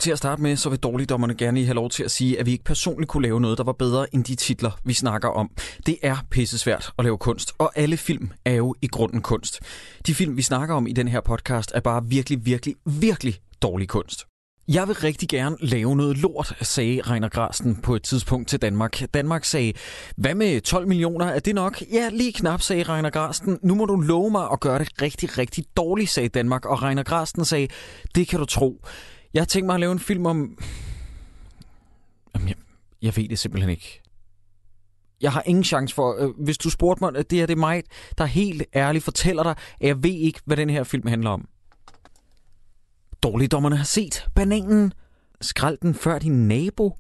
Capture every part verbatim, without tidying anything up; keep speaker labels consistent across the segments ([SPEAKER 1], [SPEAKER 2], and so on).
[SPEAKER 1] Til at starte med, så vil dårligdommerne gerne lige have lov til at sige, at vi ikke personligt kunne lave noget, der var bedre end de titler, vi snakker om. Det er pissesvært at lave kunst, og alle film er jo i grunden kunst. De film, vi snakker om i den her podcast, er bare virkelig, virkelig, virkelig dårlig kunst. Jeg vil rigtig gerne lave noget lort, sagde Reiner Grasten på et tidspunkt til Danmark. Danmark sagde, hvad med tolv millioner, er det nok? Ja, lige knap, sagde Reiner Grasten. Nu må du love mig at gøre det rigtig, rigtig dårligt, sagde Danmark. Og Reiner Grasten sagde, det kan du tro. Jeg har tænkt mig at lave en film om... Jamen, jeg, jeg ved det simpelthen ikke. Jeg har ingen chance for... Øh, hvis du spurgte mig, at det er det mig, der helt ærligt fortæller dig, at jeg ved ikke, hvad den her film handler om. Dårligdommerne har set bananen. Skrald den før din nabo.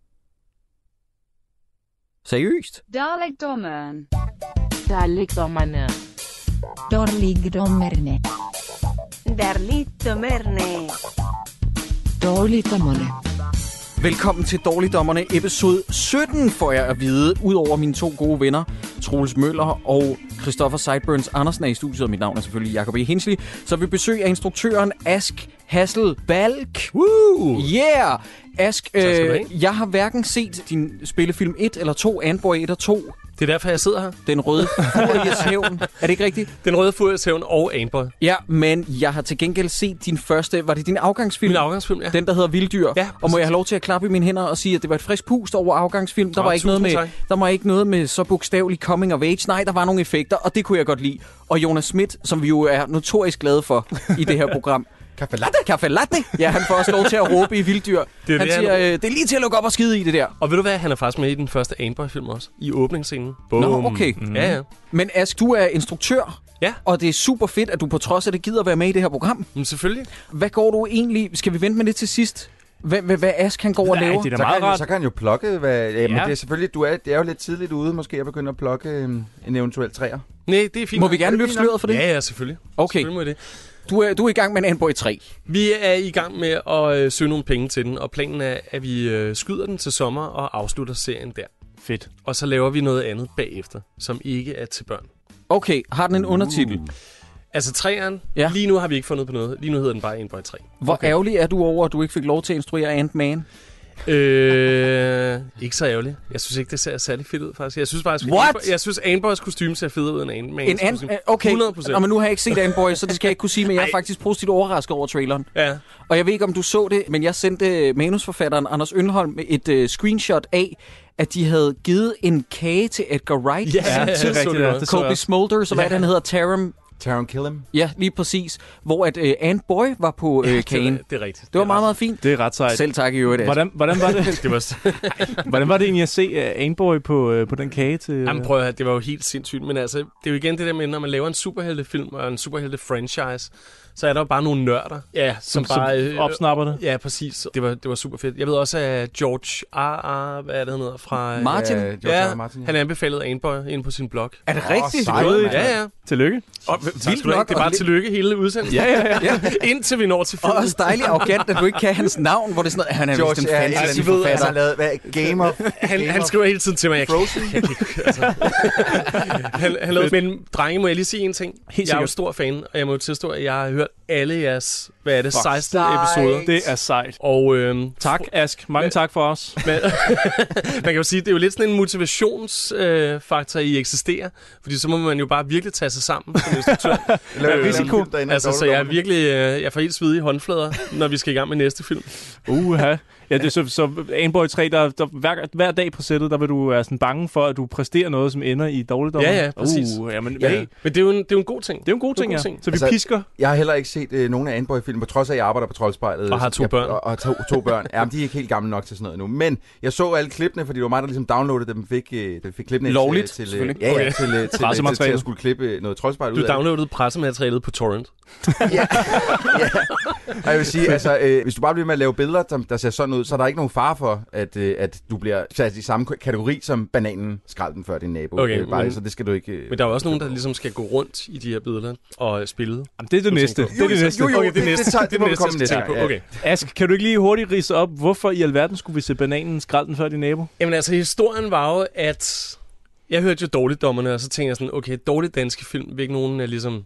[SPEAKER 1] Seriøst?
[SPEAKER 2] Dårligdommerne.
[SPEAKER 3] Dårligdommerne.
[SPEAKER 4] Dårligdommerne.
[SPEAKER 2] Dårligdommerne.
[SPEAKER 4] Dårligdommerne.
[SPEAKER 1] Velkommen til Dårligdommerne, episode sytten, får jeg at vide. Udover mine to gode venner, Troels Møller og Christoffer Sideburns Andersen er i studiet, og mit navn er selvfølgelig Jacob E. Hinsley. Så vi besøg af instruktøren Ask Hasselbalch. Woo! Yeah! Ask, øh, jeg har hverken set din spillefilm et eller to, Antboy et og to.
[SPEAKER 5] Det er derfor, jeg sidder her.
[SPEAKER 1] Den røde Furious Hævn. Er det ikke rigtigt?
[SPEAKER 5] Den røde Furious Hævn og Antboy.
[SPEAKER 1] Ja, men jeg har til gengæld set din første... Var det din afgangsfilm?
[SPEAKER 5] Min afgangsfilm, ja.
[SPEAKER 1] Den, der hedder Vilddyr.
[SPEAKER 5] Ja,
[SPEAKER 1] og må jeg have lov til at klappe i mine hænder og sige, at det var et frisk pust over afgangsfilm? Der,
[SPEAKER 5] Nå,
[SPEAKER 1] var ikke noget med,
[SPEAKER 5] tak.
[SPEAKER 1] der var ikke noget med så bogstaveligt coming of age. Nej, der var nogle effekter, og det kunne jeg godt lide. Og Jonas Schmidt, som vi jo er notorisk glade for i det her program...
[SPEAKER 6] Caffe latte.
[SPEAKER 1] Caffe latte. Ja, han får også lov til at råbe i Vilddyr.
[SPEAKER 5] Det er
[SPEAKER 1] han
[SPEAKER 5] det,
[SPEAKER 1] siger,
[SPEAKER 5] han...
[SPEAKER 1] øh, det er lige til at lukke op og skide i det der.
[SPEAKER 5] Og ved du hvad, han er faktisk med i den første Antboy-film også. I åbningsscenen.
[SPEAKER 1] Boom. Nå, okay.
[SPEAKER 5] Mm. Ja, ja.
[SPEAKER 1] Men Ask, du er instruktør.
[SPEAKER 5] Ja.
[SPEAKER 1] Og det er super fedt, at du på trods af det gider være med i det her program.
[SPEAKER 5] Men selvfølgelig.
[SPEAKER 1] Hvad går du egentlig... Skal vi vente med det til sidst? Hvad, hvad, hvad Ask han går og laver?
[SPEAKER 6] Det er så, meget kan, så kan han jo plukke, hvad, ja, men det er selvfølgelig, du er, det er jo lidt tidligt ude, måske at begynde at plukke en, en eventuel træer.
[SPEAKER 5] Nej, det er fint.
[SPEAKER 1] Må vi gerne løfte sløret for det?
[SPEAKER 5] Ja, ja, selvfølgelig.
[SPEAKER 1] Okay.
[SPEAKER 5] Selvfølgelig må det.
[SPEAKER 1] Du er, du er i gang med en Antboy tre.
[SPEAKER 5] Vi er i gang med at øh, søge nogle penge til den, og planen er, at vi øh, skyder den til sommer og afslutter serien der.
[SPEAKER 1] Fedt.
[SPEAKER 5] Og så laver vi noget andet bagefter, som ikke er til børn.
[SPEAKER 1] Okay, har den en uh. undertitel?
[SPEAKER 5] Altså træeren,
[SPEAKER 1] ja.
[SPEAKER 5] Lige nu har vi ikke fundet på noget. Lige nu hedder den bare Antboy tre.
[SPEAKER 1] Hvor okay. ærgerlig er du over, at du ikke fik lov til at instruere Ant-Man?
[SPEAKER 5] Øh, ikke så ærgerligt. Jeg synes ikke, det ser særlig fedt ud, faktisk. Jeg synes faktisk,
[SPEAKER 1] What?
[SPEAKER 5] Antboy, jeg synes Antboys kostume ser federe ud end Ant-Man.
[SPEAKER 1] En Ant- okay, hundrede procent. Nå, men nu har jeg ikke set Antboy, så det skal jeg ikke kunne sige, men jeg er faktisk positivt overrasket over traileren.
[SPEAKER 5] Ja.
[SPEAKER 1] Og jeg ved ikke, om du så det, men jeg sendte manusforfatteren Anders Ønholm et uh, screenshot af, at de havde givet en kage til Edgar Wright.
[SPEAKER 5] Ja, ja,
[SPEAKER 1] til
[SPEAKER 5] ja, det
[SPEAKER 1] Colby Smolder, så hvad
[SPEAKER 5] ja.
[SPEAKER 1] han hedder, Taram...
[SPEAKER 6] Taron Killam.
[SPEAKER 1] Ja, lige præcis. Hvor at uh, Antboy var på uh,
[SPEAKER 5] ja,
[SPEAKER 1] kagen.
[SPEAKER 5] Det, det er rigtigt.
[SPEAKER 1] Det var meget, meget fint.
[SPEAKER 7] Det er ret sejt.
[SPEAKER 1] Selv tak i øvrigt.
[SPEAKER 7] Hvordan, hvordan var det?
[SPEAKER 5] det var
[SPEAKER 7] hvordan var det egentlig at se uh, Antboy på, uh, på den kage til... Uh...
[SPEAKER 5] Jamen prøv at høre, det var jo helt sindssygt. Men altså, det er jo igen det der med, når man laver en superheltefilm og en superhelte-franchise, så er der jo bare nogle nørder, ja, som,
[SPEAKER 7] som
[SPEAKER 5] bare
[SPEAKER 7] øh, opsnapper det.
[SPEAKER 5] Ja, præcis. Det var det var super fedt. Jeg ved også at George R R, hvad er det han hedder fra
[SPEAKER 1] Martin.
[SPEAKER 6] Ja, George
[SPEAKER 5] ja,
[SPEAKER 6] R. Martin.
[SPEAKER 5] Han anbefalede Antboy inde på sin blog.
[SPEAKER 1] Er det rigtigt?
[SPEAKER 6] Oh,
[SPEAKER 5] ja, ja.
[SPEAKER 7] Tillykke.
[SPEAKER 5] Og, vildt nok. Det er bare tillykke hele udsendelsen.
[SPEAKER 1] ja, ja, ja.
[SPEAKER 5] Indtil vi når til filmen.
[SPEAKER 1] Og også dejligt arrogant, at du ikke kan hans navn, hvor det er sådan noget, han er
[SPEAKER 6] George,
[SPEAKER 1] vist en
[SPEAKER 6] ja,
[SPEAKER 1] fancy
[SPEAKER 6] altså,
[SPEAKER 1] forfatter.
[SPEAKER 6] Altså, han lavet, hvad, Game of...
[SPEAKER 5] Han,
[SPEAKER 6] Game
[SPEAKER 5] han
[SPEAKER 6] of
[SPEAKER 5] skriver hele tiden til mig, jeg,
[SPEAKER 6] Frozen.
[SPEAKER 5] jeg, jeg, jeg altså. han, han lavede, men drenge, må jeg lige sige en ting?
[SPEAKER 7] Helt
[SPEAKER 5] jeg er jo
[SPEAKER 7] sikkert.
[SPEAKER 5] stor fan, og jeg må jo tilstå, at jeg har hørt alle jeres, hvad er det,
[SPEAKER 7] Fuck,
[SPEAKER 5] seksten
[SPEAKER 6] sejt.
[SPEAKER 5] episoder.
[SPEAKER 7] Det er sejt.
[SPEAKER 5] Og øhm,
[SPEAKER 7] Tak, Ask. Mange
[SPEAKER 5] Men-
[SPEAKER 7] tak for os.
[SPEAKER 5] man, man kan jo sige, det er jo lidt sådan en motivationsfaktor, øh, faktor, I eksisterer. Fordi så må man jo bare virkelig tage sig sammen som instruktør.
[SPEAKER 6] Laver
[SPEAKER 7] risiko.
[SPEAKER 5] Altså, så jeg er virkelig, øh, jeg får helt svedige håndflader, når vi skal i gang med næste film.
[SPEAKER 7] Uha. Ja, det er så, så Antboy tre, der, der hver, hver dag på sættet, der vil du være sådan bange for, at du præsterer noget, som ender i dårligdom.
[SPEAKER 5] Ja, ja, præcis.
[SPEAKER 7] Uh, jamen,
[SPEAKER 5] Ja,
[SPEAKER 7] hey,
[SPEAKER 5] men det er, jo en, det er jo en god ting.
[SPEAKER 7] det er jo en god ting,
[SPEAKER 5] Det er
[SPEAKER 7] ja.
[SPEAKER 5] en god ting.
[SPEAKER 7] Så vi
[SPEAKER 6] Altså,
[SPEAKER 7] pisker.
[SPEAKER 6] Jeg har heller ikke set øh, nogen af Antboy-film, på trods af, at jeg arbejder på Troldspejlet.
[SPEAKER 5] Og har to
[SPEAKER 6] jeg,
[SPEAKER 5] børn.
[SPEAKER 6] Og, og to, to børn. Jamen, de er ikke helt gamle nok til sådan noget nu. Men jeg så alle klippene, fordi det var mig, der ligesom downloadede dem, fik, øh, der fik klippene
[SPEAKER 1] Lovligt,
[SPEAKER 6] til, til,
[SPEAKER 1] selvfølgelig.
[SPEAKER 6] ja, ja,
[SPEAKER 5] Okay.
[SPEAKER 6] til, til, til, til, til, til at skulle klippe noget Troldspejl ud
[SPEAKER 5] Du
[SPEAKER 6] af det.
[SPEAKER 5] downloadede pressematerialet på torrent.
[SPEAKER 6] ja. ja. Og jeg vil sige, altså, øh, hvis du bare bliver med at lave billeder, der, der ser sådan ud, så er der ikke nogen fare for, at, øh, at du bliver sat i samme kategori som bananen skralden før din nabo.
[SPEAKER 5] Okay,
[SPEAKER 6] øh, bare,
[SPEAKER 5] men-
[SPEAKER 6] så det skal du ikke... Øh,
[SPEAKER 5] Men der er jo også nogen, der ligesom skal gå rundt i de her billeder og spille.
[SPEAKER 7] Jamen, det er det næste. Det er det næste.
[SPEAKER 6] Jo, jo,
[SPEAKER 5] Okay,
[SPEAKER 6] det, det, det, tager- det må vi komme næste
[SPEAKER 5] jeg skal
[SPEAKER 6] gang.
[SPEAKER 5] tænke på.
[SPEAKER 6] Ja.
[SPEAKER 5] Okay.
[SPEAKER 7] Ask, kan du ikke lige hurtigt ridse op, hvorfor i alverden skulle vi se bananen skralden før din nabo?
[SPEAKER 5] Jamen altså, historien var jo, at jeg hørte jo Dårligdommerne, og så tænkte jeg sådan, okay, dårlige danske film, vil ikke nogen uh, ligesom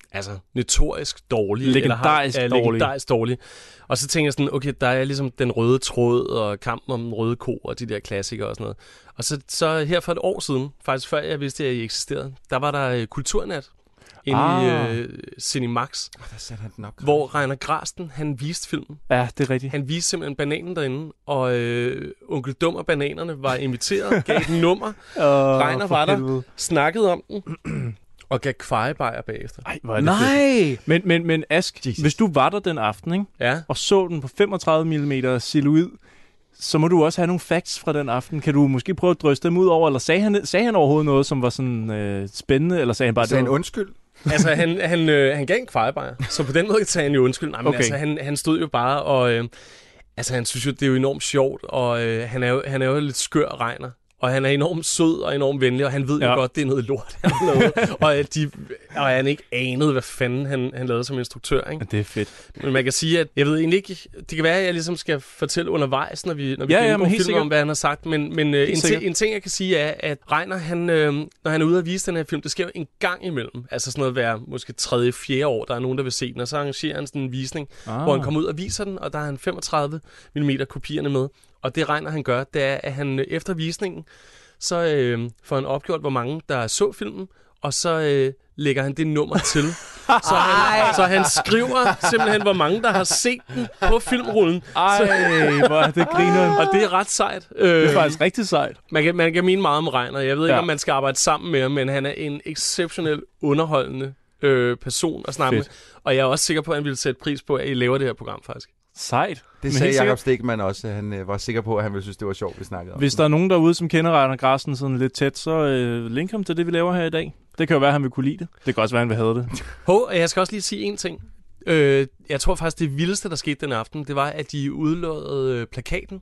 [SPEAKER 5] altså notorisk dårlig.
[SPEAKER 7] Legendarisk
[SPEAKER 5] eller har, ja,
[SPEAKER 7] dårlig.
[SPEAKER 5] legendarisk dårlig. Og så tænker jeg sådan, okay, der er ligesom den røde tråd og kampen om den røde ko og de der klassikere og sådan noget. Og så, så her for et år siden, faktisk før jeg vidste, at I eksisterede, der var der uh, kulturnat inde ah. i uh, Cinemax,
[SPEAKER 6] oh, der satte han den op,
[SPEAKER 5] hvor Reiner Grasten, han viste filmen.
[SPEAKER 7] Ja, det er rigtigt.
[SPEAKER 5] Han viste simpelthen bananen derinde, og øh, onkel Dum og bananerne var inviteret, gav den nummer.
[SPEAKER 7] oh,
[SPEAKER 5] Reiner var der, snakkede om den, og gav kvejebajer bagefter.
[SPEAKER 7] Ej, hvor er det
[SPEAKER 1] Nej!
[SPEAKER 7] fedt. Men, men, men Ask, Jesus. Hvis du var der den aften, ikke?
[SPEAKER 5] Ja.
[SPEAKER 7] Og så den på femogtredive millimeter silhuet, så må du også have nogle facts fra den aften. Kan du måske prøve at drøste dem ud over, eller sagde han, sagde han overhovedet noget, som var sådan øh, spændende, eller sagde han bare...
[SPEAKER 6] Sagde
[SPEAKER 7] det
[SPEAKER 6] han undskyld?
[SPEAKER 5] Altså, han, han, øh, han gav en kvejebajer, så på den måde sagde han jo undskyld. Nej, men
[SPEAKER 7] okay.
[SPEAKER 5] altså, han, han stod jo bare, og øh, altså, han synes jo, det er jo enormt sjovt, og øh, han, er jo, han er jo lidt skør Reiner. Og han er enormt sød og enormt venlig, og han ved ja. jo godt, det er noget lort, han har lavet. og, de, og han ikke anede, hvad fanden han, han lavede som instruktør. Ikke?
[SPEAKER 7] Det er fedt.
[SPEAKER 5] Men man kan sige, at jeg ved egentlig ikke... Det kan være, at jeg ligesom skal fortælle undervejs, når vi, når vi
[SPEAKER 7] ja,
[SPEAKER 5] gennemgår
[SPEAKER 7] ja,
[SPEAKER 5] filmen
[SPEAKER 7] sikkert.
[SPEAKER 5] om, hvad han har sagt. Men, men en, ti- en ting, jeg kan sige, er, at Reiner, han, øh, når han er ude at vise den her film, det sker jo en gang imellem. Altså sådan noget hver måske tredje, fjerde år, der er nogen, der vil se den. Og så arrangerer han sådan en visning, ah. hvor han kommer ud og viser den, og der er han femogtredive millimeter kopierne med. Og det Reiner, han gør, det er, at han efter visningen, så øh, får han opgjort, hvor mange der så filmen, og så øh, lægger han det nummer til. så, han, så han skriver simpelthen, hvor mange der har set den på filmrullen.
[SPEAKER 7] Ej, hvor er det griner.
[SPEAKER 5] Og det er ret sejt.
[SPEAKER 7] Det er faktisk rigtig sejt.
[SPEAKER 5] Man kan, man kan mene meget om Reiner. Jeg ved ikke,
[SPEAKER 7] ja.
[SPEAKER 5] om man skal arbejde sammen med ham, men han er en exceptionel underholdende øh, person at snakke
[SPEAKER 7] Fedt.
[SPEAKER 5] med. Og jeg er også sikker på, at han ville sætte pris på, at I laver det her program, faktisk.
[SPEAKER 7] Sejt.
[SPEAKER 6] Det sagde Jakob Stegmann også. Han øh, var sikker på, at han ville synes, det var sjovt, vi snakkede om.
[SPEAKER 7] Hvis der er nogen derude, som kender Reiner Grasten sådan lidt tæt, så øh, link ham til det, vi laver her i dag. Det kan jo være, at han vil kunne lide det. Det kan også være, at han vil have det.
[SPEAKER 5] Hov, jeg skal også lige sige en ting. Øh, jeg tror faktisk, det vildeste, der skete den aften, det var, at de udlåede øh, plakaten.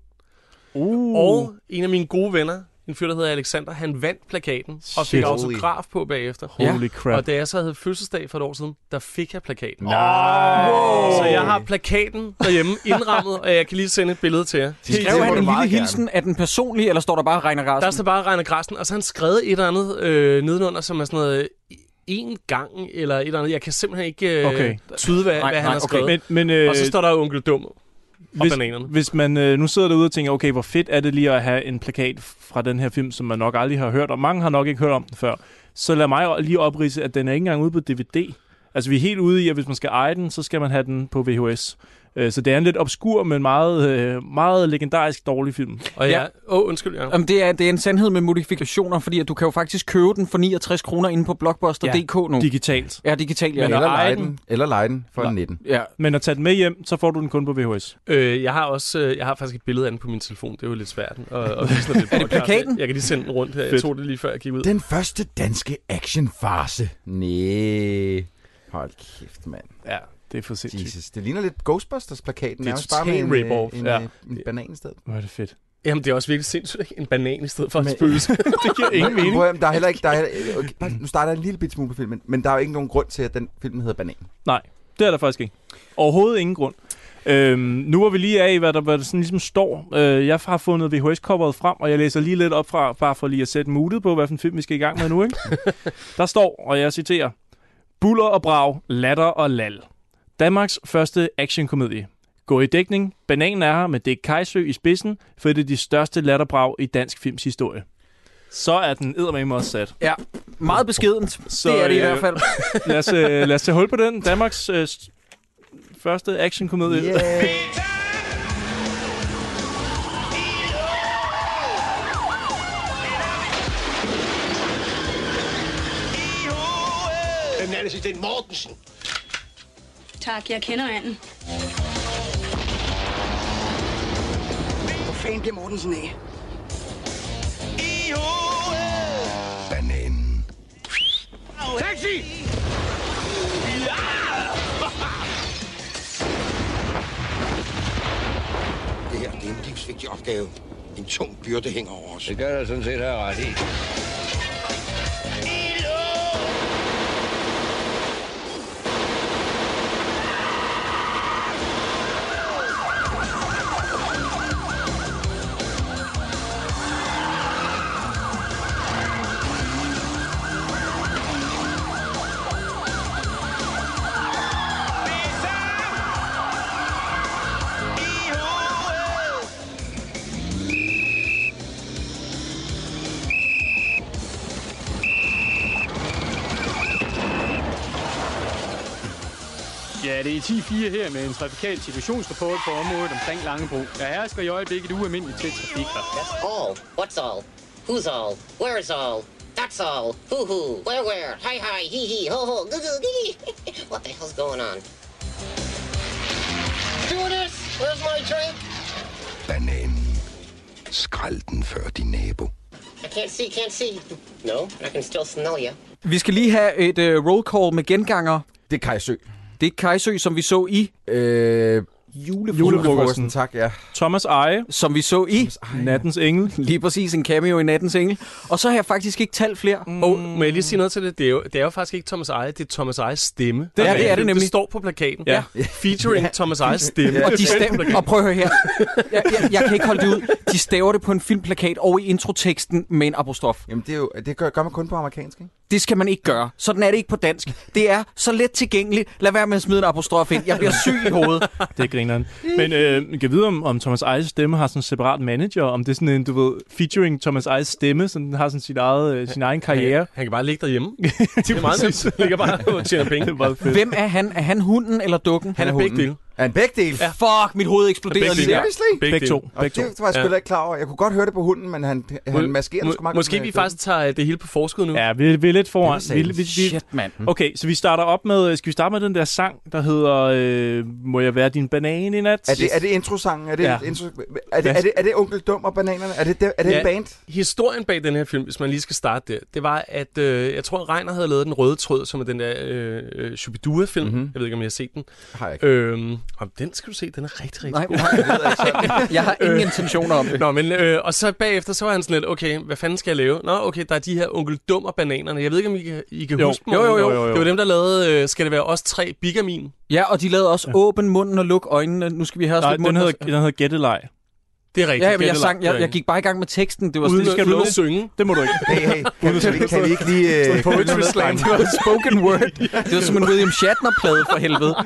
[SPEAKER 7] Uh.
[SPEAKER 5] Og en af mine gode venner, en fyr, der hedder Alexander, han vandt plakaten og fik autograf på bagefter.
[SPEAKER 7] Holy crap.
[SPEAKER 5] Og da jeg så havde fødselsdag for et år siden, der fik jeg plakaten.
[SPEAKER 7] Nej.
[SPEAKER 5] Wow. Så jeg har plakaten derhjemme indrammet, og jeg kan lige sende et billede til jer.
[SPEAKER 1] Skrev han en lille hilsen? Er den personlig, eller står der bare Reiner Grasten?
[SPEAKER 5] Der står bare Reiner Grasten, og så har han skrevet et eller andet øh, nedenunder, som er sådan noget... en gang, eller et eller andet. Jeg kan simpelthen ikke øh, okay. tyde, hvad,
[SPEAKER 1] nej,
[SPEAKER 5] hvad han
[SPEAKER 1] nej,
[SPEAKER 5] har skrevet.
[SPEAKER 7] Okay. Men, men, øh,
[SPEAKER 5] og så står der jo onkel Dum og
[SPEAKER 7] hvis,
[SPEAKER 5] bananerne.
[SPEAKER 7] Hvis man øh, nu sidder derude og tænker, okay, hvor fedt er det lige at have en plakat fra den her film, som man nok aldrig har hørt om. Mange har nok ikke hørt om den før. Så lad mig lige opridse, at den er ikke engang ude på D V D. Altså, vi er helt ude i, at hvis man skal eje den, så skal man have den på V H S. Så det er en lidt obskur, men meget, meget legendarisk dårlig film.
[SPEAKER 5] Og ja, åh, oh, undskyld, ja.
[SPEAKER 1] Jamen, det, er, det er en sandhed med modifikationer, fordi at du kan jo faktisk købe den for niogtres kroner inde på blockbuster punktum d k nu.
[SPEAKER 7] Digitalt.
[SPEAKER 1] Ja, digitalt, ja.
[SPEAKER 6] Men eller lege den, eller lege den for nitten.
[SPEAKER 1] Ja.
[SPEAKER 7] Men at tage den med hjem, så får du den kun på V H S.
[SPEAKER 5] Øh, jeg har også, øh, jeg har faktisk et billede af den på min telefon. Det er jo lidt svært. Og, og vise, når det er,
[SPEAKER 1] er det plakaten?
[SPEAKER 5] Jeg kan lige sende den rundt her. Jeg tog det lige før jeg gik ud.
[SPEAKER 6] Den første danske actionfarce. Næh. Hold kæft, mand.
[SPEAKER 7] Ja. Det er for sindssygt.
[SPEAKER 6] Jesus, det ligner lidt Ghostbusters-plakaten.
[SPEAKER 5] Det er
[SPEAKER 6] bare med en,
[SPEAKER 5] rip-off.
[SPEAKER 6] en,
[SPEAKER 7] ja.
[SPEAKER 6] en, en banan i stedet.
[SPEAKER 7] Hvor er det fedt.
[SPEAKER 5] Jamen, det er også virkelig sindssygt. En banan i stedet for
[SPEAKER 6] men,
[SPEAKER 5] et spøgelse. Det giver ingen mening.
[SPEAKER 6] Prøv, der er heller ikke... Der er heller, okay, bare, nu starter jeg en lille bit smule på filmen, men der er jo ikke nogen grund til, at den film hedder Banan.
[SPEAKER 7] Nej, det er der faktisk ikke. Overhovedet ingen grund. Øhm, nu var vi lige af, hvad der, hvad der sådan ligesom står. Øh, jeg har fundet V H S-coveret frem, og jeg læser lige lidt op fra, bare for lige at sætte moodet på, hvad for en film vi skal i gang med nu, ikke? Der står, og jeg citerer, Buller og brag, latter og lal. Danmarks første actionkomedie. Gå i dækning. Bananen er her med Dick Kajsø i spidsen, for det er de største latterbrag i dansk films historie. Så er den eddermame også sat.
[SPEAKER 1] Ja, meget beskedent. Så, det er det i øh, hvert fald.
[SPEAKER 7] lad, os, øh, lad os tage hul på den. Danmarks øh, første actionkomedie.
[SPEAKER 6] Yeah.
[SPEAKER 2] Assistent Mortensen.
[SPEAKER 4] Tak, jeg kender anden.
[SPEAKER 2] Hvor fanden bliver Mortensen af? Bananen. Taxi! Det her, det er en livsvigtig opgave. En tung byrde hænger over os.
[SPEAKER 8] Det gør der sådan set her ret i. det er ti fire her med en trafikal situationsrapport på området omkring Langebro. Der hersker i øjeblikket et ualmindeligt tæt trafik her.
[SPEAKER 9] That's all. What's all? Who's all? Where's all? That's all. Hoo hoo. Where where? Hi hi. Hee hee. Ho ho. Goo goo gee. What the hell's going on? Stewardess, where's my drink?
[SPEAKER 2] Bananen. Skrald den før din nabo.
[SPEAKER 9] I can't see, can't see. No, I can still smell you.
[SPEAKER 1] Vi skal lige have et uh, roll call med genganger.
[SPEAKER 6] Det er Kajsø.
[SPEAKER 1] Det er Kajsø, som vi så i...
[SPEAKER 6] Øh... Julefrokosten, tak, ja.
[SPEAKER 7] Thomas Eje,
[SPEAKER 1] som vi så i
[SPEAKER 7] Nattens Engel.
[SPEAKER 1] Lige præcis, en cameo i Nattens Engel. Og så har jeg faktisk ikke talt flere.
[SPEAKER 5] Mm. Og må jeg lige sige noget til det? Det er jo, det er jo faktisk ikke Thomas Eje, det er Thomas Ejes stemme.
[SPEAKER 1] Det, ja, det er det nemlig.
[SPEAKER 5] Det står på plakaten.
[SPEAKER 1] Ja.
[SPEAKER 5] Featuring Thomas Ejes stemme.
[SPEAKER 1] Ja. Og, de stav- og prøv at høre her. Jeg, jeg, jeg kan ikke holde det ud. De staver det på en filmplakat og i introteksten med en apostrof.
[SPEAKER 6] Jamen, det, er jo, det gør, gør man kun på amerikansk, ikke?
[SPEAKER 1] Det skal man ikke gøre. Sådan er det ikke på dansk. Det er så let tilgængeligt. Lad være med at smide en apostrof ind. Jeg bliver syg i hovedet.
[SPEAKER 7] Det er grineren. Men øh, kan vide, om, om Thomas Ejes stemme har sådan en separat manager, om det er sådan en, du ved, featuring Thomas Ejes stemme, så den har sådan sit eget, øh, sin egen karriere.
[SPEAKER 5] Han, han kan bare ligge derhjemme. Det er meget nemt. Han ligger bare og tjener penge.
[SPEAKER 1] Hvem er han? Er han hunden eller dukken?
[SPEAKER 5] Han er begge dele.
[SPEAKER 6] Er en begge dele?
[SPEAKER 1] Ja. Fuck, mit hoved eksploderede lige der.
[SPEAKER 6] Begge,
[SPEAKER 7] begge to.
[SPEAKER 6] Begge to. Det var jeg sgu da ikke klar over. Jeg kunne godt høre det på hunden, men han, han maskerer det sgu meget.
[SPEAKER 5] Måske vi faktisk tager det hele på forskud nu.
[SPEAKER 7] Ja, vi, vi er lidt foran. Vi, vi, vi,
[SPEAKER 1] Shit, mand.
[SPEAKER 7] Okay, så vi starter op med, skal vi starte med den der sang, der hedder øh, Må jeg være din banan i nat?
[SPEAKER 6] Er det, er det introsangen? Er det,
[SPEAKER 7] ja.
[SPEAKER 6] intro, er, det, er, det, er det Onkel Dum og Bananerne? Er det, er det ja, en band?
[SPEAKER 5] Historien bag den her film, hvis man lige skal starte der, det var, at øh, jeg tror, Reiner havde lavet Den Røde Tråd, som er den der øh, Shubidua-film. Mm-hmm. Jeg ved ikke, om jeg har set den.
[SPEAKER 6] Har jeg ikke.
[SPEAKER 5] Øhm, om den skal du se, den er rigtig, rigtig
[SPEAKER 1] Nej,
[SPEAKER 5] god.
[SPEAKER 1] nej, jeg, ved ikke, jeg har ingen intentioner om det.
[SPEAKER 5] Nå, men, øh, og så bagefter, så var han sådan lidt, okay, hvad fanden skal jeg lave? Nå, okay, der er de her Onkel Dum og Bananerne. Jeg ved ikke, om I kan, I kan
[SPEAKER 7] jo.
[SPEAKER 5] huske dem.
[SPEAKER 1] Jo, jo, jo, jo, jo.
[SPEAKER 5] Det var dem, der lavede, øh, skal det være os tre, Bigamin?
[SPEAKER 1] Ja, og de lavede også ja. Åben munden og luk øjnene. Nu skal vi have os
[SPEAKER 7] Nej,
[SPEAKER 1] lidt
[SPEAKER 7] den
[SPEAKER 1] mund.
[SPEAKER 7] hedder, den hedder Gætteleg.
[SPEAKER 5] Det er rigtigt.
[SPEAKER 1] Ja, men jeg, sang, jeg, jeg gik bare i gang med teksten. Det var
[SPEAKER 5] uden,
[SPEAKER 1] sådan,
[SPEAKER 5] skal du at synge.
[SPEAKER 7] Det må du ikke.
[SPEAKER 6] Hey, hey, kan, kan, vi, kan vi ikke lige... Uh,
[SPEAKER 1] Poetry Slam. Det var spoken word. Det var som en William Shatner-plade for helvede.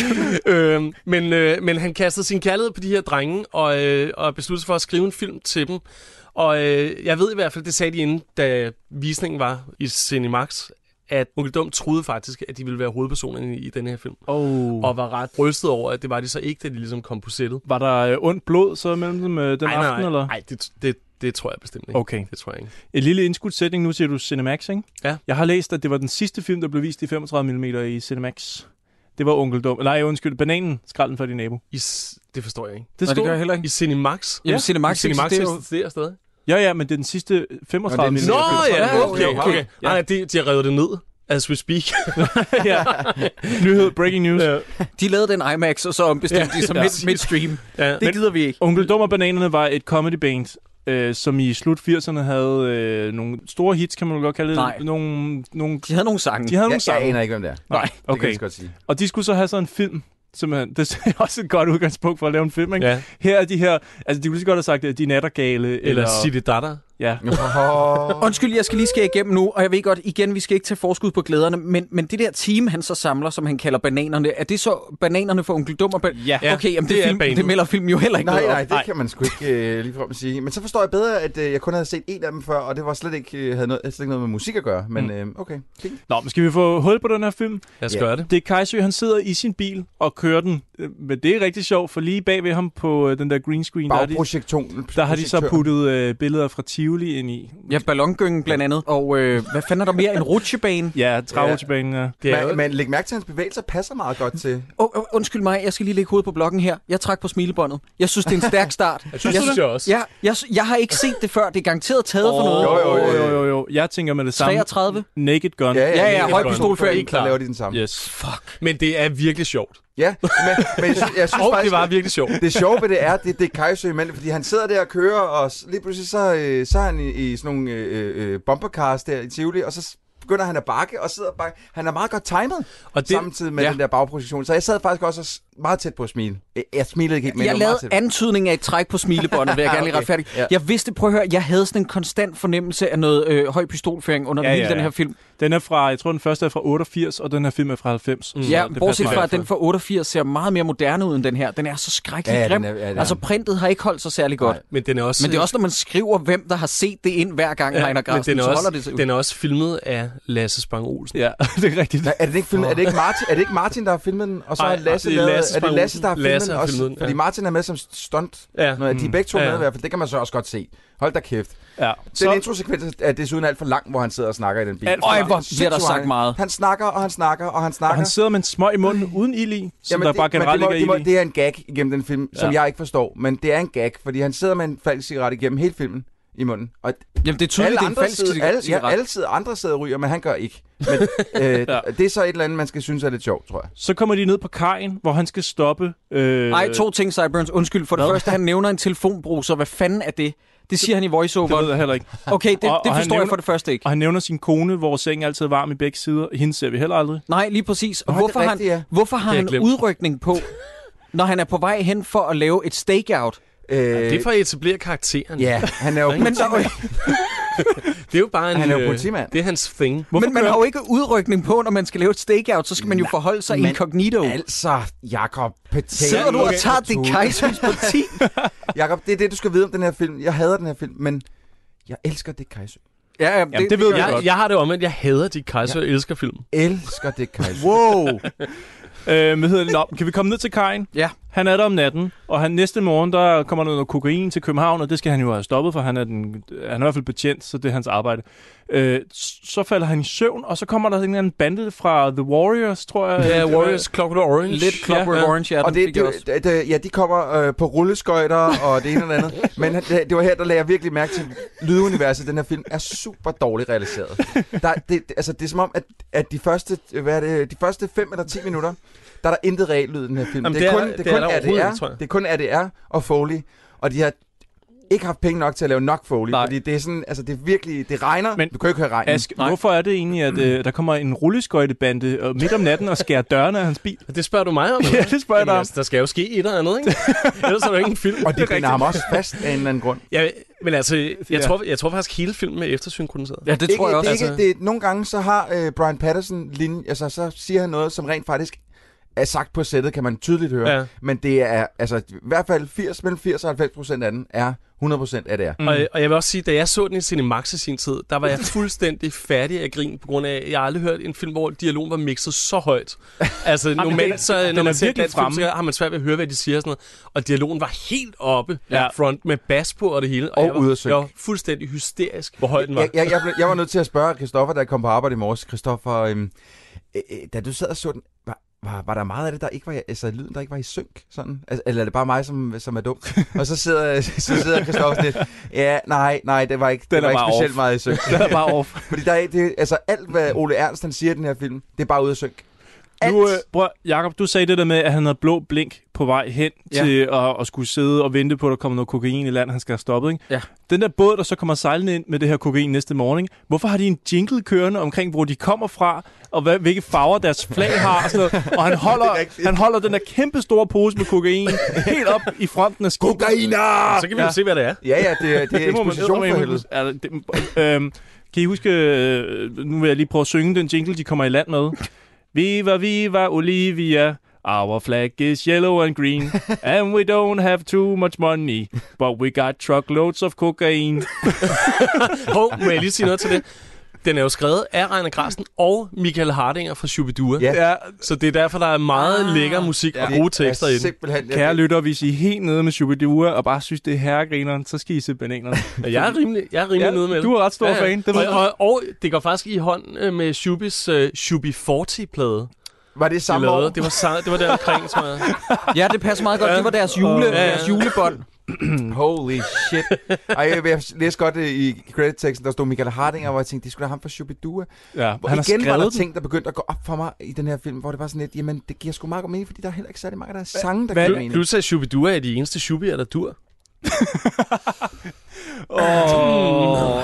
[SPEAKER 5] øhm, men, øh, men han kastede sin kærlighed på de her drenge, og, øh, og besluttede sig for at skrive en film til dem. Og øh, jeg ved i hvert fald, det sagde de inden, da visningen var i Cinemax, at Onkel Dum troede faktisk, at de ville være hovedpersonerne i, i den her film.
[SPEAKER 7] Oh.
[SPEAKER 5] Og var ret rystet over, at det var de så ikke, da de ligesom kom på sættet.
[SPEAKER 7] Var der øh, ondt blod så mellem dem øh, den
[SPEAKER 5] ej,
[SPEAKER 7] aften,
[SPEAKER 5] nej,
[SPEAKER 7] eller?
[SPEAKER 5] Nej, det, det, det tror jeg bestemt ikke.
[SPEAKER 7] Okay.
[SPEAKER 5] Det tror jeg ikke.
[SPEAKER 7] En lille indskudssætning, nu siger du Cinemax, ikke?
[SPEAKER 5] Ja.
[SPEAKER 7] Jeg har læst, at det var den sidste film, der blev vist i femogtredive millimeter i Cinemax. Det var Onkel Dum. Nej, undskyld, Bananen, skralden for din nabo.
[SPEAKER 5] I, det forstår jeg ikke.
[SPEAKER 7] Det,
[SPEAKER 1] Nå, det gør jeg heller ikke.
[SPEAKER 5] I Cinemax?
[SPEAKER 1] Jamen, Cinemax,
[SPEAKER 5] I Cinemax
[SPEAKER 1] det er jo...
[SPEAKER 5] eksisterer stadig.
[SPEAKER 7] Ja, ja, men det er den sidste femogtredive millimeter.
[SPEAKER 5] Nå, ja, okay, okay. okay.
[SPEAKER 7] Ja.
[SPEAKER 5] Nej, de, de har revet det ned. As we speak.
[SPEAKER 7] Ja. Nyhed, breaking news. Ja.
[SPEAKER 1] De lavede den IMAX, og så ombestemte ja. de som ja. mid- midstream. Ja. Det gider vi ikke.
[SPEAKER 7] Onkel Dum og Bananerne var et comedy band, øh, som i slut firserne havde øh, nogle store hits, kan man godt kalde det.
[SPEAKER 1] Nej.
[SPEAKER 7] Nogle, nogle,
[SPEAKER 1] de havde nogle sange.
[SPEAKER 7] De havde
[SPEAKER 6] jeg,
[SPEAKER 7] nogle sange.
[SPEAKER 6] Jeg aner ikke, hvem det er.
[SPEAKER 7] Nej, okay.
[SPEAKER 6] Det kan jeg godt sige.
[SPEAKER 7] Og de skulle så have sådan en film. Simpelthen. Det er også et godt udgangspunkt for at lave en film, ikke?
[SPEAKER 5] Ja.
[SPEAKER 7] Her er de her... Altså, de kunne lige så godt have sagt, at de er nattergale. Eller,
[SPEAKER 5] eller City Datter.
[SPEAKER 7] Ja.
[SPEAKER 1] Undskyld, jeg skal lige skære igennem nu, og jeg ved godt, igen, vi skal ikke tage forskud på glæderne, men, men det der team, han så samler, som han kalder Bananerne, er det så Bananerne for Onkel Dum og Ban-
[SPEAKER 7] Ja.
[SPEAKER 1] Okay, jamen det,
[SPEAKER 5] det,
[SPEAKER 1] film, det melder filmen jo heller ikke
[SPEAKER 6] nej,
[SPEAKER 1] noget
[SPEAKER 6] nej,
[SPEAKER 1] op.
[SPEAKER 6] det kan man sgu ikke uh, lige frem sige. Men så forstår jeg bedre, at uh, jeg kun havde set en af dem før, og det var slet ikke, uh, havde noget, slet ikke noget med musik at gøre. Men mm. uh, okay, fint.
[SPEAKER 7] Nå, men skal vi få hul på den her film?
[SPEAKER 5] Lad os gøre det.
[SPEAKER 7] Det er Kajsø, han sidder i sin bil og kører den. Men det er rigtig sjovt, for lige bag ved ham på uh, den der green screen, der, er de, der har de så puttet uh, billeder fra Tivoli ind i.
[SPEAKER 1] Ja, ballongyngen blandt andet. Og øh, hvad fanden er der mere? En rutsjebane?
[SPEAKER 7] Ja, travrutsjebanen, ja.
[SPEAKER 6] ja. Men, men læg mærke til, at hans bevægelser passer meget godt til...
[SPEAKER 1] Oh, oh, undskyld mig, jeg skal lige lægge hovedet på blokken her. Jeg trækker på smilebåndet. Jeg synes, det er en stærk start.
[SPEAKER 5] jeg synes, jeg, det også.
[SPEAKER 1] Ja, jeg, jeg har ikke set det før. Det er garanteret taget oh, for noget.
[SPEAKER 7] Jo, jo, jo, jo, jo. Jeg tænker med det samme.
[SPEAKER 1] treogtredive
[SPEAKER 7] Naked Gun.
[SPEAKER 1] Ja, ja, ja, ja højpistol før en klar.
[SPEAKER 6] Der laver de den samme.
[SPEAKER 7] Yes.
[SPEAKER 5] Fuck. Men det er virkelig sjovt.
[SPEAKER 6] Ja, men, men jeg, jeg synes
[SPEAKER 5] og
[SPEAKER 6] faktisk...
[SPEAKER 5] det var virkelig sjovt.
[SPEAKER 6] Det sjove ved det er, det, det er Kajsø imellem, fordi han sidder der og kører, og lige pludselig så, øh, så er han i, i sådan nogle øh, øh, bumpercars der i Tivoli, og så begynder han at bakke, og sidder bakke. Han er meget godt timet, og det, samtidig med ja. den der bagprojektion. Så jeg sad faktisk også meget tæt på at smile. Jeg, jeg smilede ikke helt, men
[SPEAKER 1] jeg
[SPEAKER 6] jeg
[SPEAKER 1] lavede
[SPEAKER 6] tæt.
[SPEAKER 1] antydning af et træk på smilebåndet, vil jeg gerne lige
[SPEAKER 6] Okay.
[SPEAKER 1] retfærdigt.
[SPEAKER 6] Ja.
[SPEAKER 1] Jeg vidste, prøv at høre, jeg havde sådan en konstant fornemmelse af noget øh, høj pistolføring under
[SPEAKER 7] Ja,
[SPEAKER 1] hele
[SPEAKER 7] ja,
[SPEAKER 1] den
[SPEAKER 7] ja.
[SPEAKER 1] her film.
[SPEAKER 7] Den er fra, jeg tror den første er fra otteogfirs, og den her film er fra halvfems.
[SPEAKER 1] Mm.
[SPEAKER 7] Så
[SPEAKER 1] Ja,
[SPEAKER 7] det
[SPEAKER 1] bortset
[SPEAKER 7] passer
[SPEAKER 1] fra, at
[SPEAKER 7] meget.
[SPEAKER 1] den fra otteogfirs ser meget mere moderne ud end den her. Den er så skrækkelig
[SPEAKER 6] Ja, ja,
[SPEAKER 1] grim.
[SPEAKER 6] den er- ja, den er-
[SPEAKER 1] Altså, printet har ikke holdt sig særlig godt.
[SPEAKER 6] Nej.
[SPEAKER 5] Men den er også...
[SPEAKER 1] Men det er også, når man skriver, hvem der har set det ind hver gang, ja, Heiner
[SPEAKER 5] men
[SPEAKER 1] Grasten,
[SPEAKER 5] den er,
[SPEAKER 1] så
[SPEAKER 5] også,
[SPEAKER 1] holder det sig ud.
[SPEAKER 5] den er også filmet af Lasse Spang Olsen.
[SPEAKER 7] Ja, det er rigtigt.
[SPEAKER 6] Nej, er det ikke filmet? Er det ikke Martin? Er det ikke Martin, der har filmet den? Og så
[SPEAKER 5] Nej,
[SPEAKER 6] har Lasse
[SPEAKER 5] det er
[SPEAKER 6] lavet,
[SPEAKER 5] Lasse
[SPEAKER 6] er det
[SPEAKER 5] Spang
[SPEAKER 6] Lasse, der har
[SPEAKER 5] Olsen.
[SPEAKER 6] filmet
[SPEAKER 5] Lasse
[SPEAKER 6] den
[SPEAKER 5] har
[SPEAKER 6] også?
[SPEAKER 5] filmet den,
[SPEAKER 6] Fordi
[SPEAKER 5] ja.
[SPEAKER 6] Martin er med som stunt.
[SPEAKER 5] Ja.
[SPEAKER 6] Når de er begge to
[SPEAKER 5] Ja.
[SPEAKER 6] med i hvert fald. Det kan man så også godt se. Hold da kæft.
[SPEAKER 7] Ja.
[SPEAKER 6] Den
[SPEAKER 7] Så,
[SPEAKER 6] introsekvens er desuden alt for lang, hvor han sidder og snakker i den bil.
[SPEAKER 7] Alt for
[SPEAKER 1] Øj,
[SPEAKER 7] lang.
[SPEAKER 1] hvor bliver der
[SPEAKER 6] Sindssygt
[SPEAKER 1] sagt
[SPEAKER 6] lang.
[SPEAKER 1] meget.
[SPEAKER 6] Han snakker, og han snakker, og han snakker.
[SPEAKER 7] og han sidder med en smøg i munden uden ild i, som
[SPEAKER 6] Jamen,
[SPEAKER 7] der
[SPEAKER 6] det,
[SPEAKER 7] bare
[SPEAKER 6] men
[SPEAKER 7] generelt
[SPEAKER 6] det, må,
[SPEAKER 7] ikke
[SPEAKER 6] det, må,
[SPEAKER 7] er ild i.
[SPEAKER 6] det er en gag igennem den film, som
[SPEAKER 7] Ja.
[SPEAKER 6] jeg ikke forstår. Men det er en gag, fordi han sidder med en falsk cigaret igennem hele filmen i munden. Og
[SPEAKER 1] Jamen, det er tydeligt,
[SPEAKER 6] alle
[SPEAKER 1] det er en
[SPEAKER 6] andre
[SPEAKER 1] falsk
[SPEAKER 6] sidder, alle, ja,
[SPEAKER 1] cigaret.
[SPEAKER 6] alle sidder, andre sidder og ryger, men han gør ikke. Men, øh,
[SPEAKER 7] Ja.
[SPEAKER 6] Det er så et eller andet, man skal synes er lidt sjovt, tror jeg.
[SPEAKER 7] Så kommer de ned på kajen, hvor han skal stoppe. Øh,
[SPEAKER 1] Nej, to ting, Cyburns. Undskyld. For det
[SPEAKER 7] Hvad?
[SPEAKER 1] første, han nævner en telefonbruser. Hvad fanden er det? Det siger han i
[SPEAKER 7] Det
[SPEAKER 1] voiceover.
[SPEAKER 7] ved jeg heller ikke.
[SPEAKER 1] Okay, det,
[SPEAKER 7] Og-
[SPEAKER 1] det
[SPEAKER 7] og han
[SPEAKER 1] forstår jeg
[SPEAKER 7] nævner-
[SPEAKER 1] for det første ikke.
[SPEAKER 7] Og han nævner sin kone, hvor sengen altid er varm i begge sider. Hende ser vi heller aldrig.
[SPEAKER 1] Nej, lige præcis. Og
[SPEAKER 6] Nå, det er
[SPEAKER 1] hvorfor, har
[SPEAKER 6] rigtigt,
[SPEAKER 1] han,
[SPEAKER 6] ja.
[SPEAKER 1] hvorfor har
[SPEAKER 5] Det har jeg
[SPEAKER 1] han
[SPEAKER 5] glemt.
[SPEAKER 1] udrykning på, når han er på vej hen for at lave et stakeout?
[SPEAKER 6] Øh,
[SPEAKER 5] Det er for at etablere karakteren.
[SPEAKER 6] Ja, han er jo
[SPEAKER 1] Men der,
[SPEAKER 5] Det er jo bare en...
[SPEAKER 6] Han er jo
[SPEAKER 5] øh,
[SPEAKER 6] politimand.
[SPEAKER 5] Det er hans thing.
[SPEAKER 7] Hvorfor
[SPEAKER 1] men man
[SPEAKER 7] kører-
[SPEAKER 1] har jo ikke udrykning på, når man skal lave et stakeout. Så skal man jo
[SPEAKER 6] Nej,
[SPEAKER 1] forholde sig
[SPEAKER 6] men
[SPEAKER 1] incognito.
[SPEAKER 6] Altså, Jakob Peter.
[SPEAKER 1] Sidder du og tager det Kajsons parti?
[SPEAKER 6] Jakob, det er det, du skal vide om den her film. Jeg hader den her film, men jeg elsker Dick Kajsø.
[SPEAKER 1] Ja, ja,
[SPEAKER 7] Jamen, det ved vi
[SPEAKER 5] Jeg,
[SPEAKER 7] godt.
[SPEAKER 5] jeg har det om, at jeg hader de Kaiser, jeg elsker filmen.
[SPEAKER 6] Elsker Dick Kajsø.
[SPEAKER 7] Wow! øh, hvad hedder det? Nå, kan vi komme ned til kajen?
[SPEAKER 1] Ja.
[SPEAKER 7] Han er der om natten, og han næste morgen, der kommer der noget kokain til København, og det skal han jo have stoppet, for han er, den, han er i hvert fald betjent, så det er hans arbejde. Øh, så falder han i søvn, og så kommer der en eller anden bande fra The Warriors, tror jeg.
[SPEAKER 5] Ja, Warriors, Clockwork Orange.
[SPEAKER 1] Lidt Clockwork
[SPEAKER 5] Ja, ja.
[SPEAKER 1] Orange, ja.
[SPEAKER 6] Og
[SPEAKER 1] den
[SPEAKER 6] det,
[SPEAKER 1] fik jeg
[SPEAKER 6] det,
[SPEAKER 1] også.
[SPEAKER 6] det, det, ja, de kommer øh, på rulleskøjter og det ene og det andet. Men han- det, det var her, der lagde jeg virkelig mærke til, lyduniverset. Den her film er super dårligt realiseret. Der, det, det, altså, det er som om, at, at de, første, hvad er det, de første fem eller ti minutter, der er der intet reelt lyd i den her film.
[SPEAKER 5] Jamen,
[SPEAKER 6] det er
[SPEAKER 5] det er
[SPEAKER 6] kun,
[SPEAKER 5] der-
[SPEAKER 6] det
[SPEAKER 5] det
[SPEAKER 6] er
[SPEAKER 5] er
[SPEAKER 6] kun
[SPEAKER 5] der
[SPEAKER 6] R D
[SPEAKER 5] overhovedet
[SPEAKER 6] R,
[SPEAKER 5] ikke, tror jeg.
[SPEAKER 6] det er kun R D R og Foley. Og de har ikke haft penge nok til at lave nok Foley,
[SPEAKER 7] Nej.
[SPEAKER 6] fordi det er sådan, altså det er virkelig, det regner,
[SPEAKER 7] Men-
[SPEAKER 6] men, du kan jo ikke høre regnen.
[SPEAKER 7] Ask, hvorfor er det egentlig, at øh, der kommer en rulleskøjtebande øh, midt om natten og skærer dørene af hans bil?
[SPEAKER 5] Det spørger du mig om.
[SPEAKER 7] Ja, det spørger jeg dig om.
[SPEAKER 5] Altså, der skal jo ske et eller andet, ikke? Ellers er der ingen film.
[SPEAKER 6] Og de binder ham også fast af en eller anden grund.
[SPEAKER 5] Ja, men altså, jeg,
[SPEAKER 7] Ja.
[SPEAKER 5] tror, jeg tror faktisk, hele filmen er eftersynkroniseret.
[SPEAKER 1] Ja, det
[SPEAKER 6] ikke,
[SPEAKER 1] tror jeg også.
[SPEAKER 6] Det er ikke,
[SPEAKER 5] altså.
[SPEAKER 6] det er, nogle gange så har øh, Brian Patterson linje, altså så siger han noget, som rent faktisk er sagt på sættet, kan man tydeligt høre.
[SPEAKER 5] Ja.
[SPEAKER 6] Men det er altså i hvert fald firs, mellem firs og halvfems procent af den er hundrede procent af det er.
[SPEAKER 5] Mm. Og, og jeg vil også sige, da jeg så den i Cinemax i sin tid, der var jeg fuldstændig færdig af grin, på grund af, at jeg aldrig hørt en film, hvor dialogen var mixet så højt. Altså
[SPEAKER 7] den er-
[SPEAKER 5] normalt, så
[SPEAKER 7] den
[SPEAKER 5] når
[SPEAKER 7] er
[SPEAKER 5] man ser
[SPEAKER 7] virkelig
[SPEAKER 5] dansk film,
[SPEAKER 7] fremme.
[SPEAKER 5] så har man svært ved at høre, hvad de siger og sådan noget. Og dialogen var helt oppe
[SPEAKER 7] Ja.
[SPEAKER 5] ja. front med bas på og det hele.
[SPEAKER 6] Og
[SPEAKER 5] jeg var,
[SPEAKER 6] ude af synk.
[SPEAKER 5] jeg var fuldstændig hysterisk, hvor høj den var.
[SPEAKER 6] Jeg, jeg, jeg, blev, jeg var nødt til at spørge Christoffer, da jeg kom på arbejde i morges. Christoffer, øhm, øh, øh, da du sad og så den, var, var, var der meget af det, der ikke var, altså lyden, der ikke var i synk? Sådan? Altså, eller er det bare mig, som, som er dum? Og så sidder, så sidder Christoffer sådan lidt, ja, nej, nej, det var ikke,
[SPEAKER 7] Den
[SPEAKER 6] det var
[SPEAKER 7] er
[SPEAKER 6] ikke
[SPEAKER 7] bare
[SPEAKER 6] specielt
[SPEAKER 7] off.
[SPEAKER 6] meget i synk.
[SPEAKER 7] Den er bare off.
[SPEAKER 6] Fordi der er, det, altså alt, hvad Ole Ernst han siger i den her film, det er bare ude af synk. Alt.
[SPEAKER 7] Nu, øh, bror, Jacob, du sagde det der med, at han havde blå blink på vej hen
[SPEAKER 1] Ja.
[SPEAKER 7] til at, at skulle sidde og vente på, at der kommer noget kokain i land, han skal have stoppet, ikke?
[SPEAKER 1] Ja.
[SPEAKER 7] Den der båd, der så kommer sejlende ind med det her kokain næste morgen, ikke? Hvorfor har de en jingle kørende omkring, hvor de kommer fra, og hvad, hvilke farver deres flag har, og sådan noget. Og han holder, han holder den der kæmpe store pose med kokain helt op i fronten af skibet.
[SPEAKER 6] Kokainer!
[SPEAKER 5] Så kan vi jo se, hvad det er.
[SPEAKER 6] Ja, ja, det, er- det er
[SPEAKER 7] må man
[SPEAKER 6] eksposition for
[SPEAKER 7] eddermame
[SPEAKER 6] helvede.
[SPEAKER 7] huske. Altså, det, øhm, kan I huske, øh, nu vil jeg lige prøve at synge den jingle, de kommer i land med. Viva, viva, Olivia. Our flag is yellow and green, and we don't have too much money, but we got truckloads of cocaine.
[SPEAKER 5] Hov, må jeg lige sige noget til det? Den er jo skrevet af Reiner Grasten og Michael Hardinger fra Shubidua.
[SPEAKER 6] Ja.
[SPEAKER 7] Ja,
[SPEAKER 5] Så det er derfor, der er meget ah, lækker musik ja, og gode tekster i den.
[SPEAKER 6] Simpelthen.
[SPEAKER 7] kære lytter, hvis I er helt nede med Shubidua og bare synes, det er herregrineren, så skal I se bananerne.
[SPEAKER 5] Men jeg er rimelig, jeg er rimelig
[SPEAKER 7] Ja,
[SPEAKER 5] nede med det.
[SPEAKER 7] du er ret stor fan, det ved
[SPEAKER 5] og,
[SPEAKER 7] jeg.
[SPEAKER 5] og, og det går faktisk i hånd øh, med Shubis uh, Shubi forty-plade.
[SPEAKER 6] Var det
[SPEAKER 5] De
[SPEAKER 6] samme
[SPEAKER 5] lavede.
[SPEAKER 6] år?
[SPEAKER 5] Det var, sa- det var der omkring, tror jeg.
[SPEAKER 1] Ja, det passer meget godt. Det var deres, jule,
[SPEAKER 5] Ja, ja.
[SPEAKER 1] deres julebånd.
[SPEAKER 6] Holy shit. Ej, jeg, jeg læste godt øh, i credit-teksten, der stod Michael Hardinger, hvor jeg tænkte, det skulle da ham fra Shubidua.
[SPEAKER 7] Ja,
[SPEAKER 6] Hvor
[SPEAKER 7] han har
[SPEAKER 6] igen var der
[SPEAKER 7] skrevet den.
[SPEAKER 6] ting, der begyndte at gå op for mig i den her film, hvor det var sådan lidt, jamen, det giver sgu meget godt mening, fordi der er heller ikke særlig mange, der er sange, der
[SPEAKER 7] hvad-
[SPEAKER 6] giver
[SPEAKER 5] Pl-
[SPEAKER 6] mening.
[SPEAKER 5] Plus at Shubidua er de eneste Shubier, der dur.
[SPEAKER 7] Åh,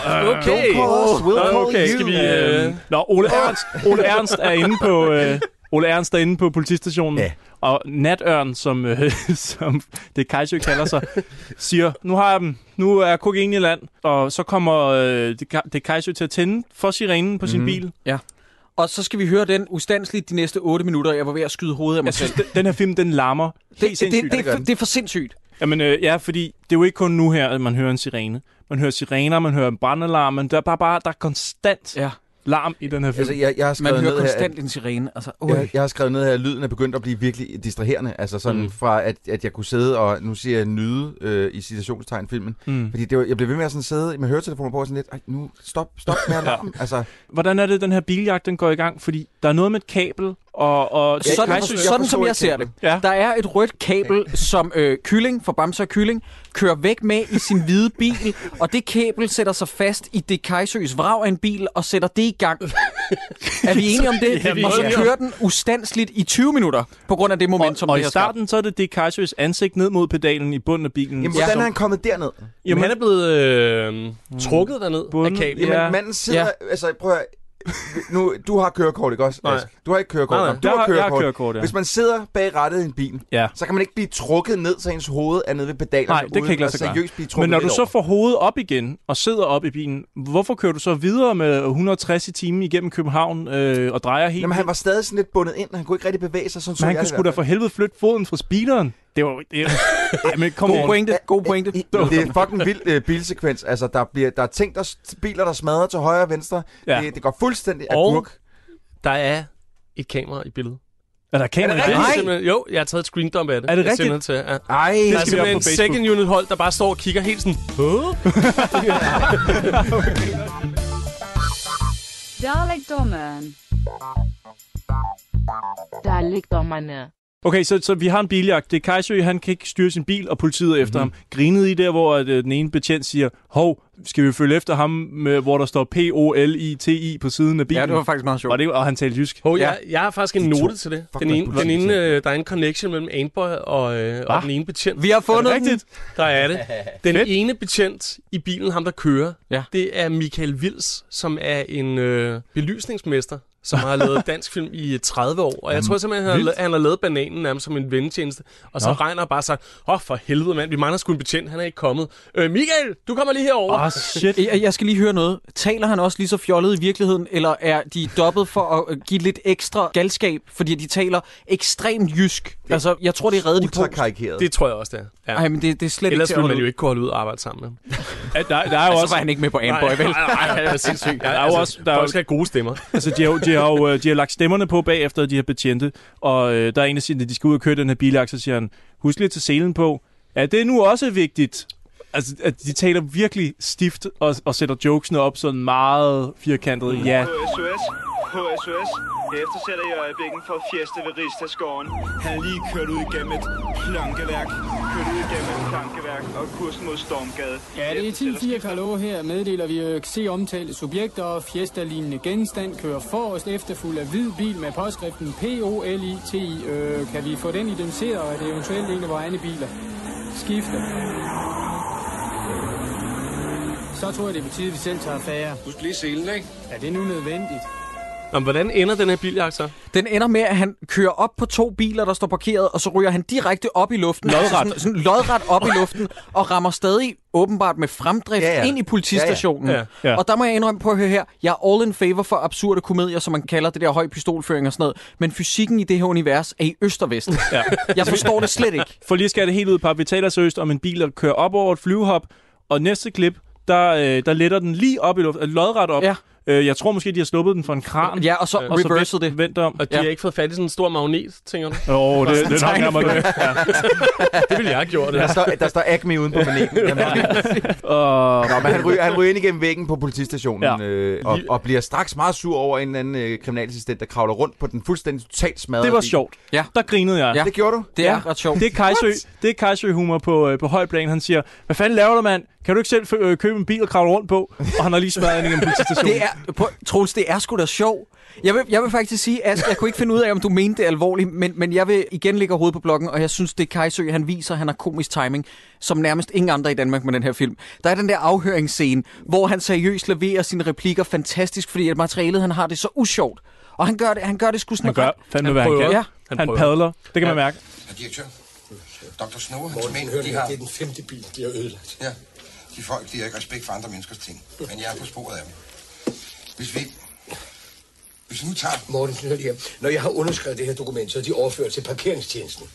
[SPEAKER 5] Okay.
[SPEAKER 6] Don't call us, we'll call
[SPEAKER 5] Okay,
[SPEAKER 6] you.
[SPEAKER 5] skal vi... Øh...
[SPEAKER 7] Nå, Ole Ernst, Ole Ernst er inde på... Øh, Ole Ernst derinde på politistationen,
[SPEAKER 6] ja.
[SPEAKER 7] og Natørn, som, øh, som det Kajsø kalder sig, siger, nu har jeg dem, nu er kokain i land, og så kommer øh, det, det Kajsø til at tænde for sirenen på sin mm. bil.
[SPEAKER 1] Ja. Og så skal vi høre den ustandsligt de næste otte minutter. Jeg var ved at skyde hovedet af mig
[SPEAKER 7] jeg
[SPEAKER 1] selv.
[SPEAKER 7] Synes, den her film, den larmer.
[SPEAKER 1] Det, det, det, det, det, det er for sindssygt.
[SPEAKER 7] Jamen, øh, ja, fordi det er jo ikke kun nu her, at man hører en sirene. Man hører sirener, man hører en brandalarm, men der er bare, bare der er konstant ja. larm i den her film.
[SPEAKER 6] Altså, jeg, jeg har
[SPEAKER 1] man hører
[SPEAKER 6] ned
[SPEAKER 1] konstant
[SPEAKER 6] her,
[SPEAKER 1] en sirene. Altså,
[SPEAKER 6] jeg, jeg har skrevet ned her, at lyden er begyndt at blive virkelig distraherende. Altså sådan mm. fra, at, at jeg kunne sidde og, nu siger jeg, nyde øh, i citationstegn filmen. Mm. Fordi det var, jeg blev ved med at sådan sidde med høretelefoner på og sådan lidt, Ej, nu stop, stop med alarmen. ja. altså.
[SPEAKER 7] Hvordan er det, den her biljagt, den går i gang? Fordi der er noget med et kabel, og... og
[SPEAKER 1] ja, sådan, Kajsø, sådan jeg som jeg ser det. Ja. Der er et rødt kabel, som øh, Kylling, for Bamse og Kylling, kører væk med i sin hvide bil, og det kabel sætter sig fast i det Kajsøs vrag af en bil, og sætter det i gang. Er vi enige om det? Ja, og så kører den ustandsligt i tyve minutter, på grund af det momentum,
[SPEAKER 7] og, og
[SPEAKER 1] det
[SPEAKER 7] i starten, skabt. Så er det det Kajsøs ansigt ned mod pedalen i bunden af bilen.
[SPEAKER 6] Jamen, hvordan ja. er han kommet derned?
[SPEAKER 5] Jamen, han er blevet øh, trukket derned
[SPEAKER 7] bunden,
[SPEAKER 5] af kablet.
[SPEAKER 6] Jamen, manden sidder... Ja. Altså, prøv at... Nu, du har kørekort, ikke også?
[SPEAKER 5] Nej.
[SPEAKER 6] Du har ikke kørekort.
[SPEAKER 5] Nej, nej.
[SPEAKER 6] Du har,
[SPEAKER 7] har
[SPEAKER 6] kørekort.
[SPEAKER 7] kørekort ja.
[SPEAKER 6] Hvis man sidder bag rattet i en bil, ja. så kan man ikke blive trukket ned, så ens hoved er nede ved pedalerne.
[SPEAKER 7] Nej, det kan ikke lade sig gøre. Men når du så
[SPEAKER 6] over.
[SPEAKER 7] får hovedet op igen og sidder op i bilen, hvorfor kører du så videre med et hundrede og tres i timen igennem København øh, og drejer helt?
[SPEAKER 6] Jamen, han var stadig sådan lidt bundet ind, han kunne ikke rigtig bevæge sig. Sådan
[SPEAKER 7] men han kunne sgu da for helvede flytte foden fra speederen. Det var... Det,
[SPEAKER 1] men kom God pointe, god pointe.
[SPEAKER 6] Det er fucking vild øh, bilsekvens. Altså, der, bliver, der er ting, der, biler, der smadrer til højre og venstre. Ja. Det, det går fuldstændig agurk.
[SPEAKER 5] Der er et kamera i billedet.
[SPEAKER 7] Er der kamera i
[SPEAKER 5] billedet? Nej. Jo, jeg har taget et screendump af det.
[SPEAKER 7] Er det rigtigt?
[SPEAKER 5] Til, ja.
[SPEAKER 6] Ej,
[SPEAKER 5] det der er simpelthen en second unit hold, der bare står og kigger helt sådan...
[SPEAKER 3] Dalekdommeren. Dalekdommerne.
[SPEAKER 7] Okay, så, så vi har en biljagt. Det er Kajsø, han kan ikke styre sin bil, og politiet er efter mm. ham. Grinede I der, hvor at, øh, den ene betjent siger, hov, skal vi følge efter ham, med, hvor der står P O L I T I på siden af bilen?
[SPEAKER 1] Ja, det var faktisk meget sjovt.
[SPEAKER 7] Og, det, og han talte jysk.
[SPEAKER 5] Hov, jeg, jeg har faktisk en note til det. Den ene, den ene, øh, der er en connection mellem Antboy og, øh, og den ene betjent.
[SPEAKER 1] Vi har fundet
[SPEAKER 5] er rigtigt. Der er det. Den ene betjent i bilen, ham der kører, ja. det er Michael Wils, som er en øh, belysningsmester, som har lavet dansk film i tredive år. Og jeg Jamen, tror simpelthen, han har, han har lavet Bananen nærmest som en vennetjeneste. Og så Nå. regner bare sagt, åh, oh, for helvede mand, vi mangler sgu en betjent, han er ikke kommet. Øh, Michael, du kommer lige herover.
[SPEAKER 7] Åh, oh, shit.
[SPEAKER 1] jeg, jeg skal lige høre noget. Taler han også lige så fjollet i virkeligheden, eller er de dobbelt for at give lidt ekstra galskab, fordi de taler ekstremt jysk? Det, altså, jeg tror, det er reddet de på.
[SPEAKER 5] Det tror jeg også, det er. Ja.
[SPEAKER 1] Ej, men det, det er slet
[SPEAKER 5] Ellers
[SPEAKER 1] ikke
[SPEAKER 5] ville man jo ikke kunne holde ud og arbejde sammen med.
[SPEAKER 7] Ja, der, der er jo altså, også...
[SPEAKER 1] Så var han ikke med på Antboy, vel?
[SPEAKER 5] Nej, nej, det er sindssygt.
[SPEAKER 7] Der er jo også... Der
[SPEAKER 5] folk skal have gode stemmer.
[SPEAKER 7] Altså, de har, de har jo de har lagt stemmerne på bagefter de her betjente, og øh, der er en, der siger, at de skal ud og køre den her biljagt, så siger han, husk lige at tage selen på. Ja, det er nu også vigtigt. Altså, at de taler virkelig stift og, og sætter jokesene op sådan meget firkantet. Ja.
[SPEAKER 10] H S O S, H S O S. Jeg eftersætter i øjeblikket for Fiesta ved Ristaskoven. Han er lige kørt ud igennem et plankeværk. Kørt ud igennem et plankeværk og kurs mod Stormgade.
[SPEAKER 8] Ja, det er ti fire Karlo her. Meddeler vi øh, se omtalte subjekter og Fiesta-lignende genstand. Kører forrest efterfuld af hvid bil med påskriften P O L I T I. Øh, kan vi få den identificeret, og er det eventuelt en af vores egne biler? Skifte. Så tror jeg, det er på tide, vi selv tager affære.
[SPEAKER 2] Husk lige selen, ikke?
[SPEAKER 8] Ja, det er nu nødvendigt.
[SPEAKER 5] Om hvordan ender den her biljagt så?
[SPEAKER 1] Den ender med, at han kører op på to biler, der står parkeret, og så ryger han direkte op i luften.
[SPEAKER 7] Lodret.
[SPEAKER 1] Altså sådan, sådan lodret op i luften, og rammer stadig åbenbart med fremdrift ja, ja. ind i politistationen. Ja, ja. Ja, ja. Og der må jeg indrømme på at høre her, jeg er all in favor for absurde komedier, som man kalder det der høj pistolføring og sådan noget. Men fysikken i det her univers er i øst og vest. Ja. Jeg forstår det slet ikke.
[SPEAKER 7] For lige at skære det helt ud, par. Vi taler seriøst om en bil, der kører op over et flyvehop, og næste klip, der, øh, der letter den lige op i luften, lodret op. Ja. Jeg tror måske, de har sluppet den for en kran.
[SPEAKER 1] Ja, og så øh, reversed det.
[SPEAKER 7] Vendt om.
[SPEAKER 5] Og de ja. har ikke fået fat i sådan en stor magnet, tænker du?
[SPEAKER 7] Åh, oh, det, det er nok nærmere det. Ja.
[SPEAKER 5] Det ville jeg have gjort.
[SPEAKER 6] Der står, der står Acme uden på magneten. uh, Nå, men han ryger, han ryger ind igennem væggen på politistationen, ja. øh, og, og bliver straks meget sur over en eller anden øh, kriminalassistent, der kravler rundt på den fuldstændig totalt smadrede.
[SPEAKER 7] Det var sjovt. Ja. Der grinede jeg.
[SPEAKER 6] Ja. Det gjorde du?
[SPEAKER 1] Det er ja. ret sjovt.
[SPEAKER 7] Det er Kajsø, det er Kajsø-humor på, øh, på høj plan. Han siger, hvad fanden laver du, mand? Kan du ikke selv øh, købe en bil og kravle rundt på? Og han har lige smadret ind igennem politistationen.
[SPEAKER 1] Det er, på, Troels, det er sgu da sjov. Jeg vil, jeg vil faktisk sige, Ask, jeg kunne ikke finde ud af, om du mente det alvorligt, men, men jeg vil igen lægge hovedet på blokken, og jeg synes, det er Kajsø, han viser, han har komisk timing, som nærmest ingen andre i Danmark med den her film. Der er den der afhøringsscene, hvor han seriøst leverer sine replikker fantastisk, fordi at materialet, han har det så usjovt. Og han gør det, han gør det sgu sådan.
[SPEAKER 7] Han gør fandme, hvad han kan.
[SPEAKER 1] Ja.
[SPEAKER 7] Han, han padler. Det kan ja. man mærke.
[SPEAKER 2] Herr direktør, doktor Snow, hans
[SPEAKER 11] Morten,
[SPEAKER 2] mænd,
[SPEAKER 11] hør
[SPEAKER 2] de
[SPEAKER 11] det,
[SPEAKER 2] har...
[SPEAKER 11] det er den femte bil, de har ødelagt.
[SPEAKER 2] Ja, de folk, de har ikke respekt for andre menneskers ting. Men jeg er på sporet af dem. Hvis vi... Hvis vi nu tager...
[SPEAKER 11] Morten, hør det her. Når jeg har underskrevet det her dokument, så er de overført til parkeringstjenesten.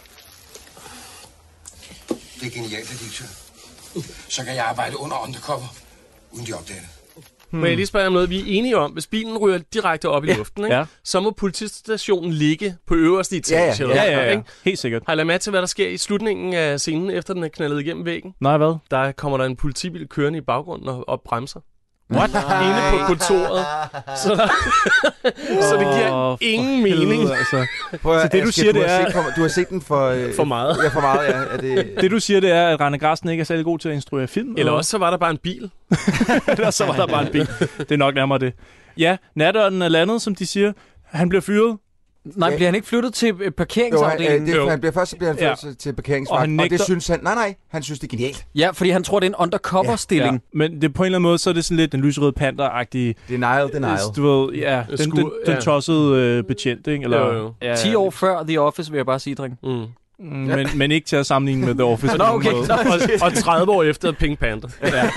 [SPEAKER 2] Det er genialt, direktør. Så kan jeg arbejde under undercover, uden de opdager det.
[SPEAKER 5] Hmm. Men jeg lige spørge om noget, vi er enige om. Hvis bilen ryger direkte op i
[SPEAKER 7] ja.
[SPEAKER 5] luften, ikke?
[SPEAKER 7] Ja.
[SPEAKER 5] Så må politistationen ligge på øverste etage.
[SPEAKER 7] Ja, ja, ja, ja, ja, ja. Helt sikkert.
[SPEAKER 5] Har I lagt mærke til, hvad der sker i slutningen af scenen, efter den er knaldet igennem væggen?
[SPEAKER 7] Nej, hvad?
[SPEAKER 5] Der kommer der en politibil kørende i baggrunden og, og bremser.
[SPEAKER 7] What?
[SPEAKER 5] Inde på kontoret. Så, der, så det giver oh, ingen mening.
[SPEAKER 6] Helvede, altså. Prøv at, så det, du siger,
[SPEAKER 7] du
[SPEAKER 6] det er...
[SPEAKER 7] For,
[SPEAKER 6] du har set den for... Øh,
[SPEAKER 5] for meget.
[SPEAKER 6] Ja, for meget, ja. Er det...
[SPEAKER 7] det, du siger, det er, at Rane Grasten ikke er særlig god til at instruere film?
[SPEAKER 5] Eller også, så var der bare en bil.
[SPEAKER 7] Eller så var der bare en bil. Det er nok nærmere det. Ja, Natørnen er landet, som de siger. Han bliver fyret.
[SPEAKER 1] Nej, bliver han ikke flyttet til parkeringsafdelingen?
[SPEAKER 6] Jo, han, øh, det, han bliver først så bliver han flyttet ja. til parkeringsvagt, og, nægter... og det synes han... Nej, nej, han synes, det er genialt.
[SPEAKER 1] Ja, fordi han tror, det er en undercover-stilling.
[SPEAKER 7] Ja, ja. Men det, på en eller anden måde, så er det sådan lidt den lyserøde panter-agtige...
[SPEAKER 6] Denial, denial.
[SPEAKER 7] Du ved, ja, den, Sku... den, den tossede øh, betjent, ikke? Eller,
[SPEAKER 5] jo, jo.
[SPEAKER 7] Ja,
[SPEAKER 1] ti år før The Office, vil jeg bare sige, dreng.
[SPEAKER 5] Mm.
[SPEAKER 7] Mm, ja. men, men ikke til at sammenligne med The Office.
[SPEAKER 1] Nå, okay.
[SPEAKER 5] og, og tredive år efter Pink Panther.
[SPEAKER 7] Ja.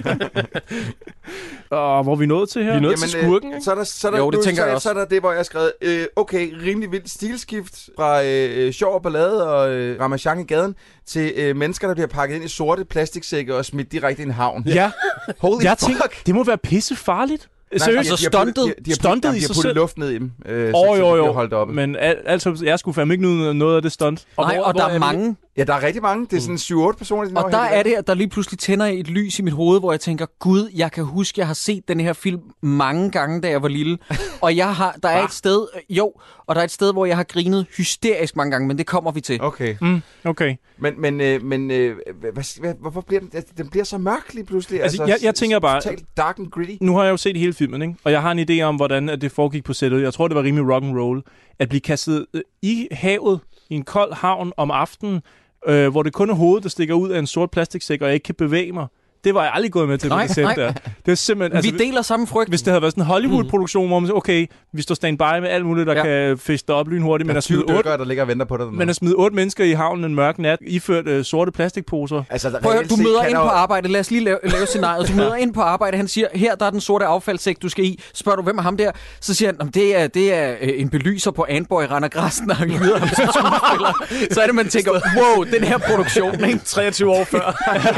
[SPEAKER 7] Og hvor er vi nået til her?
[SPEAKER 5] Vi er nået
[SPEAKER 6] Jamen,
[SPEAKER 5] til skurken, ikke?
[SPEAKER 6] Så er der, så er der,
[SPEAKER 1] jo, det
[SPEAKER 6] nu,
[SPEAKER 1] tænker
[SPEAKER 6] så,
[SPEAKER 1] jeg også.
[SPEAKER 6] Så er der det, hvor jeg har skrevet, øh, okay, rimelig vildt stilskift fra øh, sjov og ballade og øh, ramachan i gaden til øh, mennesker, der bliver pakket ind i sorte plastiksække og smidt direkte i en havn.
[SPEAKER 7] Ja.
[SPEAKER 6] Holy
[SPEAKER 7] jeg
[SPEAKER 6] fuck!
[SPEAKER 7] Tænker, det må være pissefarligt.
[SPEAKER 1] Nej, altså stuntet,
[SPEAKER 6] de har
[SPEAKER 7] stuntet i sig selv.
[SPEAKER 6] luft ned i dem, øh,
[SPEAKER 7] oh,
[SPEAKER 6] så,
[SPEAKER 7] jo, jo.
[SPEAKER 6] de holdt oppe.
[SPEAKER 7] Men al- altså, jeg skulle fandme ikke nyde noget af det stunt.
[SPEAKER 1] Og Nej, hvor, og hvor der er, er mange.
[SPEAKER 6] Ja, der er rigtig mange. Det er sådan syv otte personer.
[SPEAKER 1] Og der er det, at der lige pludselig tænder et lys i mit hoved, hvor jeg tænker, gud, jeg kan huske, jeg har set den her film mange gange, da jeg var lille. Og jeg har, der er et sted, jo, og der er et sted, hvor jeg har grinet hysterisk mange gange, men det kommer vi til.
[SPEAKER 6] Okay.
[SPEAKER 7] Mm, okay.
[SPEAKER 6] Men, men, øh, men øh, hvad, hvad, hvorfor bliver den, den bliver så mørk lige pludselig?
[SPEAKER 7] Altså, altså jeg, jeg tænker bare,
[SPEAKER 6] totalt dark and gritty.
[SPEAKER 7] Nu har jeg jo set hele filmen, ikke? Og jeg har en idé om, hvordan det foregik på sættet. Jeg tror, det var rimelig rock and roll. At blive kastet i havet i en kold havn om aftenen, øh, hvor det kun er hovedet, der stikker ud af en sort plastiksæk, og jeg ikke kan bevæge mig. Det var jeg aldrig gået med til,
[SPEAKER 1] nej,
[SPEAKER 7] det sæt der. Det er simpelthen,
[SPEAKER 1] altså, vi deler samme frygt.
[SPEAKER 7] Hvis det havde været sådan en Hollywood-produktion, hvor man siger, okay, vi står standby med alt muligt, der ja. kan fiske op lynhurtigt, men at smide
[SPEAKER 6] dykker, der ligger og venter på dig.
[SPEAKER 7] Men at smide otte mennesker i havnen en mørk nat, iført øh, sorte plastikposer.
[SPEAKER 6] Altså,
[SPEAKER 1] prøv at, du møder ind på arbejde. Lad os lige lave, lave scenariet. Du møder ind på arbejde. Han siger, her der er den sorte affaldssæk, du skal i. Spørger du, hvem er ham der? Så siger han, det er, det er en belyser på Anborg i Rane Grasten, og han hyder ham som skuespiller. Så er det, man tænker, wow, den her produktion, ikke?
[SPEAKER 5] treogtyve år før.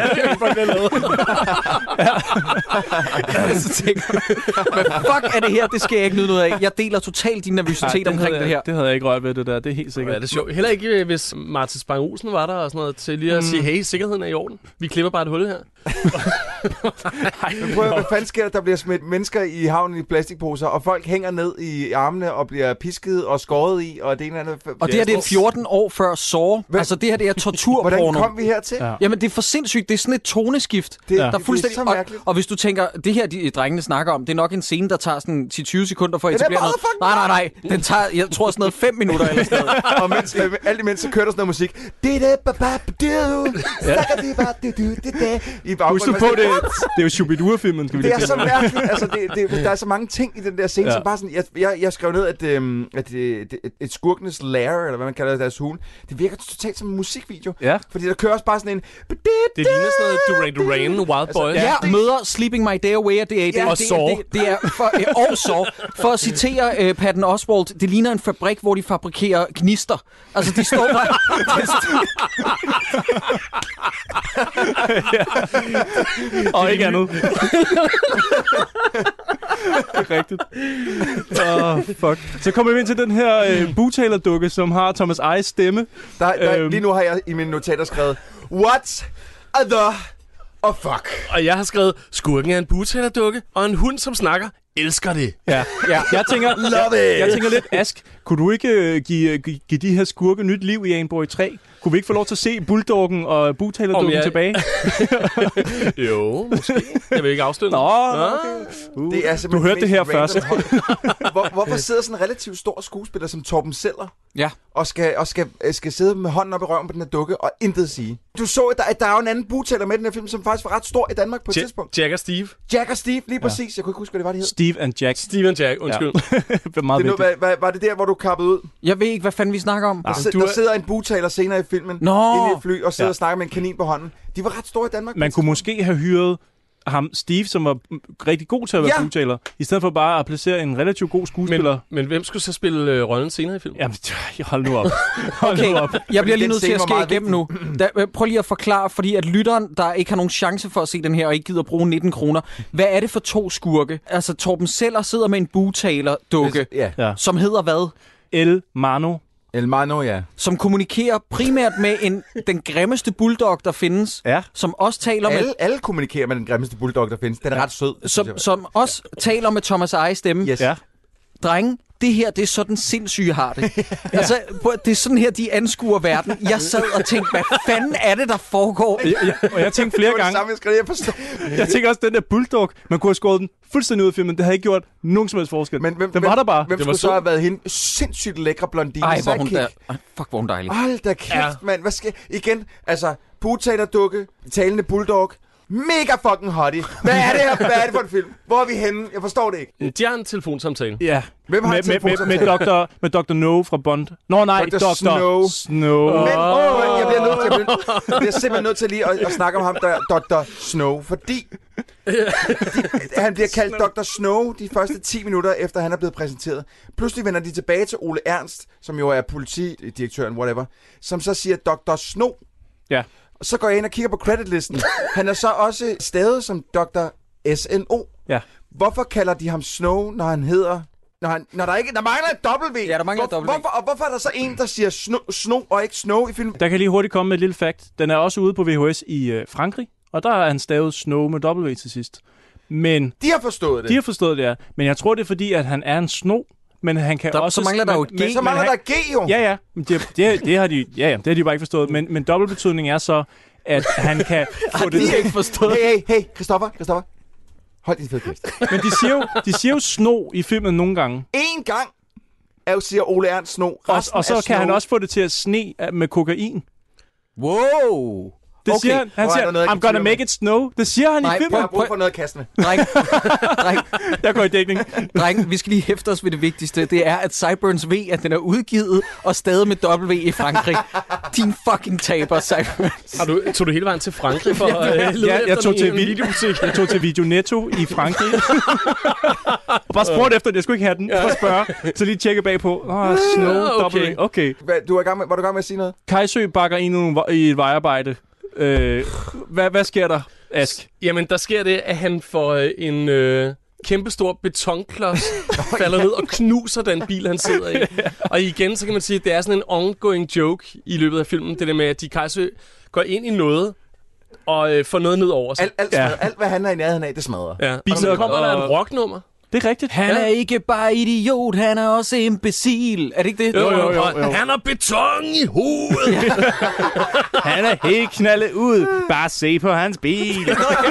[SPEAKER 1] Så tænker hvad fuck er det her? Det skal jeg ikke nyde noget af. Jeg deler totalt din nervøsitet
[SPEAKER 7] Ej,
[SPEAKER 1] omkring
[SPEAKER 7] jeg,
[SPEAKER 1] det her.
[SPEAKER 7] Det havde jeg ikke rørt ved, det der. Det er helt sikkert.
[SPEAKER 5] Ja, det er sjovt. Heller ikke, hvis Martin Spang Olsen var der og sådan noget, til lige at mm. sige, hey, sikkerheden er i orden. Vi klipper bare et hul her.
[SPEAKER 6] Men prøv at, hvad fanden sker der? Der bliver smidt mennesker i havnen i plastikposer, og folk hænger ned i armene og bliver pisket og skåret i, og det ene andet...
[SPEAKER 1] Og det her, det er fjorten år før Saw. Hvad? Altså, det her, det er torturporno.
[SPEAKER 6] Hvordan kom vi hertil? Ja.
[SPEAKER 1] Jamen, det er for sindssygt. Det er sådan et toneskift.
[SPEAKER 6] Det,
[SPEAKER 1] der er
[SPEAKER 6] fuldstændig... det er så mærkeligt.
[SPEAKER 1] Og, og hvis du tænker, det her, de drengene snakker om, det er nok en scene, der tager sådan ti til tyve sekunder for at etablere noget. Nej, nej, nej. Den tager, jeg tror, sådan noget fem minutter eller sådan noget.
[SPEAKER 6] Og mens, øh, alt imens, så kører der sådan noget musik.
[SPEAKER 7] Husk du på, det, det er jo Shubidua-filmen, skal vi
[SPEAKER 6] det er så mærkeligt. Altså, det, det, der er så mange ting i den der scene, ja. Som bare sådan... Jeg, jeg, jeg skrev ned, at, øhm, at et, et skurkenes lair, eller hvad man kalder det, deres hule, det virker totalt som en musikvideo.
[SPEAKER 7] Ja.
[SPEAKER 6] Fordi der kører også bare sådan en...
[SPEAKER 5] Det ligner sådan noget Duran Duran, Wild Boys.
[SPEAKER 1] Altså, ja, møder Sleeping My Day Away, det er...
[SPEAKER 5] Ja, og Saw.
[SPEAKER 1] Det, det, det er for, øh, og Saw. For at citere uh, Patton Oswalt, det ligner en fabrik, hvor de fabrikerer gnister. Altså, de står bare...
[SPEAKER 7] ja. Og ikke andet. Det er rigtigt. Åh, oh, fuck. Så kommer vi ind til den her øh, bugtalerdukke, som har Thomas Eyes stemme.
[SPEAKER 6] Der, der, øhm. Lige nu har jeg i mine notater skrevet, what the oh, fuck.
[SPEAKER 5] Og jeg har skrevet, skurken er en bugtalerdukke, og en hund, som snakker, elsker det.
[SPEAKER 7] Ja, ja. Jeg tænker,
[SPEAKER 6] Love
[SPEAKER 7] jeg,
[SPEAKER 6] it.
[SPEAKER 7] jeg tænker lidt, Ask, kunne du ikke øh, give, give, give de her skurke nyt liv i Anborg tre? Kunne vi ikke få lov til at se Bulldoggen og Bugtalerdukken jeg... tilbage?
[SPEAKER 5] Jo, måske. Jeg vil ikke afsløre.
[SPEAKER 7] Nå,
[SPEAKER 5] okay.
[SPEAKER 7] uh, det er du hørte det her først.
[SPEAKER 6] Hvor, hvorfor sidder sådan en relativt stor skuespiller som Torben Seller
[SPEAKER 1] ja.
[SPEAKER 6] og, skal, og skal, skal sidde med hånden op i røven på den her dukke og intet sige? Du så, at der, at der er jo en anden bugtaler med den her film, som faktisk var ret stor i Danmark på et
[SPEAKER 5] Jack,
[SPEAKER 6] tidspunkt.
[SPEAKER 5] Jack og Steve.
[SPEAKER 6] Jack og Steve, lige
[SPEAKER 7] ja.
[SPEAKER 6] præcis. Jeg kunne ikke huske, hvad det var, det hed.
[SPEAKER 7] Steve and Jack.
[SPEAKER 5] Steve and Jack, undskyld.
[SPEAKER 7] Ja. det meget
[SPEAKER 6] det nu, var, var, var det der, hvor du kappede ud?
[SPEAKER 1] Jeg ved ikke, hvad fanden vi snakker om.
[SPEAKER 6] Der, der, der sidder en bugtaler senere i filmen,
[SPEAKER 1] Nå.
[SPEAKER 6] inde i et fly, og sidder
[SPEAKER 7] ja.
[SPEAKER 6] og snakker med en kanin på hånden. De var ret store i Danmark.
[SPEAKER 7] Man kunne måske have hyret ham, Steve, som var rigtig god til at være ja. bugtaler, i stedet for bare at placere en relativt god skuespiller.
[SPEAKER 5] Men, men hvem skulle så spille øh, rollen senere i filmen?
[SPEAKER 7] Jamen, hold nu op. Hold
[SPEAKER 1] okay,
[SPEAKER 7] nu op.
[SPEAKER 1] Jeg bliver lige nødt til at skære igennem nu. Da, prøv lige at forklare, fordi at lytteren, der ikke har nogen chance for at se den her, og ikke gider bruge nitten kroner. Hvad er det for to skurke? Altså, Torben Seller sidder med en bugtaler-dukke,
[SPEAKER 6] ja.
[SPEAKER 1] som hedder hvad?
[SPEAKER 7] El Mano.
[SPEAKER 6] El Mano, ja.
[SPEAKER 1] Som kommunikerer primært med en, den grimmeste bulldog, der findes.
[SPEAKER 7] Ja.
[SPEAKER 1] Som også taler
[SPEAKER 6] alle,
[SPEAKER 1] med...
[SPEAKER 6] Alle kommunikerer med den grimmeste bulldog, der findes. Den er ja. ret sød.
[SPEAKER 1] Som, som også ja. taler med Thomas Eje stemme.
[SPEAKER 6] Yes. Ja.
[SPEAKER 1] Drenge, det her, det er sådan sindssyge har det. ja. Altså, det er sådan her, de anskuer verden. Jeg sad og tænkte, hvad fanden er det, der foregår?
[SPEAKER 7] Ja, ja. Og jeg tænkte flere gange...
[SPEAKER 6] Det samme, jeg, jeg,
[SPEAKER 7] jeg tænkte også, den der bulldog, man kunne have skåret den fuldstændig ud af filmen. Det havde ikke gjort nogen som helst forskel.
[SPEAKER 6] Men hvem,
[SPEAKER 7] den var
[SPEAKER 6] hvem,
[SPEAKER 7] der bare.
[SPEAKER 6] Hvem
[SPEAKER 7] det
[SPEAKER 6] skulle så have været hende? Sindssygt lækre blondine.
[SPEAKER 1] Ej, hvor hun der... Fuck, hvor hun dejlig.
[SPEAKER 6] Hold da kæft, ja. mand. Hvad skal... Igen, altså, bugtalerdukke, talende bulldog... Mega fucking hottie. Hvad er det her? Hvad er det for en film? Hvor er vi henne? Jeg forstår det ikke.
[SPEAKER 5] De har en telefonsamtale.
[SPEAKER 7] Ja.
[SPEAKER 6] Hvem har
[SPEAKER 7] med,
[SPEAKER 6] en telefonsamtale?
[SPEAKER 7] Med, med, doktor, med doktor No fra Bond. Nå nej, doktor
[SPEAKER 6] Snow.
[SPEAKER 7] Snow.
[SPEAKER 6] Men, oh. jeg, bliver nødt, jeg, bliver, jeg bliver simpelthen nødt til lige at, at snakke om ham, der doktor Snow. Fordi de, han bliver kaldt doktor Snow de første ti minutter, efter han er blevet præsenteret. Pludselig vender de tilbage til Ole Ernst, som jo er politidirektøren, whatever, som så siger doktor Snow.
[SPEAKER 7] Ja.
[SPEAKER 6] Så går jeg ind og kigger på creditlisten. Han er så også stadig som doktor S N O.
[SPEAKER 7] Ja.
[SPEAKER 6] Hvorfor kalder de ham Snow, når han hedder... Når, han, når der ikke der mangler et W?
[SPEAKER 1] Ja, der mangler
[SPEAKER 6] Hvor,
[SPEAKER 1] et W.
[SPEAKER 6] hvorfor, og hvorfor er der så en, der siger Snow, Snow og ikke Snow i filmen?
[SPEAKER 7] Der kan jeg lige hurtigt komme med et lille fact. Den er også ude på V H S i øh, Frankrig, og der er han stavet Snow med W til sidst. Men...
[SPEAKER 6] De har forstået det.
[SPEAKER 7] De har forstået det, ja. Men jeg tror, det er fordi, at han er en sno. Men han kan
[SPEAKER 1] der,
[SPEAKER 7] også...
[SPEAKER 1] Så mangler der jo et G.
[SPEAKER 6] Men, så mangler der et G, jo.
[SPEAKER 7] Ja, ja. Det, det, det, har de, ja, ja. Det har de bare ikke forstået. Men, men dobbeltbetydning er så, at han kan få det...
[SPEAKER 1] De har ikke forstået.
[SPEAKER 6] Hey, hey, hey, Christoffer, Christoffer. Hold din fede kæft.
[SPEAKER 7] Men de siger, jo, de siger jo sno i filmen nogle gange.
[SPEAKER 6] En gang er jo, siger Ole Ernst Sno.
[SPEAKER 7] Og, og så kan snow. Han også få det til at sne med kokain.
[SPEAKER 1] Wow!
[SPEAKER 7] Det
[SPEAKER 1] okay.
[SPEAKER 7] siger han. Han siger, noget, I'm gonna make it snow. Det siger han
[SPEAKER 6] Nej,
[SPEAKER 7] i filmen.
[SPEAKER 6] Nej, prøv at bruge for noget at kaste med.
[SPEAKER 1] Dreng, dreng.
[SPEAKER 7] Jeg går i dækning.
[SPEAKER 1] Dreng, vi skal lige hæfte os ved det vigtigste. Det er, at Sideburns ved, at den er udgivet og stadig med W i Frankrig. Din fucking taber, Sideburns.
[SPEAKER 5] Har du, tog du hele vejen til Frankrig for at
[SPEAKER 7] ja,
[SPEAKER 5] uh, lede
[SPEAKER 7] ja,
[SPEAKER 5] efter
[SPEAKER 7] jeg tog til
[SPEAKER 5] en videobutik?
[SPEAKER 7] Jeg tog til Video Netto i Frankrig. Og bare spurgte efter den. Jeg skulle ikke have den. Bare spørge. Så lige tjekke bagpå. Åh, oh, Snow, ja, okay. W. Okay.
[SPEAKER 6] Hvad, du er i gang med, var du i gang med at sige noget?
[SPEAKER 7] Kajsø bakker ind i et vejarbejde. Øh, hvad, hvad sker der, Ask?
[SPEAKER 5] Jamen, der sker det, at han får øh, en øh, kæmpestor betonklods, falder ned og knuser den bil, han sidder i. Og igen, så kan man sige, at det er sådan en ongoing joke i løbet af filmen. Det der med, at de Kajsø går ind i noget og øh, får noget ned over sig.
[SPEAKER 6] Alt, alt, ja. alt hvad han er i nærheden af, det smadrer.
[SPEAKER 5] Ja. Og så kommer der en rocknummer.
[SPEAKER 7] Det er rigtigt.
[SPEAKER 1] Han ja. er ikke bare idiot, han er også imbecil. Er det ikke det?
[SPEAKER 7] Jo, jo, jo. jo.
[SPEAKER 5] Han har beton i hovedet.
[SPEAKER 7] Han er helt knaldet ud. Bare se på hans bil.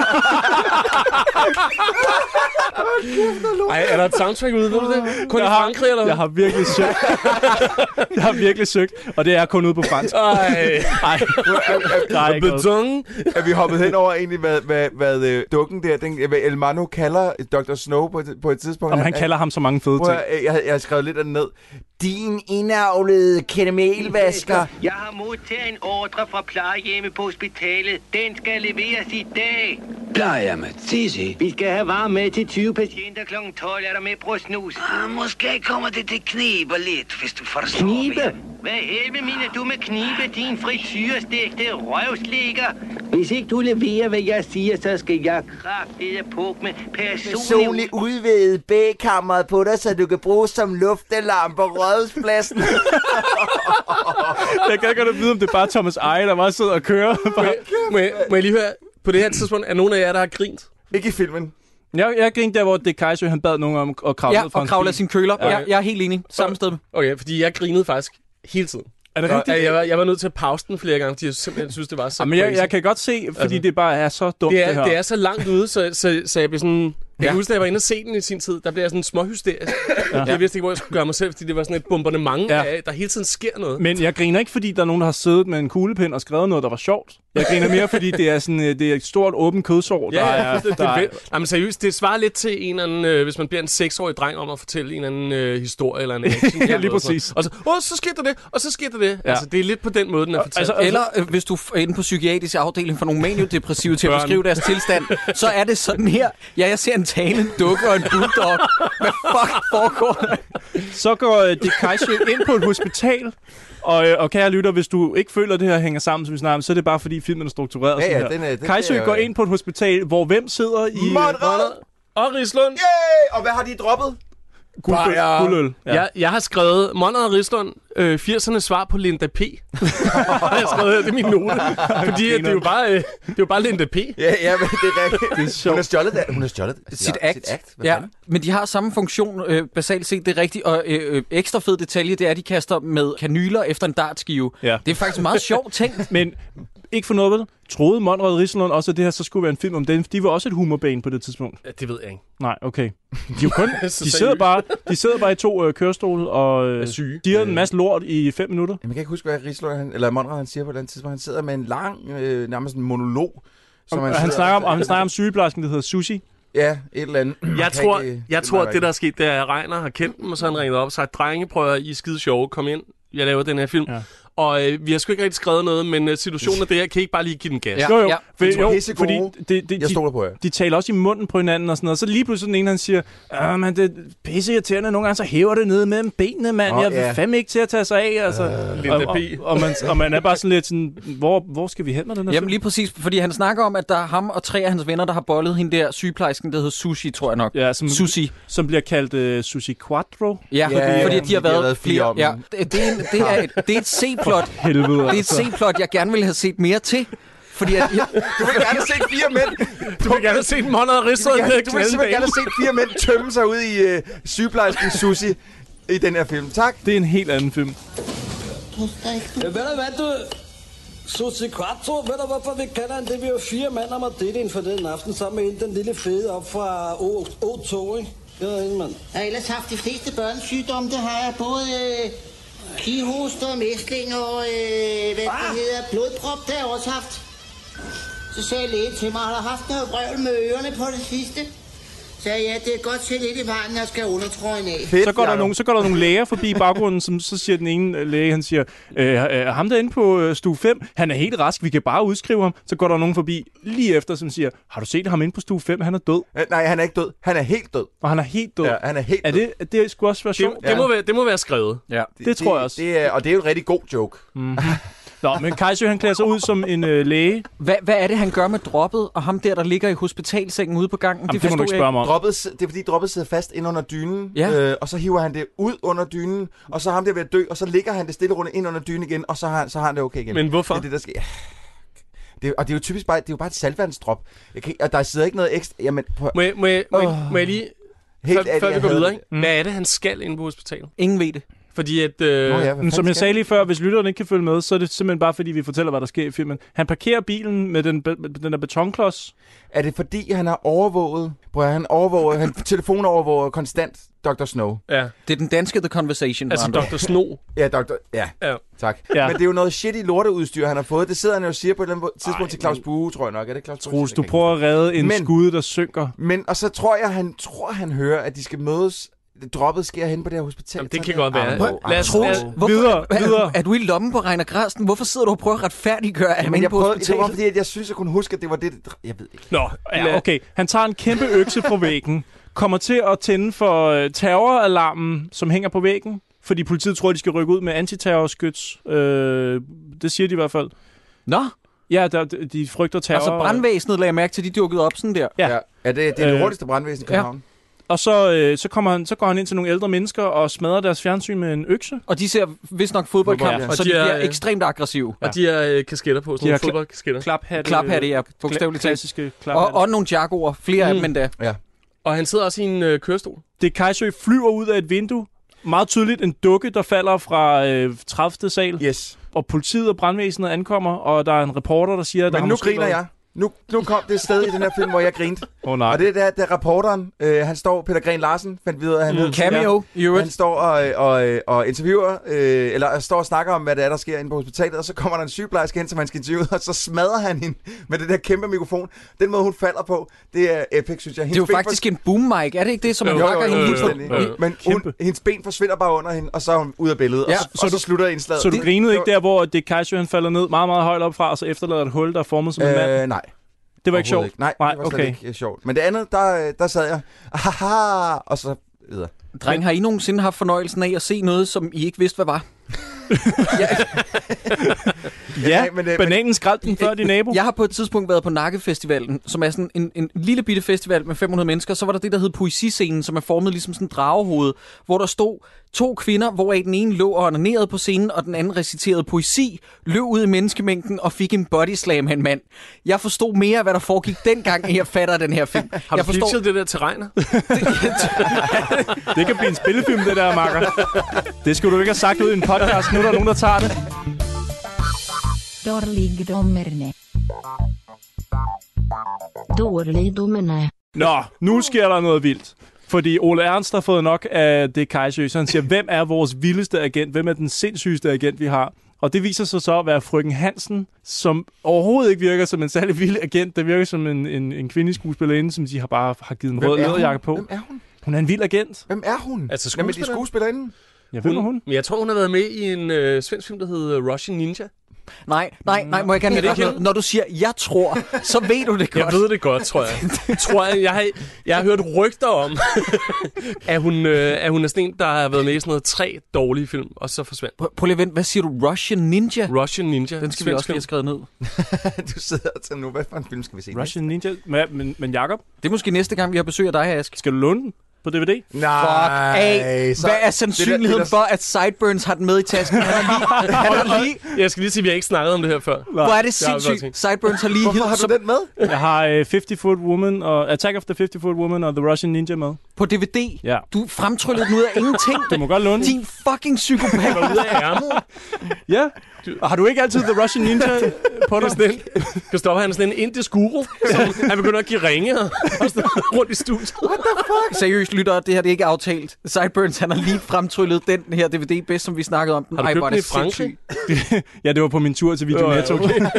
[SPEAKER 5] Ej, er der et soundtrack ude, ved du det? Kun
[SPEAKER 7] jeg
[SPEAKER 5] i Frankrig,
[SPEAKER 7] har,
[SPEAKER 5] eller
[SPEAKER 7] Jeg har virkelig søgt. Jeg har virkelig søgt, og det er kun ude på fransk.
[SPEAKER 5] Ej.
[SPEAKER 7] Ej.
[SPEAKER 5] Beton.
[SPEAKER 6] Er vi hoppet hen over egentlig, hvad, hvad, hvad øh, dukken der, den, hvad El Mano kalder doktor Snow på et, på et tidspunkt?
[SPEAKER 7] Om han, han kalder ham så mange fede ting.
[SPEAKER 6] Jeg, jeg, jeg har skrevet lidt af den ned. Din indavlede karamelvasker.
[SPEAKER 12] Jeg har modtaget en ordre fra plejehjemme på hospitalet. Den skal leveres i dag.
[SPEAKER 11] Plejehjemme? Sisi?
[SPEAKER 12] Vi skal have varme med til tyve patienter klokken tolv. Er der med på snus?
[SPEAKER 11] Ah, måske kommer det til kniber lidt, hvis du forstår.
[SPEAKER 12] Knibe? Hvad helvede mener du med knibe, din frityrestegte røvslikker? Hvis ikke du leverer, hvad jeg siger, så skal jeg kraftedeme pukke med personlig...
[SPEAKER 6] Personlig udvidet bagkammeret på dig, så du kan bruges som luftalarm på Rådhuspladsen.
[SPEAKER 7] Jeg kan ikke godt vide, om det er bare Thomas Eje, der bare sidder og kører.
[SPEAKER 5] Må jeg, må, jeg, må jeg lige høre, på det her tidspunkt, er nogen af jer, der har grint?
[SPEAKER 6] Ikke i filmen.
[SPEAKER 7] Jeg, jeg grinte der, hvor det Kajsø, han bad nogen om at kravle
[SPEAKER 1] ja,
[SPEAKER 7] fra
[SPEAKER 1] og kravle af sin køler. Ja. Jeg, jeg er helt enig. Samme sted.
[SPEAKER 5] Okay, fordi jeg grinede faktisk hele tiden.
[SPEAKER 7] Er det rigtigt?
[SPEAKER 5] Jeg, jeg, var, jeg var nødt til at pause den flere gange, fordi jeg simpelthen synes, det var så
[SPEAKER 7] men jeg, jeg kan godt se, fordi altså, det bare er så dumt,
[SPEAKER 5] det, er,
[SPEAKER 7] det her.
[SPEAKER 5] Det er så langt ude, så, så, så jeg blev sådan... Jeg kan ja. huske, da jeg var inde og se den i sin tid, der blev jeg sådan småhysterisk. Ja. Jeg vidste ikke, hvor jeg skulle gøre mig selv, fordi det var sådan et bombardement ja. af, der hele tiden sker noget.
[SPEAKER 7] Men jeg griner ikke, fordi der er nogen, der har siddet med en kuglepen og skrevet noget, der var sjovt. Jeg griner mere, fordi det er sådan det er et stort åbent kødsår, der
[SPEAKER 5] ja,
[SPEAKER 7] er...
[SPEAKER 5] det,
[SPEAKER 7] der
[SPEAKER 5] det,
[SPEAKER 7] er...
[SPEAKER 5] Jamen seriøst, det svarer lidt til en eller anden, øh, hvis man bliver en seksårig dreng om at fortælle en eller anden øh, historie eller en action.
[SPEAKER 7] Ja, lige præcis.
[SPEAKER 5] Og så, åh, så sker der det, og så sker der det. Ja. Altså, det er lidt på den måde, den er fortalt.
[SPEAKER 1] Altså, eller øh, hvis du er inde på psykiatrisk afdeling for nogle maniodepressive til at beskrive deres tilstand, så er det sådan her. Ja, jeg ser en talende dukke og en bulldog. Hvad fuck foregår der?
[SPEAKER 7] Så går øh, det Kajsø ind på et hospital, og, øh, og kære lytter, hvis du ikke føler, at det her hænger sammen, som vi snakker om, så er det bare, fordi filmen er struktureret
[SPEAKER 6] ja,
[SPEAKER 7] sådan
[SPEAKER 6] ja,
[SPEAKER 7] her.
[SPEAKER 6] Den er, den
[SPEAKER 7] Kajsø
[SPEAKER 6] er,
[SPEAKER 7] går ind på et hospital, hvor hvem sidder i...
[SPEAKER 6] Monrad
[SPEAKER 5] og Rislund.
[SPEAKER 6] Yay! Og hvad har de droppet?
[SPEAKER 7] Guldøl.
[SPEAKER 5] Ja. Jeg, jeg har skrevet Monrad og Rislund, øh, firsernes svar på Linda P. jeg har skrevet, det er min note. Fordi det er jo bare, øh, det er jo bare Linda P.
[SPEAKER 6] Ja, ja, men det er rigtigt.
[SPEAKER 7] Det er sjovt.
[SPEAKER 6] Hun har stjålet det. Hun har stjålet
[SPEAKER 1] sit
[SPEAKER 6] ja,
[SPEAKER 1] act.
[SPEAKER 6] Sit act.
[SPEAKER 1] Ja, men de har samme funktion, øh, basalt set, det er rigtigt. Og øh, ekstra fed detalje, det er, at de kaster med kanyler efter en dartskive.
[SPEAKER 7] Ja.
[SPEAKER 1] Det er faktisk en meget sjov ting.
[SPEAKER 7] Men ikke for noget, vel? Troede Monrad og Rislund også, at det her så skulle være en film om den? De var også et humorbane på det tidspunkt.
[SPEAKER 5] Ja, det ved jeg ikke.
[SPEAKER 7] Nej, okay. De, er jo kun, de, sidder, bare, de sidder bare i to øh, kørestole og øh, siger en masse lort i fem minutter.
[SPEAKER 6] Jamen, jeg kan ikke huske, hvad Rislund, han, eller Monrad, han siger på den tidspunkt. Han sidder med en lang, øh, nærmest en monolog.
[SPEAKER 7] Som og, han, han, snakker om, og han snakker om sygeplejersken, der hedder Sushi.
[SPEAKER 6] Ja, et eller andet.
[SPEAKER 5] Jeg tror, ikke, jeg tror at det, der er sket, det er, at Reiner har kendt dem, og så har han ringet op og sagt, drenge, prøver I skide sjove, kom ind. Jeg laver den her film. Ja. Og øh, vi har sgu ikke rigtig skrevet noget, men uh, situationen er det her, kan I ikke bare lige give den gas?
[SPEAKER 7] Ja. Jo, jo.
[SPEAKER 1] Ja.
[SPEAKER 7] For, jo fordi
[SPEAKER 6] det, det, jeg stoler på jer.
[SPEAKER 7] De, de taler også i munden på hinanden og sådan noget. Så lige pludselig den ene, han siger, ah, man, det er pisse irriterende. Nogle gange så hæver det ned mellem benene, mand. Oh, jeg er yeah. fandme ikke til at tage sig af. Altså. Uh, og, og, og, man, og man er bare sådan lidt sådan, hvor, hvor skal vi hen med den her?
[SPEAKER 1] Jamen lige præcis, fordi han snakker om, at der er ham og tre af hans venner, der har bollet hende der sygeplejersken, der hedder Sushi, tror jeg nok.
[SPEAKER 7] Ja, som,
[SPEAKER 1] Sushi.
[SPEAKER 7] Som bliver kaldt uh, Sushi Quattro.
[SPEAKER 1] Ja, fordi, ja, fordi at de har været, været flere om. Ja, det, det, er, det, er et, det er et C-plot.
[SPEAKER 7] Helvede.
[SPEAKER 1] Det er et C-plot, jeg gerne ville have set mere til. Fordi at, jeg,
[SPEAKER 6] du vil gerne have set fire mænd.
[SPEAKER 5] Du vil gerne have set Monrad og Rislund.
[SPEAKER 6] Du vil, gerne, du vil simpelthen gerne have set fire mænd tømme sig ud i uh, sygeplejersken Sushi i den her film. Tak.
[SPEAKER 7] Det er en helt anden film.
[SPEAKER 13] Ja, ved du hvad, du... Sushi Quattro, ved du hvorfor vi kalder den det? Vi er jo fire mænd om at dele en for den aften, sammen med den lille fede op fra O to, ikke? Det er en mand.
[SPEAKER 9] Jeg har ellers haft de fleste børnesygdomme, det har jeg. Både øh, kihost og mæsling og øh, hvad ah. det hedder, blodprop, det har jeg også haft. Så sagde lægen til mig, har du haft noget vrøvl med ørerne på det sidste? Så ja, det er godt til lidt i vejen, jeg skal undertrøjen af.
[SPEAKER 7] Fedt, så, går der nogle, så går der nogle læger forbi baggrunden, som så siger den ene læge, han siger, øh, øh, ham derinde på stue fem, han er helt rask, vi kan bare udskrive ham. Så går der nogen forbi lige efter, som siger, har du set ham inde på stue fem, han er død?
[SPEAKER 6] Øh, nej, han er ikke død. Han er helt død.
[SPEAKER 7] Og han er helt død?
[SPEAKER 6] Ja, han er helt
[SPEAKER 7] er
[SPEAKER 6] død.
[SPEAKER 7] det, er det skulle også være sjovt?
[SPEAKER 5] Det, det, må være, det må være skrevet.
[SPEAKER 7] Ja, det, det,
[SPEAKER 6] det
[SPEAKER 7] tror jeg også.
[SPEAKER 6] Det er, og det er jo en rigtig god joke.
[SPEAKER 7] Mm. Nå, men Kajsø, han klæder sig ud som en øh, læge.
[SPEAKER 1] Hvad, hvad er det, han gør med droppet, og ham der, der ligger i hospitalsengen ude på gangen?
[SPEAKER 7] Jamen, det, det må du ikke spørge mig om.
[SPEAKER 6] Droppet, det er fordi, droppet sidder fast ind under dynen,
[SPEAKER 1] ja.
[SPEAKER 6] øh, og så hiver han det ud under dynen, og så er ham der ved at dø, og så ligger han det stille rundt ind under dynen igen, og så har, så har han det okay igen.
[SPEAKER 5] Men hvorfor?
[SPEAKER 6] Det er det, der sker. Det, og det er jo typisk bare, det er jo bare et saltvandsdrop. Jeg kan, og der sidder ikke noget ekstra... Jamen, på,
[SPEAKER 5] må, jeg, må, jeg, må, jeg, må jeg lige...
[SPEAKER 6] Helt
[SPEAKER 5] før, før vi går videre, ikke?
[SPEAKER 7] Mm.
[SPEAKER 5] Hvad er det, han skal inde på hospitalet?
[SPEAKER 1] Ingen ved det.
[SPEAKER 5] Fordi at... Øh...
[SPEAKER 6] Nå ja,
[SPEAKER 7] men som jeg sagde lige før, hvis lytterne ikke kan følge med, så er det simpelthen bare fordi, vi fortæller, hvad der sker i filmen. Han parkerer bilen med den, med den der betonklods.
[SPEAKER 6] Er det fordi, han har overvåget... Prøv at han overvåger... Han telefonovervåger konstant doktor Snow.
[SPEAKER 5] Ja.
[SPEAKER 1] Det er den danske The Conversation.
[SPEAKER 5] Altså doktor Snow.
[SPEAKER 6] Ja, doktor... Ja,
[SPEAKER 5] ja.
[SPEAKER 6] tak.
[SPEAKER 7] Ja.
[SPEAKER 6] Men det er jo noget shitty lorteudstyr, han har fået. Det sidder han jo og siger på et eller andet tidspunkt Ej, til Claus Bue, tror jeg nok. Er det Claus Bue?
[SPEAKER 7] Troels, du prøver at redde en
[SPEAKER 6] men,
[SPEAKER 7] skud, der synker.
[SPEAKER 6] Men, og så tror jeg, han tror, han hører, at de skal mødes... Droppet sker hen på det her hospital.
[SPEAKER 5] Jamen, det kan godt være.
[SPEAKER 1] Lad os videre, videre. Er du i lommen på Reiner Grasten? Hvorfor sidder du og prøver at retfærdiggøre, at han er på hospitalet?
[SPEAKER 6] Det var fordi, at jeg synes, jeg kunne huske, at det var det... Jeg ved ikke.
[SPEAKER 7] Nå, ja, okay. Han tager en kæmpe økse fra væggen, kommer til at tænde for terroralarmen, som hænger på væggen, fordi politiet tror, at de skal rykke ud med antiterrorskyts. Øh, det siger de i hvert fald.
[SPEAKER 1] Nå?
[SPEAKER 7] Ja, der, de frygter terror.
[SPEAKER 1] Altså brandvæsenet lagde mærke til, de dukkede op sådan der.
[SPEAKER 6] Ja, ja. Er det, det er det øh, hurtigste brandvæsen i København. Ja.
[SPEAKER 7] Og så, øh, så, kommer han, så går han ind til nogle ældre mennesker og smadrer deres fjernsyn med en økse.
[SPEAKER 1] Og de ser vist nok fodboldkamp, ja. Og så de, de er øh, ekstremt aggressive.
[SPEAKER 5] Og de har øh, kasketter på, sådan nogle fodboldkasketter.
[SPEAKER 7] Klaphatte.
[SPEAKER 1] Klaphatte, ja, bogstaveligt
[SPEAKER 7] klassiske klaphatte.
[SPEAKER 1] Og, og nogle jagoer, flere mm. af dem endda.
[SPEAKER 6] Ja.
[SPEAKER 5] Og han sidder også i en øh, kørestol.
[SPEAKER 7] Det Kajsø flyver ud af et vindue. Meget tydeligt en dukke, der falder fra øh, tredivte sal.
[SPEAKER 6] Yes.
[SPEAKER 7] Og politiet og brandvæsenet ankommer, og der er en reporter, der siger...
[SPEAKER 6] Men
[SPEAKER 7] der
[SPEAKER 6] nu griner jeg. Nu, nu kom det sted i den her film, hvor jeg grinte.
[SPEAKER 7] Oh, nej.
[SPEAKER 6] Og det er der, der reporteren, øh, han står, Peter Gren Larsen, fandt vi ud af, han
[SPEAKER 1] mm.
[SPEAKER 6] hed.
[SPEAKER 1] Cameo,
[SPEAKER 6] ja. Han står og, og, og interviewer, øh, eller står og snakker om, hvad det er, der sker inde på hospitalet, og så kommer der en sygeplejerske hen, som han skal interviewe, og så smadrer han hende med det der kæmpe mikrofon. Den måde, hun falder på, det er epic, synes jeg. Hendes
[SPEAKER 1] det er jo faktisk for... en boom mic, er det ikke det, som man hakker hende
[SPEAKER 6] på? Men hun, hendes ben forsvinder bare under hende, og så er hun ud af billedet, ja. og, så, så, og så slutter indslaget.
[SPEAKER 7] Så du grinede ikke der, hvor det Kajsø, han falder ned meget, meget højt op fra, og så efterlader et hul, der er formet som en mand?
[SPEAKER 6] Øh, nej.
[SPEAKER 7] Det var ikke sjovt?
[SPEAKER 6] Ikke. Nej, Nej, det var okay. slet ikke sjovt. Men det andet, der, der sad jeg, ahaha, og så videre.
[SPEAKER 1] Dreng, har I nogensinde haft fornøjelsen af at se noget, som I ikke vidste, hvad var?
[SPEAKER 7] ja, ja men, øh, bananen skraldte den før din nabo.
[SPEAKER 1] Jeg har på et tidspunkt været på Nakkefestivalen, som er sådan en, en lille bitte festival med fem hundrede mennesker. Så var der det, der hed Poesiscenen, som er formet ligesom sådan en dragehoved, hvor der stod to kvinder, hvoraf den ene lå og onanerede på scenen, og den anden reciterede poesi, løb ud i menneskemængden og fik en bodyslam af en mand. Jeg forstod mere af, hvad der foregik dengang, end jeg fatter den her film.
[SPEAKER 5] Har du
[SPEAKER 1] jeg
[SPEAKER 5] forstår... det der til Regner?
[SPEAKER 7] Det kan blive en spillefilm, det der, makker. Det skulle du ikke have sagt ud i en podcast. Nu er der nogen, der tager det.
[SPEAKER 3] Dårligdommerne. Dårligdommerne.
[SPEAKER 7] Nå, nu sker der noget vildt. Fordi Ole Ernst har fået nok af det Kajsø, så han siger, hvem er vores vildeste agent? Hvem er den sindssygeste agent, vi har? Og det viser sig så at være frøken Hansen, som overhovedet ikke virker som en særlig vild agent. Det virker som en, en, en kvindelig skuespillerinde, som de har bare har givet en rød læderjakke på.
[SPEAKER 6] Hvem er hun?
[SPEAKER 7] Hun er en vild agent.
[SPEAKER 6] Hvem er hun?
[SPEAKER 5] Altså
[SPEAKER 6] skuespiller? Jamen, de skuespillerinde.
[SPEAKER 7] Ja, hvem er hun?
[SPEAKER 5] Jeg tror, hun har været med i en øh, svensk film, der hedder Russian Ninja.
[SPEAKER 1] Nej, nej, nej, må jeg gerne
[SPEAKER 5] det
[SPEAKER 1] noget. Når du siger, jeg tror, så ved du det godt.
[SPEAKER 5] Jeg ved det godt, tror jeg. tror jeg, jeg, har, jeg har hørt rygter om, at, hun, øh, at hun er sådan en, der har været med i sådan noget tre dårlige film, og så forsvandt.
[SPEAKER 1] Prøv lige at vente, hvad siger du? Russian Ninja?
[SPEAKER 5] Russian Ninja.
[SPEAKER 1] Den skal vi også lige have skrevet ned.
[SPEAKER 6] Du sidder og tænker nu, hvad for en film skal vi se?
[SPEAKER 7] Russian Ninja? Men, men, men Jacob?
[SPEAKER 1] Det er måske næste gang, vi har besøg af dig, Ask.
[SPEAKER 7] Skal du låne den? På D V D?
[SPEAKER 6] Nej.
[SPEAKER 1] Fuck af. Hvad er sandsynligheden for, at Sideburns har den med i tasken? Han har lige, han har lige...
[SPEAKER 5] Jeg skal lige sige, at vi har ikke snakket om det her før.
[SPEAKER 1] Hvor er det sindssygt. Sideburns har lige...
[SPEAKER 6] Hvorfor har du
[SPEAKER 1] som...
[SPEAKER 6] den med?
[SPEAKER 7] Jeg har uh, fifty foot Woman og Attack of the fifty foot Woman og The Russian Ninja med.
[SPEAKER 1] På D V D?
[SPEAKER 7] Ja.
[SPEAKER 1] Du fremtryllede den ud af ingenting.
[SPEAKER 7] Du må godt låne.
[SPEAKER 1] Din fucking psykopat.
[SPEAKER 5] Ud af ærmet.
[SPEAKER 7] Ja. Du, har du ikke altid The Russian Ninja på dig?
[SPEAKER 5] Christoffer, han er sådan en indisk guru, som han begynder at give ringe og rundt i studiet.
[SPEAKER 1] What the fuck? Seriøst, lytter, det her det er ikke aftalt. Sideburns, han har lige fremtryllet den her D V D bedst, som vi snakkede om. Den.
[SPEAKER 5] Har du købt den i Frankrig?
[SPEAKER 7] Ja, det var på min tur til Video Netto.
[SPEAKER 6] Okay. det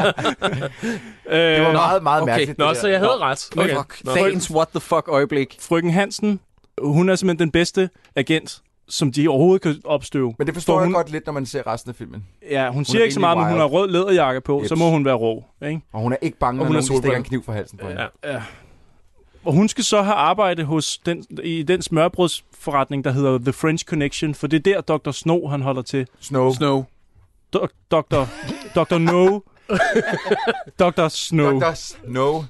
[SPEAKER 6] var meget, meget
[SPEAKER 5] okay.
[SPEAKER 6] mærkeligt.
[SPEAKER 5] Nå, så jeg havde ret.
[SPEAKER 1] Okay. Fuck. Dagens what the fuck øjeblik.
[SPEAKER 7] Frøken Hansen, hun er simpelthen den bedste agent, som de overhovedet kan opstøve.
[SPEAKER 6] Men det forstår
[SPEAKER 7] hun,
[SPEAKER 6] jeg godt lidt, når man ser resten af filmen.
[SPEAKER 7] Ja, hun, hun siger ikke så meget, men hun har rød læderjakke på, Jeps. Så må hun være rå. Ikke?
[SPEAKER 6] Og hun er ikke bange, når nogen stikker en kniv for halsen på hende.
[SPEAKER 7] Ja. Ja. Og hun skal så have arbejdet hos den, i den smørbrødsforretning, der hedder The French Connection, for det er der doktor Snow, han holder til.
[SPEAKER 6] Snow.
[SPEAKER 1] Snow.
[SPEAKER 7] Do- doktor doktor No. doktor Snow.
[SPEAKER 6] doktor Snow.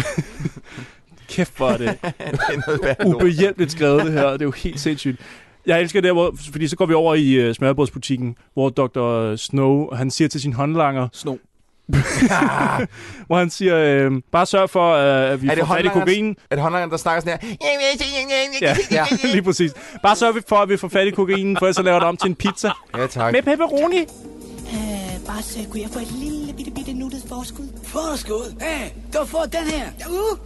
[SPEAKER 7] Kæft, hvor er det, det er ubehjælpeligt skrevet, det her. Det er jo helt sindssygt. Jeg elsker det, hvor, fordi så går vi over i uh, smørbrødsbutikken, hvor doktor Snow, han siger til sin håndlanger...
[SPEAKER 1] Snow.
[SPEAKER 7] hvor han siger, øh, bare sørg for, uh, at vi får fat i kokain.
[SPEAKER 6] Er det håndlangeren, der snakker sådan her?
[SPEAKER 7] Ja, ja, lige præcis. Bare sørg for, at vi får fat i kokainen, for ellers så laver det om til en pizza.
[SPEAKER 6] Ja, tak.
[SPEAKER 7] Med pepperoni.
[SPEAKER 14] Uh, bare så kunne jeg få et lille bitte bitte nuttet forskud? Forskud? Hey, du får den her. Uh,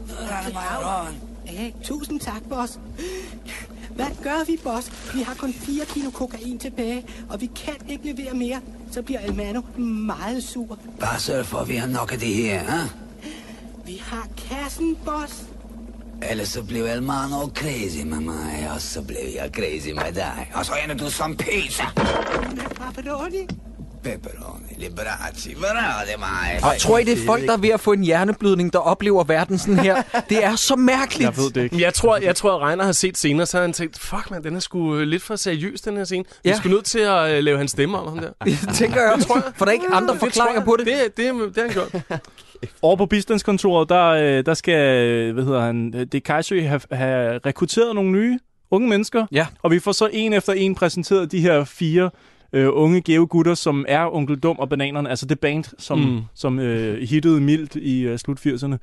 [SPEAKER 14] hey, tusind tak, boss. Hvad gør vi, boss? Vi har kun fire kilo kokain tilbage, og vi kan ikke levere mere. Så bliver Almano meget sur.
[SPEAKER 15] Bare sørg for, at vi har nok af det her, ha?
[SPEAKER 14] Vi har kassen, boss.
[SPEAKER 15] Ellers så blev Almano crazy med mig, og så blev jeg crazy med dig. Og så ender du som pizza.
[SPEAKER 14] Pepperoni.
[SPEAKER 15] Pepperoni, Liberace, hvor er det mig?
[SPEAKER 1] Og tror I, det er folk, der er ved at få en hjerneblødning, der oplever verden sådan her? Det er så mærkeligt.
[SPEAKER 7] Jeg ved det ikke.
[SPEAKER 5] Jeg tror, jeg tror at Reiner har set senere, så har han tænkt, fuck man, den er sgu lidt for seriøs, den her scene. Vi ja. skulle nødt til at uh, lave hans stemme om ham der.
[SPEAKER 1] Det tænker jeg, tror jeg. For der er ikke andre forklaringer på det.
[SPEAKER 5] Det, det, det, det har han gjort.
[SPEAKER 7] Over på bistandskontoret, der, der skal, hvad hedder han, det Kajsø have, have rekrutteret nogle nye unge mennesker.
[SPEAKER 1] Ja.
[SPEAKER 7] Og vi får så en efter en præsenteret de her fire øh, unge gæve gutter, som er Onkel Dum og Bananerne, altså det band, som, mm. som øh, hittede mildt i øh, slut firserne.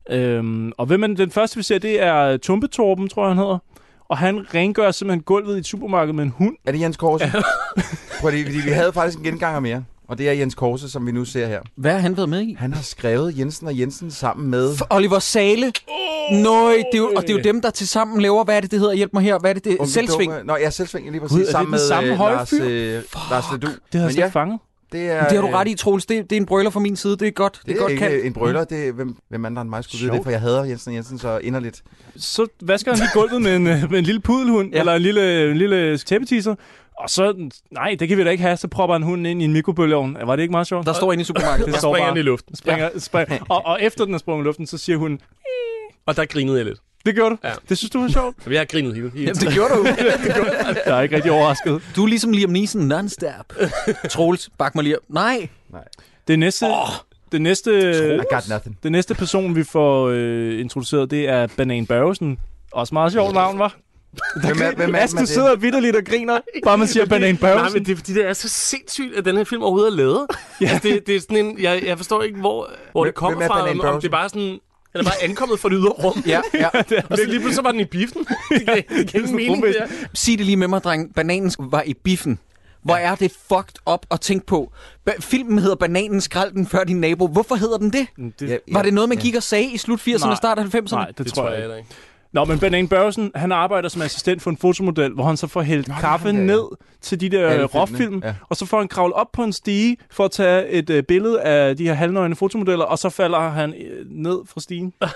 [SPEAKER 7] Øhm, og hvem er den første, vi ser, det er Tumpetorben, tror jeg, han hedder. Og han rengør simpelthen gulvet i et supermarked med en hund.
[SPEAKER 6] Er det Jens Korse? Ja. fordi, fordi vi havde faktisk en genganger mere. Og det er Jens Korse, som vi nu ser her.
[SPEAKER 1] Hvad har han været med i?
[SPEAKER 6] Han har skrevet Jensen og Jensen sammen med...
[SPEAKER 1] For Oliver Sale. Oh, Nøj, det er jo, og det er jo dem, der til sammen laver... Hvad er det, det hedder? Hjælp mig her. Hvad er det? det? Selvsving.
[SPEAKER 6] Nå, ja, Selvsving. Lige præcis. Sammen med
[SPEAKER 7] samme
[SPEAKER 6] øh, Lars, øh, Lars Ledoux.
[SPEAKER 7] Det har jeg slet ikke fanget.
[SPEAKER 6] Det, er,
[SPEAKER 1] det har du ret i, Troels. Det, det er en brøler fra min side. Det er godt. Det,
[SPEAKER 6] det er
[SPEAKER 1] godt
[SPEAKER 6] ikke
[SPEAKER 1] kan.
[SPEAKER 6] en brøler. Det er, hvem, hvem andre end mig skulle vide det, for jeg hader Jensen og Jensen så inderligt.
[SPEAKER 7] Så vasker han lige gulvet med en, med en lille pudelhund, ja. eller en lille, en lille tæppeteaser. Og så, nej, det kan vi da ikke have. Så propper han hunden ind i en mikrobølgeovn. Var det ikke meget sjovt?
[SPEAKER 1] Der står inde i supermarkedet.
[SPEAKER 7] Det
[SPEAKER 5] der springer han i luften.
[SPEAKER 7] Springer, ja. springer. Og, og efter den er sprunget i luften, så siger hun...
[SPEAKER 5] Og der grinede jeg lidt.
[SPEAKER 7] Det gjorde du?
[SPEAKER 5] Ja.
[SPEAKER 7] Det synes du var sjovt?
[SPEAKER 5] Vi har grinet hele tiden.
[SPEAKER 1] Jamen, det gjorde du.
[SPEAKER 5] det gjorde
[SPEAKER 7] jeg er ikke rigtig overrasket.
[SPEAKER 1] Du er ligesom Liam Neeson non-stop. Troels, bak mig lige. Nej.
[SPEAKER 6] Nej.
[SPEAKER 7] Det næste... Oh. Det næste,
[SPEAKER 6] det
[SPEAKER 7] næste person, vi får øh, introduceret, det er Banan Børgesen. Også meget sjovt navn, var.
[SPEAKER 6] Hvem er, hvem er,
[SPEAKER 7] Mads, du sidder vitterligt og griner, bare man siger Banan Børgesen.
[SPEAKER 5] Nej, men det er fordi, det er så sindssygt, at den her film overhovedet er lavet. Ja. Altså, det, det er sådan en... Jeg, jeg forstår ikke, hvor, hvor det kommer fra. Om, om det er bare sådan... Eller bare ankommet fra det ydre rum.
[SPEAKER 1] Ja, ja.
[SPEAKER 5] Og så lige pludselig så var den i biffen. Det gav, det gav ingen mening, det her.
[SPEAKER 1] Sig det lige med mig, dreng. Bananen var i biffen. Hvor er det fucked up at tænke på. Ba- filmen hedder Bananen skrald den før din nabo. Hvorfor hedder den det? det ja, var det noget, man gik og sagde i slut firserne og start halvfemserne?
[SPEAKER 7] Nej, det, det tror jeg, jeg ikke. Nå, men Banan Børgesen, han arbejder som assistent for en fotomodel, hvor han så får hældt Nå, kaffe han, ja, ja. ned til de der råfilm, ja. Og så får han kravlet op på en stige for at tage et uh, billede af de her halvnøgne fotomodeller, og så falder han uh, ned fra stigen.
[SPEAKER 6] Det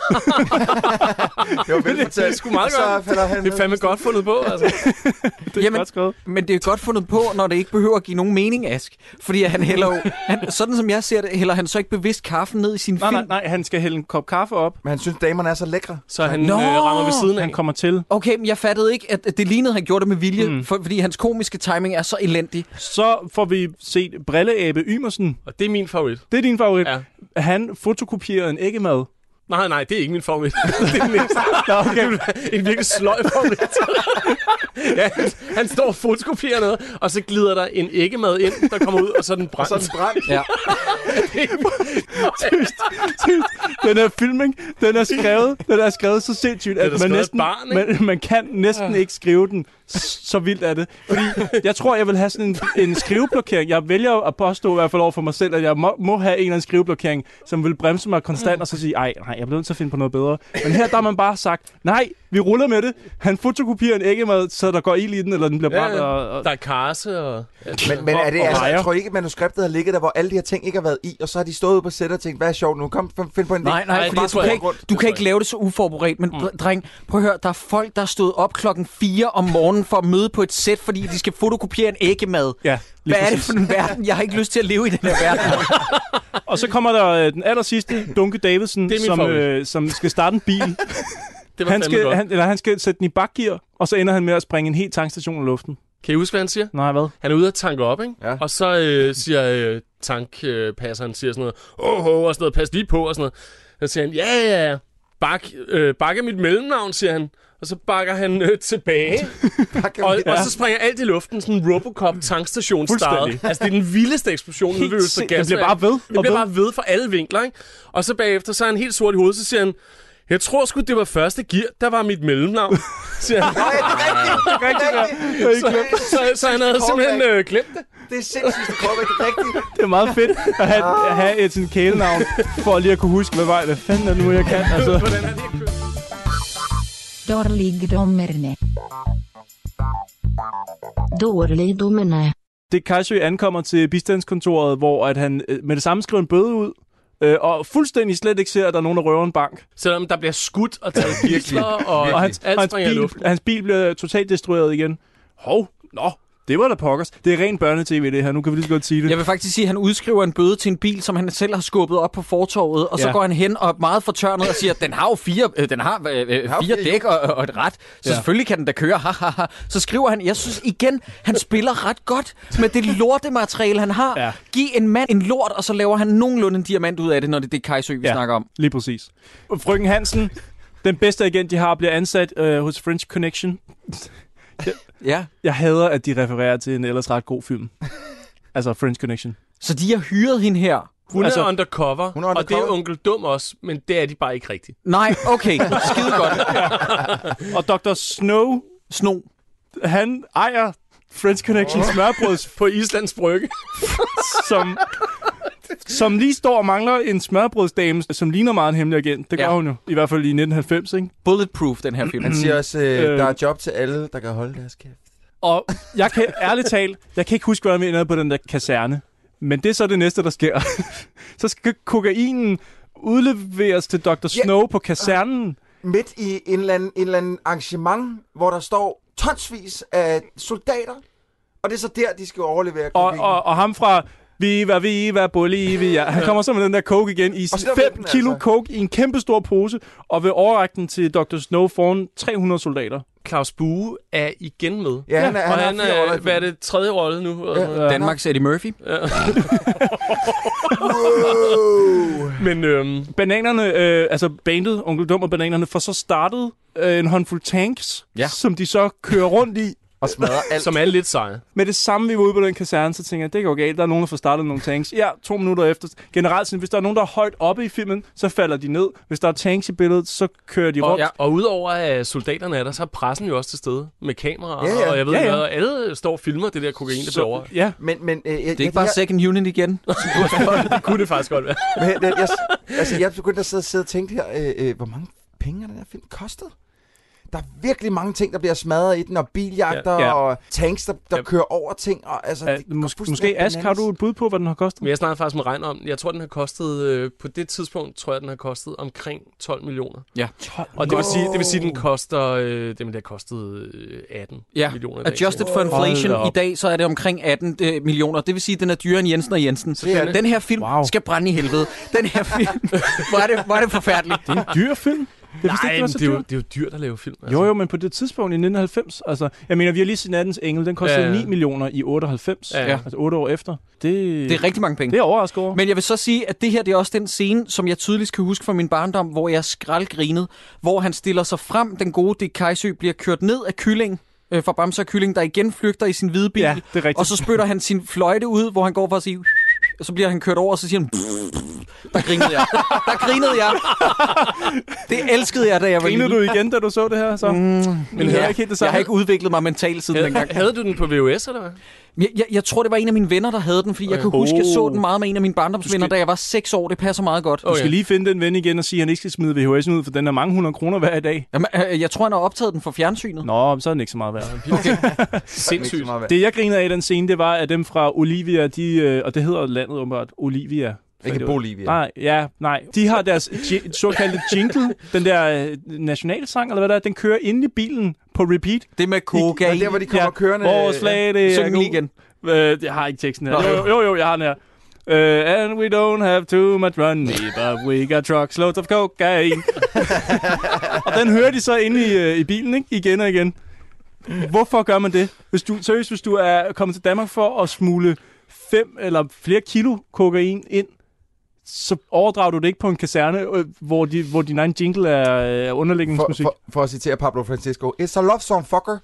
[SPEAKER 6] var velfortalt.
[SPEAKER 5] Det er sgu meget godt. Det er fandme godt fundet på, altså.
[SPEAKER 7] Det er Jamen, godt skrevet.
[SPEAKER 1] Men det er godt fundet på, når det ikke behøver at give nogen mening, Ask. Fordi han hælder jo, han, sådan som jeg ser det, hælder han så ikke bevidst kaffen ned i sin
[SPEAKER 7] nej,
[SPEAKER 1] film.
[SPEAKER 7] Nej, nej, han skal hælde en kop kaffe op.
[SPEAKER 6] Men han synes, damerne er så lækre.
[SPEAKER 5] Så han øh, rammer ved siden af.
[SPEAKER 7] Han kommer til.
[SPEAKER 1] Okay, men jeg fattede ikke, at det lignede, han gjorde det med vilje, mm. for, fordi hans komiske timing er så elendig.
[SPEAKER 7] Så får vi set Brilleabe Ymersen.
[SPEAKER 5] Og det er min favorit.
[SPEAKER 7] Det er din favorit.
[SPEAKER 5] Ja.
[SPEAKER 7] Han fotokopierer en æggemad.
[SPEAKER 5] Nej, nej, det er ikke min favorit. Det er den næste. Nå, okay. En virkelig sløj favorit. Ja, han, han står og fotokopierer noget, og så glider der en æggemad ind, der kommer ud, og så er den brændt.
[SPEAKER 6] Og så er den brændt.
[SPEAKER 1] Ja.
[SPEAKER 7] tyst, tyst. Den her filming, den er skrevet, den er skrevet så sindssygt, at man næsten, barn, man, man kan næsten ikke skrive den. Så vildt er det. Fordi jeg tror, jeg vil have sådan en, en skriveblokering. Jeg vælger at påstå i hvert fald over for mig selv, at jeg må, må have en eller anden skriveblokering, som vil bremse mig konstant, og så sige, ej, nej, jeg bliver nødt til at finde på noget bedre. Men her der har man bare sagt, nej, vi ruller med det. Han fotokopierer en æggemad, så der går ild i den, eller den bliver brændt.
[SPEAKER 5] Ja,
[SPEAKER 7] og, og...
[SPEAKER 5] der er karse og...
[SPEAKER 6] Men, men er det, altså, jeg tror ikke, at manuskriptet har ligget der, hvor alle de her ting ikke har været i, og så har de stået på sæt og tænkt, hvad er sjovt nu? Kom, find på en
[SPEAKER 1] Nej, nej, fordi du kan, ikke, du kan ikke lave det så uforberedt. Men mm. dreng, prøv at høre, der er folk, der er stået op klokken fire om morgenen for at møde på et sæt, fordi de skal fotokopiere en æggemad.
[SPEAKER 7] Ja,
[SPEAKER 1] hvad er det for en verden? Jeg har ikke lyst til at leve i den her verden.
[SPEAKER 7] Og så kommer der øh, den aller sidste, Dunke Davidsen, som, øh, som skal starte en bil.
[SPEAKER 5] Det var
[SPEAKER 7] han, skal, han, eller han skal sætte den i bakgear, og så ender han med at springe en hel tankstation i luften.
[SPEAKER 5] Kan I huske, hvad han siger?
[SPEAKER 7] Nej, hvad?
[SPEAKER 5] Han er ude at tanke op, ikke?
[SPEAKER 6] Ja.
[SPEAKER 5] Og så øh, siger øh, tankpasseren, siger sådan noget, åh, oh, og sådan noget, pas lige på, og sådan noget. Så siger han, ja, ja, ja, bak, øh, bak er mit mellemnavn, siger han. Og så bakker han øh, tilbage, og, ja. og så springer alt i luften, sådan en Robocop-tankstation-style. Altså, det er den vildeste eksplosion,
[SPEAKER 7] helt
[SPEAKER 5] udløst af gas.
[SPEAKER 7] Det bliver bare ved.
[SPEAKER 5] Det bliver
[SPEAKER 7] ved.
[SPEAKER 5] bare ved fra alle vinkler, ikke? Og så bagefter, så er han helt sort i hovedet, så siger han, jeg tror sgu, det var første gear, der var mit mellemnavn. Siger han.
[SPEAKER 6] Nej, det er rigtigt.
[SPEAKER 5] Så, så, så, så han havde simpelthen øh, glemt det.
[SPEAKER 6] Det er sindssygt, det er rigtigt.
[SPEAKER 7] Det er meget fedt at have, at have et sådan kælenavn, for lige at kunne huske, hvad vej det fanden er nu, jeg kan. Altså.
[SPEAKER 3] Dårligdommerne. Dårligdommerne.
[SPEAKER 7] Det Kajsø ankommer til bistandskontoret, hvor at han med det samme skriver en bøde ud, øh, og fuldstændig slet ikke ser, at der er nogen, der røver en bank.
[SPEAKER 5] Selvom der bliver skudt og taget virkelig, og, og hans, alt
[SPEAKER 7] hans,
[SPEAKER 5] springer i
[SPEAKER 7] bil,
[SPEAKER 5] luften.
[SPEAKER 7] Hans bil bliver totalt destrueret igen. Hov, nå. Det var da pokkers. Det er ren børnetv, det her. Nu kan vi lige så godt sige det.
[SPEAKER 1] Jeg vil faktisk sige, at han udskriver en bøde til en bil, som han selv har skubbet op på fortovet, og så
[SPEAKER 7] ja.
[SPEAKER 1] går han hen og er meget fortørnet og siger, at den har jo fire, øh, den har, øh, øh, fire dæk og, og et rat, så ja. selvfølgelig kan den da køre. Ha, ha, ha. Så skriver han, jeg synes igen, han spiller ret godt med det lortemateriale, han har. Ja. Giv en mand en lort, og så laver han nogenlunde en diamant ud af det, når det er det Kajsø, vi ja, snakker om.
[SPEAKER 7] Lige præcis. Frøken Hansen, den bedste agent, de har, bliver ansat øh, hos French Connection. Jeg,
[SPEAKER 1] ja.
[SPEAKER 7] jeg hader, at de refererer til en ellers ret god film. Altså French Connection.
[SPEAKER 1] Så de har hyret hende her
[SPEAKER 5] Hun altså, er undercover,
[SPEAKER 6] hun er undercover,
[SPEAKER 5] og det er onkel Dum også, men det er de bare ikke rigtigt.
[SPEAKER 1] Nej, okay. Skide godt.
[SPEAKER 7] Og doktor Snow,
[SPEAKER 1] Snow,
[SPEAKER 7] han ejer French Connection oh. smørbrøds
[SPEAKER 5] på Islands Brygge,
[SPEAKER 7] som, som lige står og mangler en smørbrødsdame, som ligner meget en hemmelig agent. Det gør ja. hun jo, i hvert fald i nitten halvfems, ikke?
[SPEAKER 1] Bulletproof, den her film.
[SPEAKER 6] Han siger også, øh, der er job til alle, der kan holde deres kæft.
[SPEAKER 7] Og jeg kan ærligt talt, jeg kan ikke huske, hvordan vi ender på den der kaserne. Men det er så det næste, der sker. Så skal kokainen udleveres til doktor Snow yeah. på kasernen.
[SPEAKER 6] Midt i en eller, anden, en eller anden arrangement, hvor der står tonsvis af soldater. Og det er så der, de skal overlevere kokain.
[SPEAKER 7] Og, og, og ham fra Viva, Viva, Bolivia. Han kommer så med den der coke igen i fem kilo altså. coke i en kæmpe stor pose. Og vil overrække den til doktor Snow foran tre hundrede soldater.
[SPEAKER 5] Claus Bue er igen med.
[SPEAKER 6] Ja, han er,
[SPEAKER 5] og
[SPEAKER 6] han
[SPEAKER 5] han er, hvad er det, tredje rolle nu?
[SPEAKER 1] Ja, ja. Danmarks Eddie Murphy. Ja.
[SPEAKER 7] Men øhm, bananerne, øh, altså bandet, Onkel Dum og bananerne, får så startet øh, en håndfuld tanks, ja. som de så kører rundt i.
[SPEAKER 6] Og smadrer alt.
[SPEAKER 5] Som er lidt seje.
[SPEAKER 7] Med det samme, vi var ude på den kaserne, så tænker jeg, det går galt. Der er nogen, der får startet nogle tanks. Ja, to minutter efter. Generelt, hvis der er nogen, der er højt oppe i filmen, så falder de ned. Hvis der er tanks i billedet, så kører de rundt.
[SPEAKER 5] Og, ja, og udover at soldaterne er der, så er pressen jo også til stede med kameraer.
[SPEAKER 6] Ja, ja.
[SPEAKER 5] Og jeg ved
[SPEAKER 6] ja, ja.
[SPEAKER 5] hvad, alle står og filmer det der kokain, der bliver over.
[SPEAKER 6] Ja, men... men øh,
[SPEAKER 1] det er ikke bare her... second unit igen.
[SPEAKER 5] Det kunne det faktisk godt være.
[SPEAKER 6] Men, jeg, jeg, altså, jeg begyndte at sidde, sidde og tænke her, øh, øh, hvor mange penge den her film kostede? Der er virkelig mange ting, der bliver smadret i den, og biljagter ja, ja. og tanks, der, der ja. kører over ting. Og, altså,
[SPEAKER 7] ja, mås- måske, Ask, har du et bud på, hvad den har kostet?
[SPEAKER 5] Men jeg snakker faktisk med regn om. Jeg tror, den har kostet, øh, på det tidspunkt, tror jeg, den har kostet omkring tolv millioner.
[SPEAKER 1] Ja.
[SPEAKER 5] Og det vil sige, det vil sige, den koster, øh, det, det har kostet øh, atten
[SPEAKER 1] ja.
[SPEAKER 5] millioner.
[SPEAKER 1] Adjusted for inflation i dag, så er det omkring atten øh, millioner. Det vil sige, den er dyrere end Jensen og Jensen. Den her film wow. skal brænde i helvede. Den her film, hvor er det, hvor er det forfærdeligt.
[SPEAKER 7] Det er en dyr film.
[SPEAKER 5] Det Nej, ikke, det, det, er jo, det er jo dyrt at lave film.
[SPEAKER 7] Altså. Jo, jo, men på det tidspunkt i nitten halvfems, altså, jeg mener, vi har lige set Nattens Engel, den kostede ja, ja. ni millioner i otteoghalvfems, ja. altså otte år efter. Det,
[SPEAKER 1] det er rigtig mange penge.
[SPEAKER 7] Det er overrasket over.
[SPEAKER 1] Men jeg vil så sige, at det her, det er også den scene, som jeg tydeligt kan huske fra min barndom, hvor jeg skraldgrinede, hvor han stiller sig frem, den gode Dick Kajsø bliver kørt ned af kylling, øh, fra Bamse og Kylling, der igen flygter i sin hvide bil,
[SPEAKER 7] ja, det er
[SPEAKER 1] og så spytter han sin fløjte ud, hvor han går for at sige... Og så bliver han kørt over, og så siger han... Der grinede jeg. Der grinede jeg. Det elskede jeg, da jeg var lille.
[SPEAKER 7] Grinede du igen, da du så det her? Så? Mm,
[SPEAKER 1] Men ja, ikke helt det samme. Jeg har ikke udviklet mig mentalt siden
[SPEAKER 5] havde,
[SPEAKER 1] dengang.
[SPEAKER 5] Havde du den på V H S, eller hvad?
[SPEAKER 1] Jeg, jeg, jeg tror, det var en af mine venner, der havde den, fordi okay. jeg kan huske, at jeg så den meget med en af mine barndomsvenner, skal... da jeg var seks år. Det passer meget godt.
[SPEAKER 7] Du skal okay. lige finde den ven igen og sige, at han ikke skal smide V H S'en ud, for den er mange hundrede kroner hver dag.
[SPEAKER 1] Jamen, jeg tror, han har optaget den for fjernsynet.
[SPEAKER 7] Nå, så er den ikke så meget værd.
[SPEAKER 1] Okay.
[SPEAKER 5] Sindssygt.
[SPEAKER 7] Det, jeg grinede af i den scene, det var, at dem fra Olivia, de, og det hedder landet åbenbart, Olivia.
[SPEAKER 6] Ikke Bolivia.
[SPEAKER 7] Nej, ja, nej. De har deres gi- såkaldte jingle, den der øh, nationalsang, eller hvad der er, den kører inde i bilen på repeat.
[SPEAKER 1] Det med kokain.
[SPEAKER 6] Og der, hvor de kommer ja, kørende...
[SPEAKER 7] Vores flag, det
[SPEAKER 1] Syng den igen.
[SPEAKER 7] Øh, jeg har ikke teksten her. Jo, jo, jo, jeg har den her. Uh, and we don't have too much money, but we got trucks, loads of cocaine. Og den hører de så inde i, uh, i bilen, ikke? Igen og igen. Hvorfor gør man det? Hvis du, seriøst, hvis du er kommet til Danmark for at smule fem eller flere kilo kokain ind, så overdrager du det ikke på en kaserne, hvor, de, hvor din egen jingle er underlægningsmusik.
[SPEAKER 6] For, for, for at citere Pablo Francisco, it's a love song, fucker.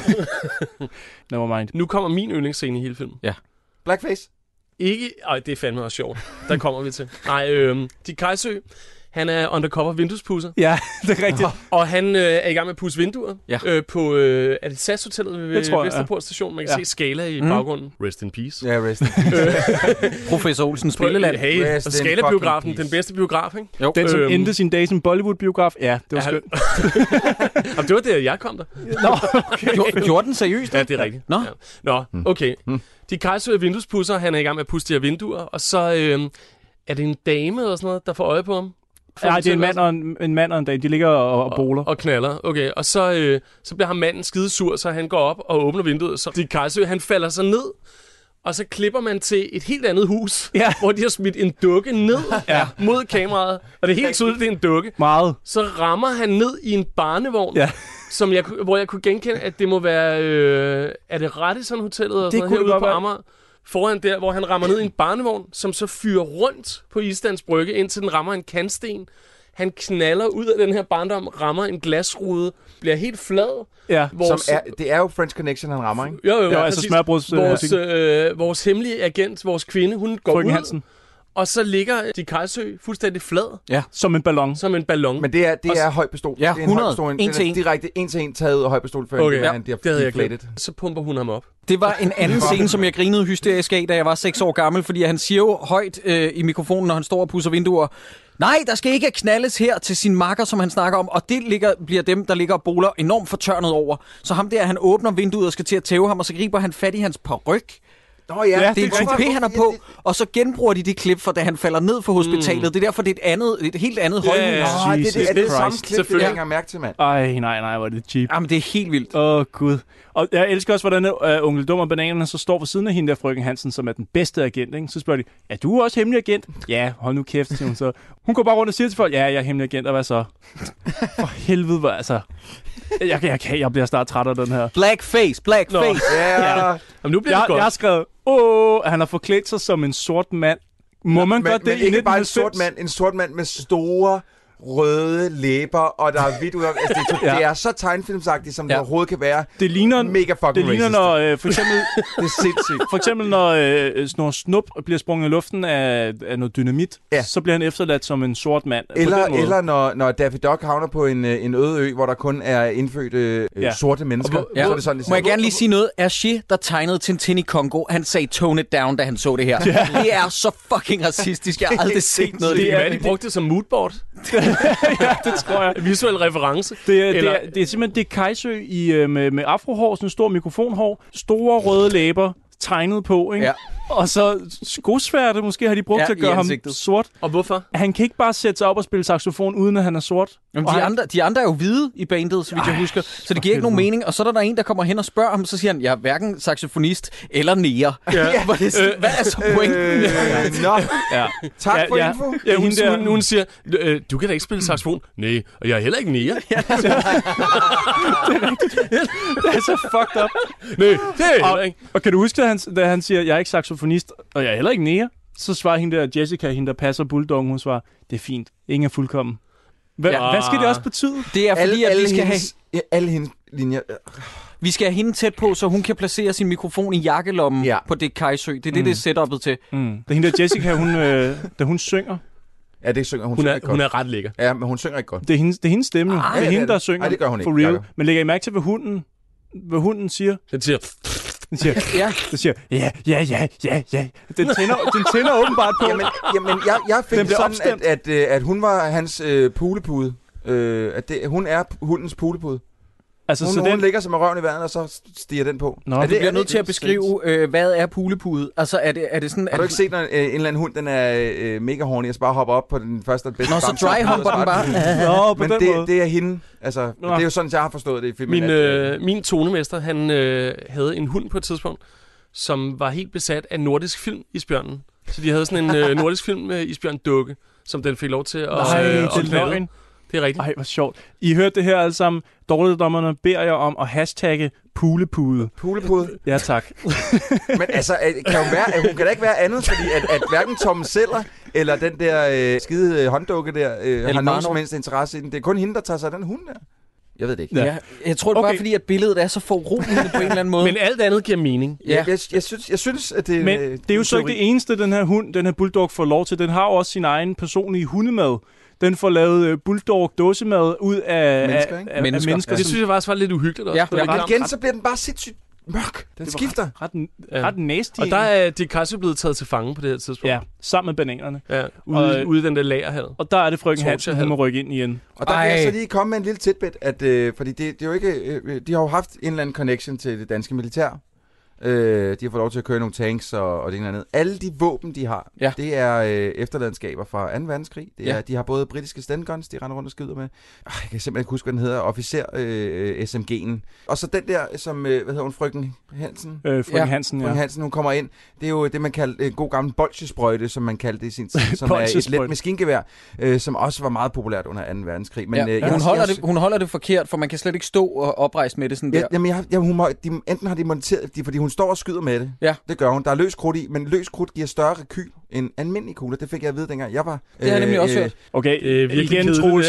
[SPEAKER 7] Never mind.
[SPEAKER 5] Nu kommer min yndlingsscene i hele filmen.
[SPEAKER 1] Ja.
[SPEAKER 6] Blackface?
[SPEAKER 5] Ikke... Ej, det er fandme også sjovt. Der kommer vi til. Nej, øh, Dick Kajsø, han er undercover vinduespudser.
[SPEAKER 7] Ja, det er rigtigt.
[SPEAKER 5] Og han øh, er i gang med at pudse vinduer
[SPEAKER 1] ja.
[SPEAKER 5] øh, på... Øh, er det S A S-hotellet ved Vesterport Station? Man kan ja. se Skala i mm. baggrunden. Rest in peace.
[SPEAKER 6] Ja, rest in peace.
[SPEAKER 1] Professor Olsen Spilleland.
[SPEAKER 5] Hey, rest og Skala-biografen, den bedste biograf, ikke?
[SPEAKER 7] Jo. Den, som øhm. endte sin dag som Bollywood-biograf. Ja, det var ja, skønt.
[SPEAKER 5] Jamen, det var det, jeg kom der.
[SPEAKER 1] Nå, okay. Gjorde den seriøst?
[SPEAKER 5] Ja, det er rigtigt.
[SPEAKER 1] Nå,
[SPEAKER 5] ja. Nå okay. Mm. De Kajsø er vinduespudser, han er i gang med at pusse de her vinduer, og så øh, er det en dame eller sådan noget, der får øje på ham.
[SPEAKER 7] Ja, det er en mand, og en, en mand og en dame. De ligger og, og boler.
[SPEAKER 5] Og, og knaller, okay. Og så, øh, så bliver ham manden skidesur, så han går op og åbner vinduet. Så Dick Kajsø, han falder så ned, og så klipper man til et helt andet hus,
[SPEAKER 7] ja.
[SPEAKER 5] hvor de har smidt en dukke ned ja. mod kameraet. Og det er helt tydeligt, det er en dukke.
[SPEAKER 7] Meget.
[SPEAKER 5] Så rammer han ned i en barnevogn,
[SPEAKER 7] ja.
[SPEAKER 5] som jeg, hvor jeg kunne genkende, at det må være... Øh, er det Radisson Hotellet og sådan herude på Amager? Foran der, hvor han rammer ned i en barnevogn, som så fyrer rundt på Islands Brygge, indtil den rammer en kantsten. Han knaller ud af den her barndom, rammer en glasrude, bliver helt flad.
[SPEAKER 6] Ja, vores, som er, det er jo French Connection, han rammer, ikke?
[SPEAKER 5] Jo, jo,
[SPEAKER 7] jo altså smørbrøds...
[SPEAKER 5] Vores, øh, vores hemmelige agent, vores kvinde, hun går
[SPEAKER 7] Frøken
[SPEAKER 5] ud,
[SPEAKER 7] Hansen.
[SPEAKER 5] Og så ligger de Kajsø fuldstændig flad.
[SPEAKER 1] Ja.
[SPEAKER 7] Som en ballon.
[SPEAKER 5] Som en ballon.
[SPEAKER 6] Men det er, det er høj pistol.
[SPEAKER 1] Ja,
[SPEAKER 6] det er en
[SPEAKER 1] hundrede.
[SPEAKER 6] Høj pistol.
[SPEAKER 1] En til en.
[SPEAKER 6] Direkte en til en taget ud af høj pistol, før
[SPEAKER 5] okay.
[SPEAKER 6] ja,
[SPEAKER 5] han
[SPEAKER 6] bliver
[SPEAKER 5] det havde jeg
[SPEAKER 6] deflated.
[SPEAKER 5] glemt. Så pumper hun ham op.
[SPEAKER 1] Det var en anden scene, som jeg grinede hysterisk af, da jeg var seks år gammel, fordi han siger jo højt øh, i mikrofonen, når han står og pusser vinduer, nej, der skal ikke knaldes her til sin makker, som han snakker om, og det ligger, bliver dem, der ligger og boler enormt fortørnet over. Så ham der, han åbner vinduet og skal til at tæve ham, og så griber han fat i hans paryk.
[SPEAKER 6] Nå ja,
[SPEAKER 1] ja, det er en toupé, han er på, og så genbruger de det klip, for da han falder ned fra hospitalet. Mm. Det er derfor, det er et andet, et helt andet
[SPEAKER 6] yeah,
[SPEAKER 1] højhus.
[SPEAKER 6] Oh, det, det er det samme klip, det jeg ikke har mærke til, mand.
[SPEAKER 7] Ej, nej, nej, hvor er det cheap.
[SPEAKER 1] Jamen, det er helt vildt.
[SPEAKER 7] Åh, oh, gud. Og jeg elsker også, hvordan uh, onkel Dum og Bananerne så står ved siden af hende der, frøken Hansen, som er den bedste agent, ikke? Så spørger de, er du også hemmelig agent? Ja, hold nu kæft, siger hun så. Hun går bare rundt og siger til folk, ja, jeg er hemmelig agent, og hvad så? For helvede, hvor altså... Jeg, jeg, jeg, jeg bliver snart træt af den her.
[SPEAKER 1] Blackface, blackface.
[SPEAKER 6] Yeah.
[SPEAKER 7] Ja.
[SPEAKER 5] Jamen, nu bliver
[SPEAKER 7] jeg,
[SPEAKER 5] det godt.
[SPEAKER 7] Jeg har skrevet, åh, han har forklædt sig som en sort mand. Må man
[SPEAKER 6] men,
[SPEAKER 7] godt det
[SPEAKER 6] men
[SPEAKER 7] i
[SPEAKER 6] ikke bare en
[SPEAKER 7] nitten halvfems?
[SPEAKER 6] sort mand, en sort mand med store røde læber, og der er hvidt ud af... Altså, det, er, ja. det er så tegnefilmsagtigt, som ja. det overhovedet kan være.
[SPEAKER 7] Det ligner,
[SPEAKER 6] mega fucking
[SPEAKER 7] det ligner, når, øh, for eksempel,
[SPEAKER 6] det er sindssygt.
[SPEAKER 7] For eksempel, når, øh, når Snup bliver sprunget i luften af, af noget dynamit, ja. så bliver han efterladt som en sort mand.
[SPEAKER 6] Eller, eller når, når Daffy Duck havner på en, en øde ø, hvor der kun er indfødte øh,
[SPEAKER 7] ja.
[SPEAKER 6] sorte mennesker.
[SPEAKER 1] Ja.
[SPEAKER 6] Så er det sådan, det
[SPEAKER 1] Må jeg gerne lige sige noget? Hergé, der tegnede Tintin i Congo, han sagde tone it down, da han så det her. Ja. Det er så fucking racistisk. Jeg har aldrig set noget.
[SPEAKER 5] Det er, de brugte det som moodboard.
[SPEAKER 7] Ja, det tror jeg.
[SPEAKER 5] Visuel reference.
[SPEAKER 7] Det er, Eller... det er, det er simpelthen det Kajsø i, øh, med, med afrohår, sådan en stor mikrofonhår, store røde læber, tegnet på, ikke?
[SPEAKER 1] Ja.
[SPEAKER 7] Og så skosværte måske har de brugt ja, til at gøre ham sort.
[SPEAKER 5] Og hvorfor?
[SPEAKER 7] Han kan ikke bare sætte sig op og spille saxofon, uden at han er sort.
[SPEAKER 1] Jamen, de,
[SPEAKER 7] han...
[SPEAKER 1] andre, de andre er jo hvide i bandet, så vidt jeg husker. Så det giver ikke nogen mening. Og så er der en, der kommer hen og spørger ham, så siger han, jeg er hverken saxofonist eller neger. Ja. Ja, hvad er så pointen? Øh,
[SPEAKER 6] Nå,
[SPEAKER 7] ja.
[SPEAKER 6] tak for
[SPEAKER 5] ja,
[SPEAKER 6] info.
[SPEAKER 5] Ja, hun, der... hun, hun siger, du kan da ikke spille saxofon. Nej, og jeg er heller ikke neger. Ja, det
[SPEAKER 7] er rigtigt. Det er så fucked up.
[SPEAKER 5] Nej, det er
[SPEAKER 7] og, ikke. Og kan du huske, da han, da han siger, jeg er ikke saxofonist, og jeg er heller ikke neger, så svarer hende der Jessica, hende der passer bulldoggen, hun svarer, det er fint, ingen er fuldkommen. Hva, ja. Hvad skal det også betyde?
[SPEAKER 1] Det er fordi,
[SPEAKER 6] alle,
[SPEAKER 1] at
[SPEAKER 6] alle
[SPEAKER 1] vi skal
[SPEAKER 6] hendes, have... Ja, alle hendes linjer...
[SPEAKER 1] Vi skal have hende tæt på, så hun kan placere sin mikrofon i jakkelommen ja. på det Kajsø. Det er det, mm. det er setup'et til.
[SPEAKER 7] Mm. Da hende der Jessica, hun, øh, da hun synger...
[SPEAKER 6] Ja, det synger hun,
[SPEAKER 5] hun,
[SPEAKER 6] synger
[SPEAKER 5] er,
[SPEAKER 6] ikke
[SPEAKER 5] hun
[SPEAKER 6] godt.
[SPEAKER 5] er ret lækker.
[SPEAKER 6] Ja, men hun synger ikke godt.
[SPEAKER 7] Det er hendes, det er hendes stemme.
[SPEAKER 6] Ah,
[SPEAKER 7] det er
[SPEAKER 6] ja,
[SPEAKER 7] hende,
[SPEAKER 6] det
[SPEAKER 7] der
[SPEAKER 6] det.
[SPEAKER 7] synger
[SPEAKER 6] Ej, det gør hun ikke.
[SPEAKER 7] for real. Men lægger I mærke til, hvad hunden, hvad hunden siger?
[SPEAKER 5] Den siger...
[SPEAKER 7] Den siger, ja. Den siger, ja, ja, ja, ja, ja. Den tænder, den tænder åbenbart på.
[SPEAKER 6] Jamen, jamen jeg, jeg fik sådan, at, at, at hun var hans øh, pulepude. Øh, at det, hun er hundens pulepude. Altså, hun, så hun den... ligger som en røven i vandet, og så stiger den på.
[SPEAKER 1] Nå, er det, du bliver nødt til at beskrive, øh, hvad er pulepude? Altså, er det, er det sådan...
[SPEAKER 6] Har du ikke set, når øh, en eller anden hund, den er øh, mega horny, og så bare hopper op på den første og bedste...
[SPEAKER 1] Nå, så dry-humper den bare.
[SPEAKER 7] Nå, på
[SPEAKER 6] men
[SPEAKER 7] den
[SPEAKER 6] det,
[SPEAKER 7] måde.
[SPEAKER 6] det er hende. Altså, det er jo sådan, jeg har forstået det i filmen.
[SPEAKER 5] Min, øh, min tonemester, han øh, havde en hund på et tidspunkt, som var helt besat af nordisk film Isbjørnen. Så de havde sådan en øh, nordisk film med Isbjørn-dukke, som den fik lov til at
[SPEAKER 7] Nej,
[SPEAKER 5] øh,
[SPEAKER 7] det er løgn.
[SPEAKER 5] Det er rigtigt.
[SPEAKER 7] Ej, hvor sjovt. I hørte det her alle sammen. Dårligdommerne beder jer om at hashtagge pulepude.
[SPEAKER 6] Pulepude?
[SPEAKER 7] Ja, tak.
[SPEAKER 6] Men altså, kan hun, være, hun kan da ikke være andet, fordi at, at hverken Tom Seller eller den der øh, skide øh, hånddukke der øh, har nogen som helst interesse i den. Det er kun hende, der tager sig af den hund der. Jeg ved det ikke.
[SPEAKER 1] Ja. Ja, jeg tror det okay. bare, fordi at billedet er så foruroligende på en eller anden måde.
[SPEAKER 5] Men alt andet giver mening.
[SPEAKER 6] Ja. Jeg, jeg, jeg, synes, jeg synes, at det...
[SPEAKER 7] Men det er jo så ikke det eneste, den her hund, den her bulldog får lov til. Den har jo også sin egen personlige hundemad. Den får lavet bulldog-dåsemad ud af
[SPEAKER 6] mennesker.
[SPEAKER 7] Af,
[SPEAKER 6] Ikke?
[SPEAKER 7] af,
[SPEAKER 5] mennesker.
[SPEAKER 7] Af mennesker
[SPEAKER 5] ja. Det synes jeg faktisk var lidt uhyggeligt også.
[SPEAKER 6] Ja, men igen, så bliver den bare sindssygt mørk. Den skifter.
[SPEAKER 7] Ret, ret, ret nasty.
[SPEAKER 5] Og der er de Kajsø blevet taget til fange på det her tidspunkt.
[SPEAKER 7] Ja, sammen med bananerne.
[SPEAKER 5] Ja, ude, og, ude i den der lagerhal.
[SPEAKER 7] Og der er det frøken Hansen, hun må rykke ind igen.
[SPEAKER 6] Og der Ej. kan jeg så lige komme med en lille tidbit, at, øh, fordi det, det er jo ikke, øh, de har jo haft en eller anden connection til det danske militær. Øh, de har fået lov til at køre nogle tanks og, og det ene eller andet. Alle de våben, de har, ja. det er øh, efterladenskaber fra anden verdenskrig. Det er, ja. De har både britiske standguns, de render rundt og skyder med. Øh, jeg kan simpelthen ikke huske, hvad den hedder. Officer øh, S M G'en. Og så den der, som, øh, hvad hedder hun, frøken Hansen?
[SPEAKER 7] Øh, frøken ja. Hansen, ja.
[SPEAKER 6] Frøken Hansen, hun kommer ind. Det er jo det, man kalder en god gammel bolsjesprøjte, som man kaldte det i sin tid. Som er et let maskingevær, øh, som også var meget populært under anden verdenskrig. Men,
[SPEAKER 1] ja.
[SPEAKER 6] øh,
[SPEAKER 1] hun,
[SPEAKER 6] jeg,
[SPEAKER 1] holder
[SPEAKER 6] jeg,
[SPEAKER 1] det, hun holder det forkert, for man kan slet ikke stå og oprejse med det sådan
[SPEAKER 6] ja,
[SPEAKER 1] der.
[SPEAKER 6] Jamen, jeg, jeg, hun må, de, enten har de monteret, de, fordi hun står og skyder med det.
[SPEAKER 1] Ja.
[SPEAKER 6] Det gør hun. Der er løs krudt i, men løs krudt giver større rekyl end almindelig kugler. Det fik jeg at vide, dengang jeg var...
[SPEAKER 1] Det har jeg nemlig også hørt.
[SPEAKER 7] Okay,
[SPEAKER 5] øh, virkelig igen, Troels.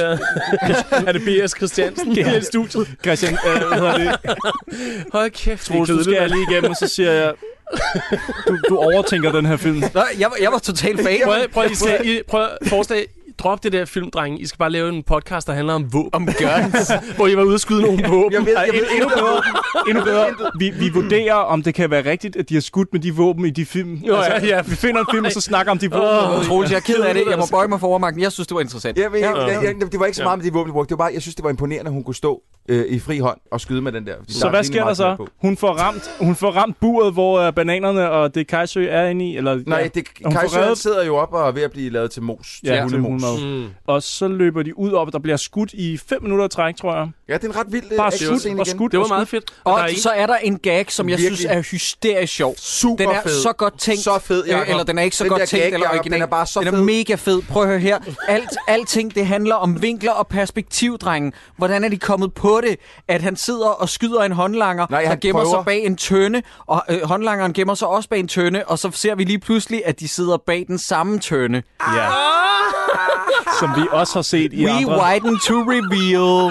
[SPEAKER 5] Er det B S Christiansen i studiet?
[SPEAKER 7] Christian, øh, hvad hedder det?
[SPEAKER 5] Hold kæft,
[SPEAKER 7] Troels, du skal jeg lige igennem, og så siger jeg... Du, du overtænker den her film.
[SPEAKER 1] Nå, jeg, jeg var totalt fan.
[SPEAKER 5] Prøv, prøv, I skal, I, prøv forslag. Drop det der film, drenge. I skal bare lave en podcast, der handler om våben.
[SPEAKER 1] Om guns.
[SPEAKER 5] Hvor I var ude og skyde nogle våben.
[SPEAKER 6] Jeg ved, jeg ved,
[SPEAKER 7] endnu bedre. Endnu bedre. Vi, vi vurderer, om det kan være rigtigt, at de har skudt med de våben i de film.
[SPEAKER 5] Jo, altså, ja, ja.
[SPEAKER 7] Vi finder en film, og så snakker om de våben.
[SPEAKER 1] Oh, Troels, jeg er ked af det. Jeg må bøje mig for overmagten. Jeg synes, det var interessant.
[SPEAKER 6] Ja, men, ja. Jeg, jeg, det var ikke så meget med de våben, de brugte. Det var bare, jeg synes, det var imponerende, at hun kunne stå øh, i fri hånd og skyde med den der.
[SPEAKER 7] Så der hvad sker der så? Hun får ramt, hun får ramt buret, hvor uh, bananerne og det Kajsø er inde i? Eller,
[SPEAKER 6] Nej,
[SPEAKER 7] ja.
[SPEAKER 6] det, Kajsø sidder jo op og er ved at blive lavet til mos.
[SPEAKER 7] Ja,
[SPEAKER 6] til hundemos.
[SPEAKER 7] Mm. Og så løber de ud op, og der bliver skudt i fem minutter i træk, tror jeg.
[SPEAKER 6] Ja, det er en ret vild
[SPEAKER 7] Bare skudt og skudt.
[SPEAKER 5] Det var meget fedt.
[SPEAKER 1] Og, og så er der en gag, som jeg synes er hysterisk sjov.
[SPEAKER 6] Super
[SPEAKER 1] den er
[SPEAKER 6] fed.
[SPEAKER 1] så godt tænkt.
[SPEAKER 6] Så fed, Jacob.
[SPEAKER 1] Eller den er ikke så
[SPEAKER 6] den
[SPEAKER 1] godt
[SPEAKER 6] der
[SPEAKER 1] tænkt,
[SPEAKER 6] gag,
[SPEAKER 1] eller
[SPEAKER 6] Jacob,
[SPEAKER 1] original.
[SPEAKER 6] Den er bare så
[SPEAKER 1] den er
[SPEAKER 6] fed.
[SPEAKER 1] mega fed. Prøv at høre her. Alt, alting, det handler om vinkler og perspektiv, drengen. Hvordan er de kommet på det? At han sidder og skyder en håndlanger,
[SPEAKER 6] Nej,
[SPEAKER 1] der gemmer
[SPEAKER 6] prøver.
[SPEAKER 1] sig bag en tønde, og øh, håndlangeren gemmer sig også bag en tønde, og så ser vi lige pludselig, at de sidder bag den samme tønde.
[SPEAKER 7] Ja. Som vi også har set i
[SPEAKER 1] We
[SPEAKER 7] andre.
[SPEAKER 1] We widen to reveal.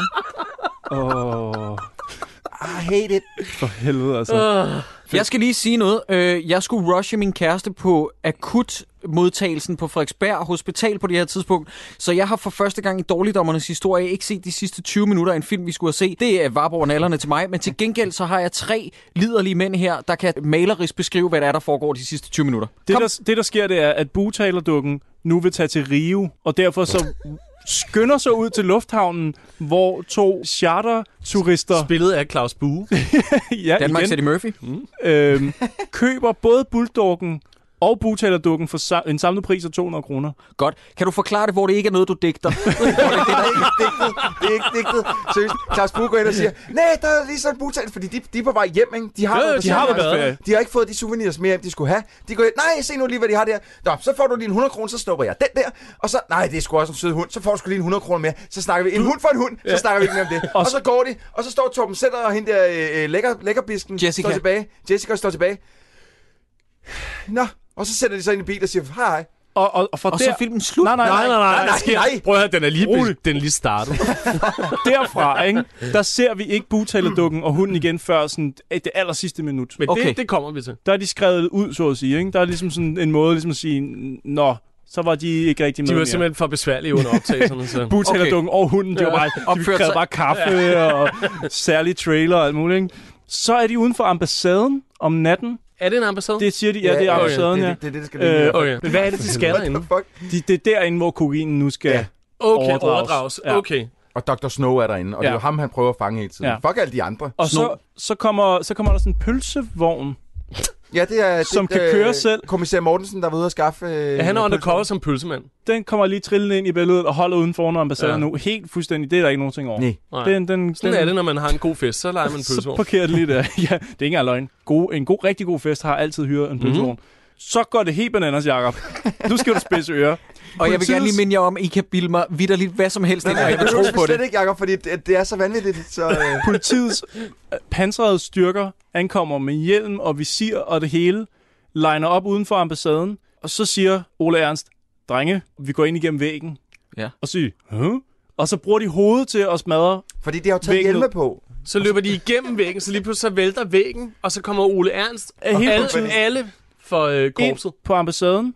[SPEAKER 7] Åh...
[SPEAKER 6] I hate it.
[SPEAKER 7] For helvede, altså.
[SPEAKER 1] Uh. Jeg skal lige sige noget. Jeg skulle rushe min kæreste på akut modtagelsen på Frederiksberg Hospital på det her tidspunkt. Så jeg har for første gang i Dårligdommernes historie ikke set de sidste tyve minutter af en film, vi skulle have set. Det er Varborg og nallerne til mig. Men til gengæld så har jeg tre liderlige mænd her, der kan malerisk beskrive, hvad der er, der foregår de sidste tyve minutter.
[SPEAKER 7] Det der, det, der sker, det er, at bugtalerdukken nu vil tage til Rio, og derfor så skynder sig ud til lufthavnen, hvor to charterturister...
[SPEAKER 5] Spillet af Claus Bue.
[SPEAKER 1] ja, Danmarks Eddie Murphy.
[SPEAKER 7] Mm. Øhm, køber både bulldoggen og bugtalerdukken for sa- en samlet pris af to hundrede kroner.
[SPEAKER 1] Godt. Kan du forklare det, hvor det ikke er noget, du digter?
[SPEAKER 6] det er ikke digtet. Det er ikke digtet. Seriøst. Claus Bue går ind og siger, nej, der er lige sådan en bugtaler, fordi de, de er på vej hjem, ikke? De har,
[SPEAKER 7] ja,
[SPEAKER 6] noget,
[SPEAKER 7] de, har været.
[SPEAKER 6] de har ikke fået de souvenirs mere, de skulle have. De går ind, nej, se nu lige, hvad de har der. Nå, så får du lige en hundrede kroner, så snupper jeg den der. Og så, nej, det er sgu også en sød hund. Så får du sgu lige en hundrede kroner mere. Så snakker vi en hund for en hund, så snakker vi ikke mere om det. Og så går de, og så står Torben Sætter og hende der øh, lækker, lækkerbisken
[SPEAKER 1] Jessica.
[SPEAKER 6] står tilbage. Jessica står tilbage. Nå. Og så sætter de sig ind i bil og siger, hej.
[SPEAKER 7] Og, og, og,
[SPEAKER 1] og
[SPEAKER 7] der...
[SPEAKER 1] så er filmen slut.
[SPEAKER 7] Nej, nej, nej.
[SPEAKER 5] nej, nej, nej,
[SPEAKER 6] nej, nej.
[SPEAKER 5] Prøv at høre, den er lige, be- den er lige startet.
[SPEAKER 7] Derfra, ikke? Der ser vi ikke bugtalerdukken og hunden igen før sådan, det aller sidste minut.
[SPEAKER 5] Men
[SPEAKER 7] okay.
[SPEAKER 5] det, det kommer vi til.
[SPEAKER 7] Der er de skrevet ud, så at sige. Ikke? Der er ligesom sådan en måde ligesom at sige, nå, så var de ikke rigtig med.
[SPEAKER 5] De var
[SPEAKER 7] mere.
[SPEAKER 5] simpelthen for besværlige under optagelserne. Så.
[SPEAKER 7] Bugtalerdukken okay. og hunden, de var bare, de krævede bare kaffe ja. og særlig trailer og alt muligt. Ikke? Så er de uden for ambassaden om natten.
[SPEAKER 5] Er det en ambassade?
[SPEAKER 7] Det siger de, ja, ja det er ambassaden, ja.
[SPEAKER 6] Det, det, det, det skal øh,
[SPEAKER 5] okay. Men hvad er det, de skal derinde?
[SPEAKER 7] De, det er derinde, hvor kokainen nu skal
[SPEAKER 6] ja.
[SPEAKER 5] okay,
[SPEAKER 7] overdrages.
[SPEAKER 5] overdrages. Ja. Okay.
[SPEAKER 6] Og doktor Snow er derinde, og ja. det er jo ham, han prøver at fange hele tiden. Ja. Fuck alle de andre.
[SPEAKER 7] Og så, så, kommer, så kommer der sådan en pølsevogn.
[SPEAKER 6] Ja, det er...
[SPEAKER 7] Som
[SPEAKER 6] det,
[SPEAKER 7] kan
[SPEAKER 6] øh,
[SPEAKER 7] køre selv.
[SPEAKER 6] Kommissær Mortensen, der var ude at skaffe... Øh,
[SPEAKER 5] ja, han er undercover som pølsemand.
[SPEAKER 7] Den kommer lige trillende ind i billedet og holder uden for ambassaden ja. nu. Helt fuldstændig. Det er der ikke nogen ting over.
[SPEAKER 6] Nej.
[SPEAKER 7] Den, den,
[SPEAKER 5] Sådan
[SPEAKER 7] den,
[SPEAKER 5] er det, når man har en god fest. Så leger man en pølsevogn.
[SPEAKER 7] Så parkerer det lige der. Ja, det er ikke engang løgn. God, en god, rigtig god fest har altid hyret en pølsevogn. Mm-hmm. Så går det helt bananas, Jacob. Nu skal du spidse ører.
[SPEAKER 1] Og jeg vil gerne lige minde jer om, at I kan bilde mig vitterligt hvad som helst,
[SPEAKER 6] nej,
[SPEAKER 1] og jeg vil tro på det.
[SPEAKER 6] Det ikke, Jacob, fordi det, det er så vanvittigt. Så, øh.
[SPEAKER 7] Politiets pansrede styrker ankommer med hjelm og visir og det hele, liner op uden for ambassaden, og så siger Ole Ernst, drenge, vi går ind igennem væggen.
[SPEAKER 1] Ja.
[SPEAKER 7] Og siger, huh? Og så bruger de hovedet til at smadre.
[SPEAKER 6] Fordi de har jo taget hjelme på.
[SPEAKER 5] Så løber de igennem væggen, så lige pludselig så vælter væggen, og så kommer Ole Ernst og alle, alle for øh, korpset.
[SPEAKER 7] På ambassaden.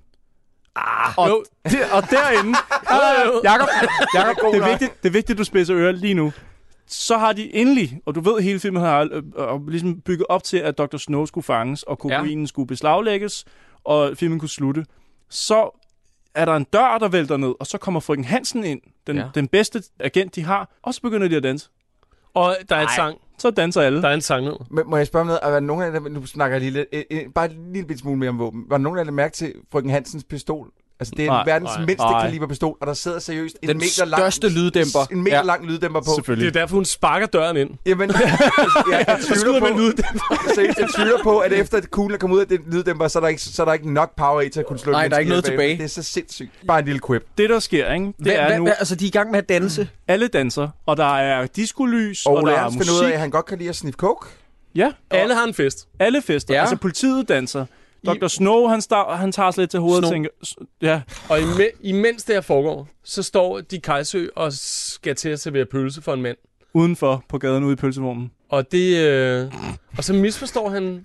[SPEAKER 5] Ah,
[SPEAKER 7] og, der, og derinde, uh, Jakob, Jakob det, er vigtigt, det er vigtigt, du spidser ører lige nu. Så har de endelig, og du ved, hele filmen har øh, øh, ligesom bygget op til, at doktor Snow skulle fanges, og kokainen ja. skulle beslaglægges, og filmen kunne slutte. Så er der en dør, der vælter ned, og så kommer frøken Hansen ind, den, ja. den bedste agent, de har, og så begynder de at danse.
[SPEAKER 5] Og der er et sang.
[SPEAKER 7] Så danser alle.
[SPEAKER 5] Der er en sang nu.
[SPEAKER 6] Men må jeg spørge om noget? Er der nogen af dem, nu snakker jeg lige lidt, øh, øh, bare en lille smule mere om våben. Var der nogen af dem mærke til frøken Hansens pistol? Altså, det er nej, verdens nej, mindste nej. kaliberpistol, og der sidder lyddæmper en
[SPEAKER 1] den
[SPEAKER 6] meter lang...
[SPEAKER 1] største lyddæmper.
[SPEAKER 6] En meter ja. lang lyddæmper på.
[SPEAKER 5] Det er derfor, hun sparker døren ind.
[SPEAKER 6] Jamen, jeg, jeg, jeg, tvivler på, seriøst, jeg tvivler på, at efter at kuglen er kommet ud af den lyddæmper, så er der ikke, så er der ikke nok power i til at kunne slå
[SPEAKER 1] nej,
[SPEAKER 6] den.
[SPEAKER 1] Nej, der er ikke noget
[SPEAKER 6] bag.
[SPEAKER 1] tilbage.
[SPEAKER 6] Det er så sindssygt. Bare en lille quip.
[SPEAKER 7] Det, der sker, ikke? Det
[SPEAKER 1] hva,
[SPEAKER 7] er
[SPEAKER 1] hva,
[SPEAKER 7] nu...
[SPEAKER 1] Hva, altså, de er i gang med at danse.
[SPEAKER 7] Alle danser, og der er diskolys,
[SPEAKER 6] og,
[SPEAKER 7] og der er musik.
[SPEAKER 6] Og ud af, at han godt kan lide at sniffe coke.
[SPEAKER 7] Ja.
[SPEAKER 5] Alle har en fest.
[SPEAKER 7] Alle fester. Ja. Altså, politiet danser. doktor Snow, han, star- han tager sig lidt til hovedet og tænker... Ja.
[SPEAKER 5] Og ime- imens det her foregår, så står de Kajsø og skal til at servere pølse for en mand.
[SPEAKER 7] Udenfor på gaden ude i pølsevognen.
[SPEAKER 5] Og det... Øh, og så misforstår han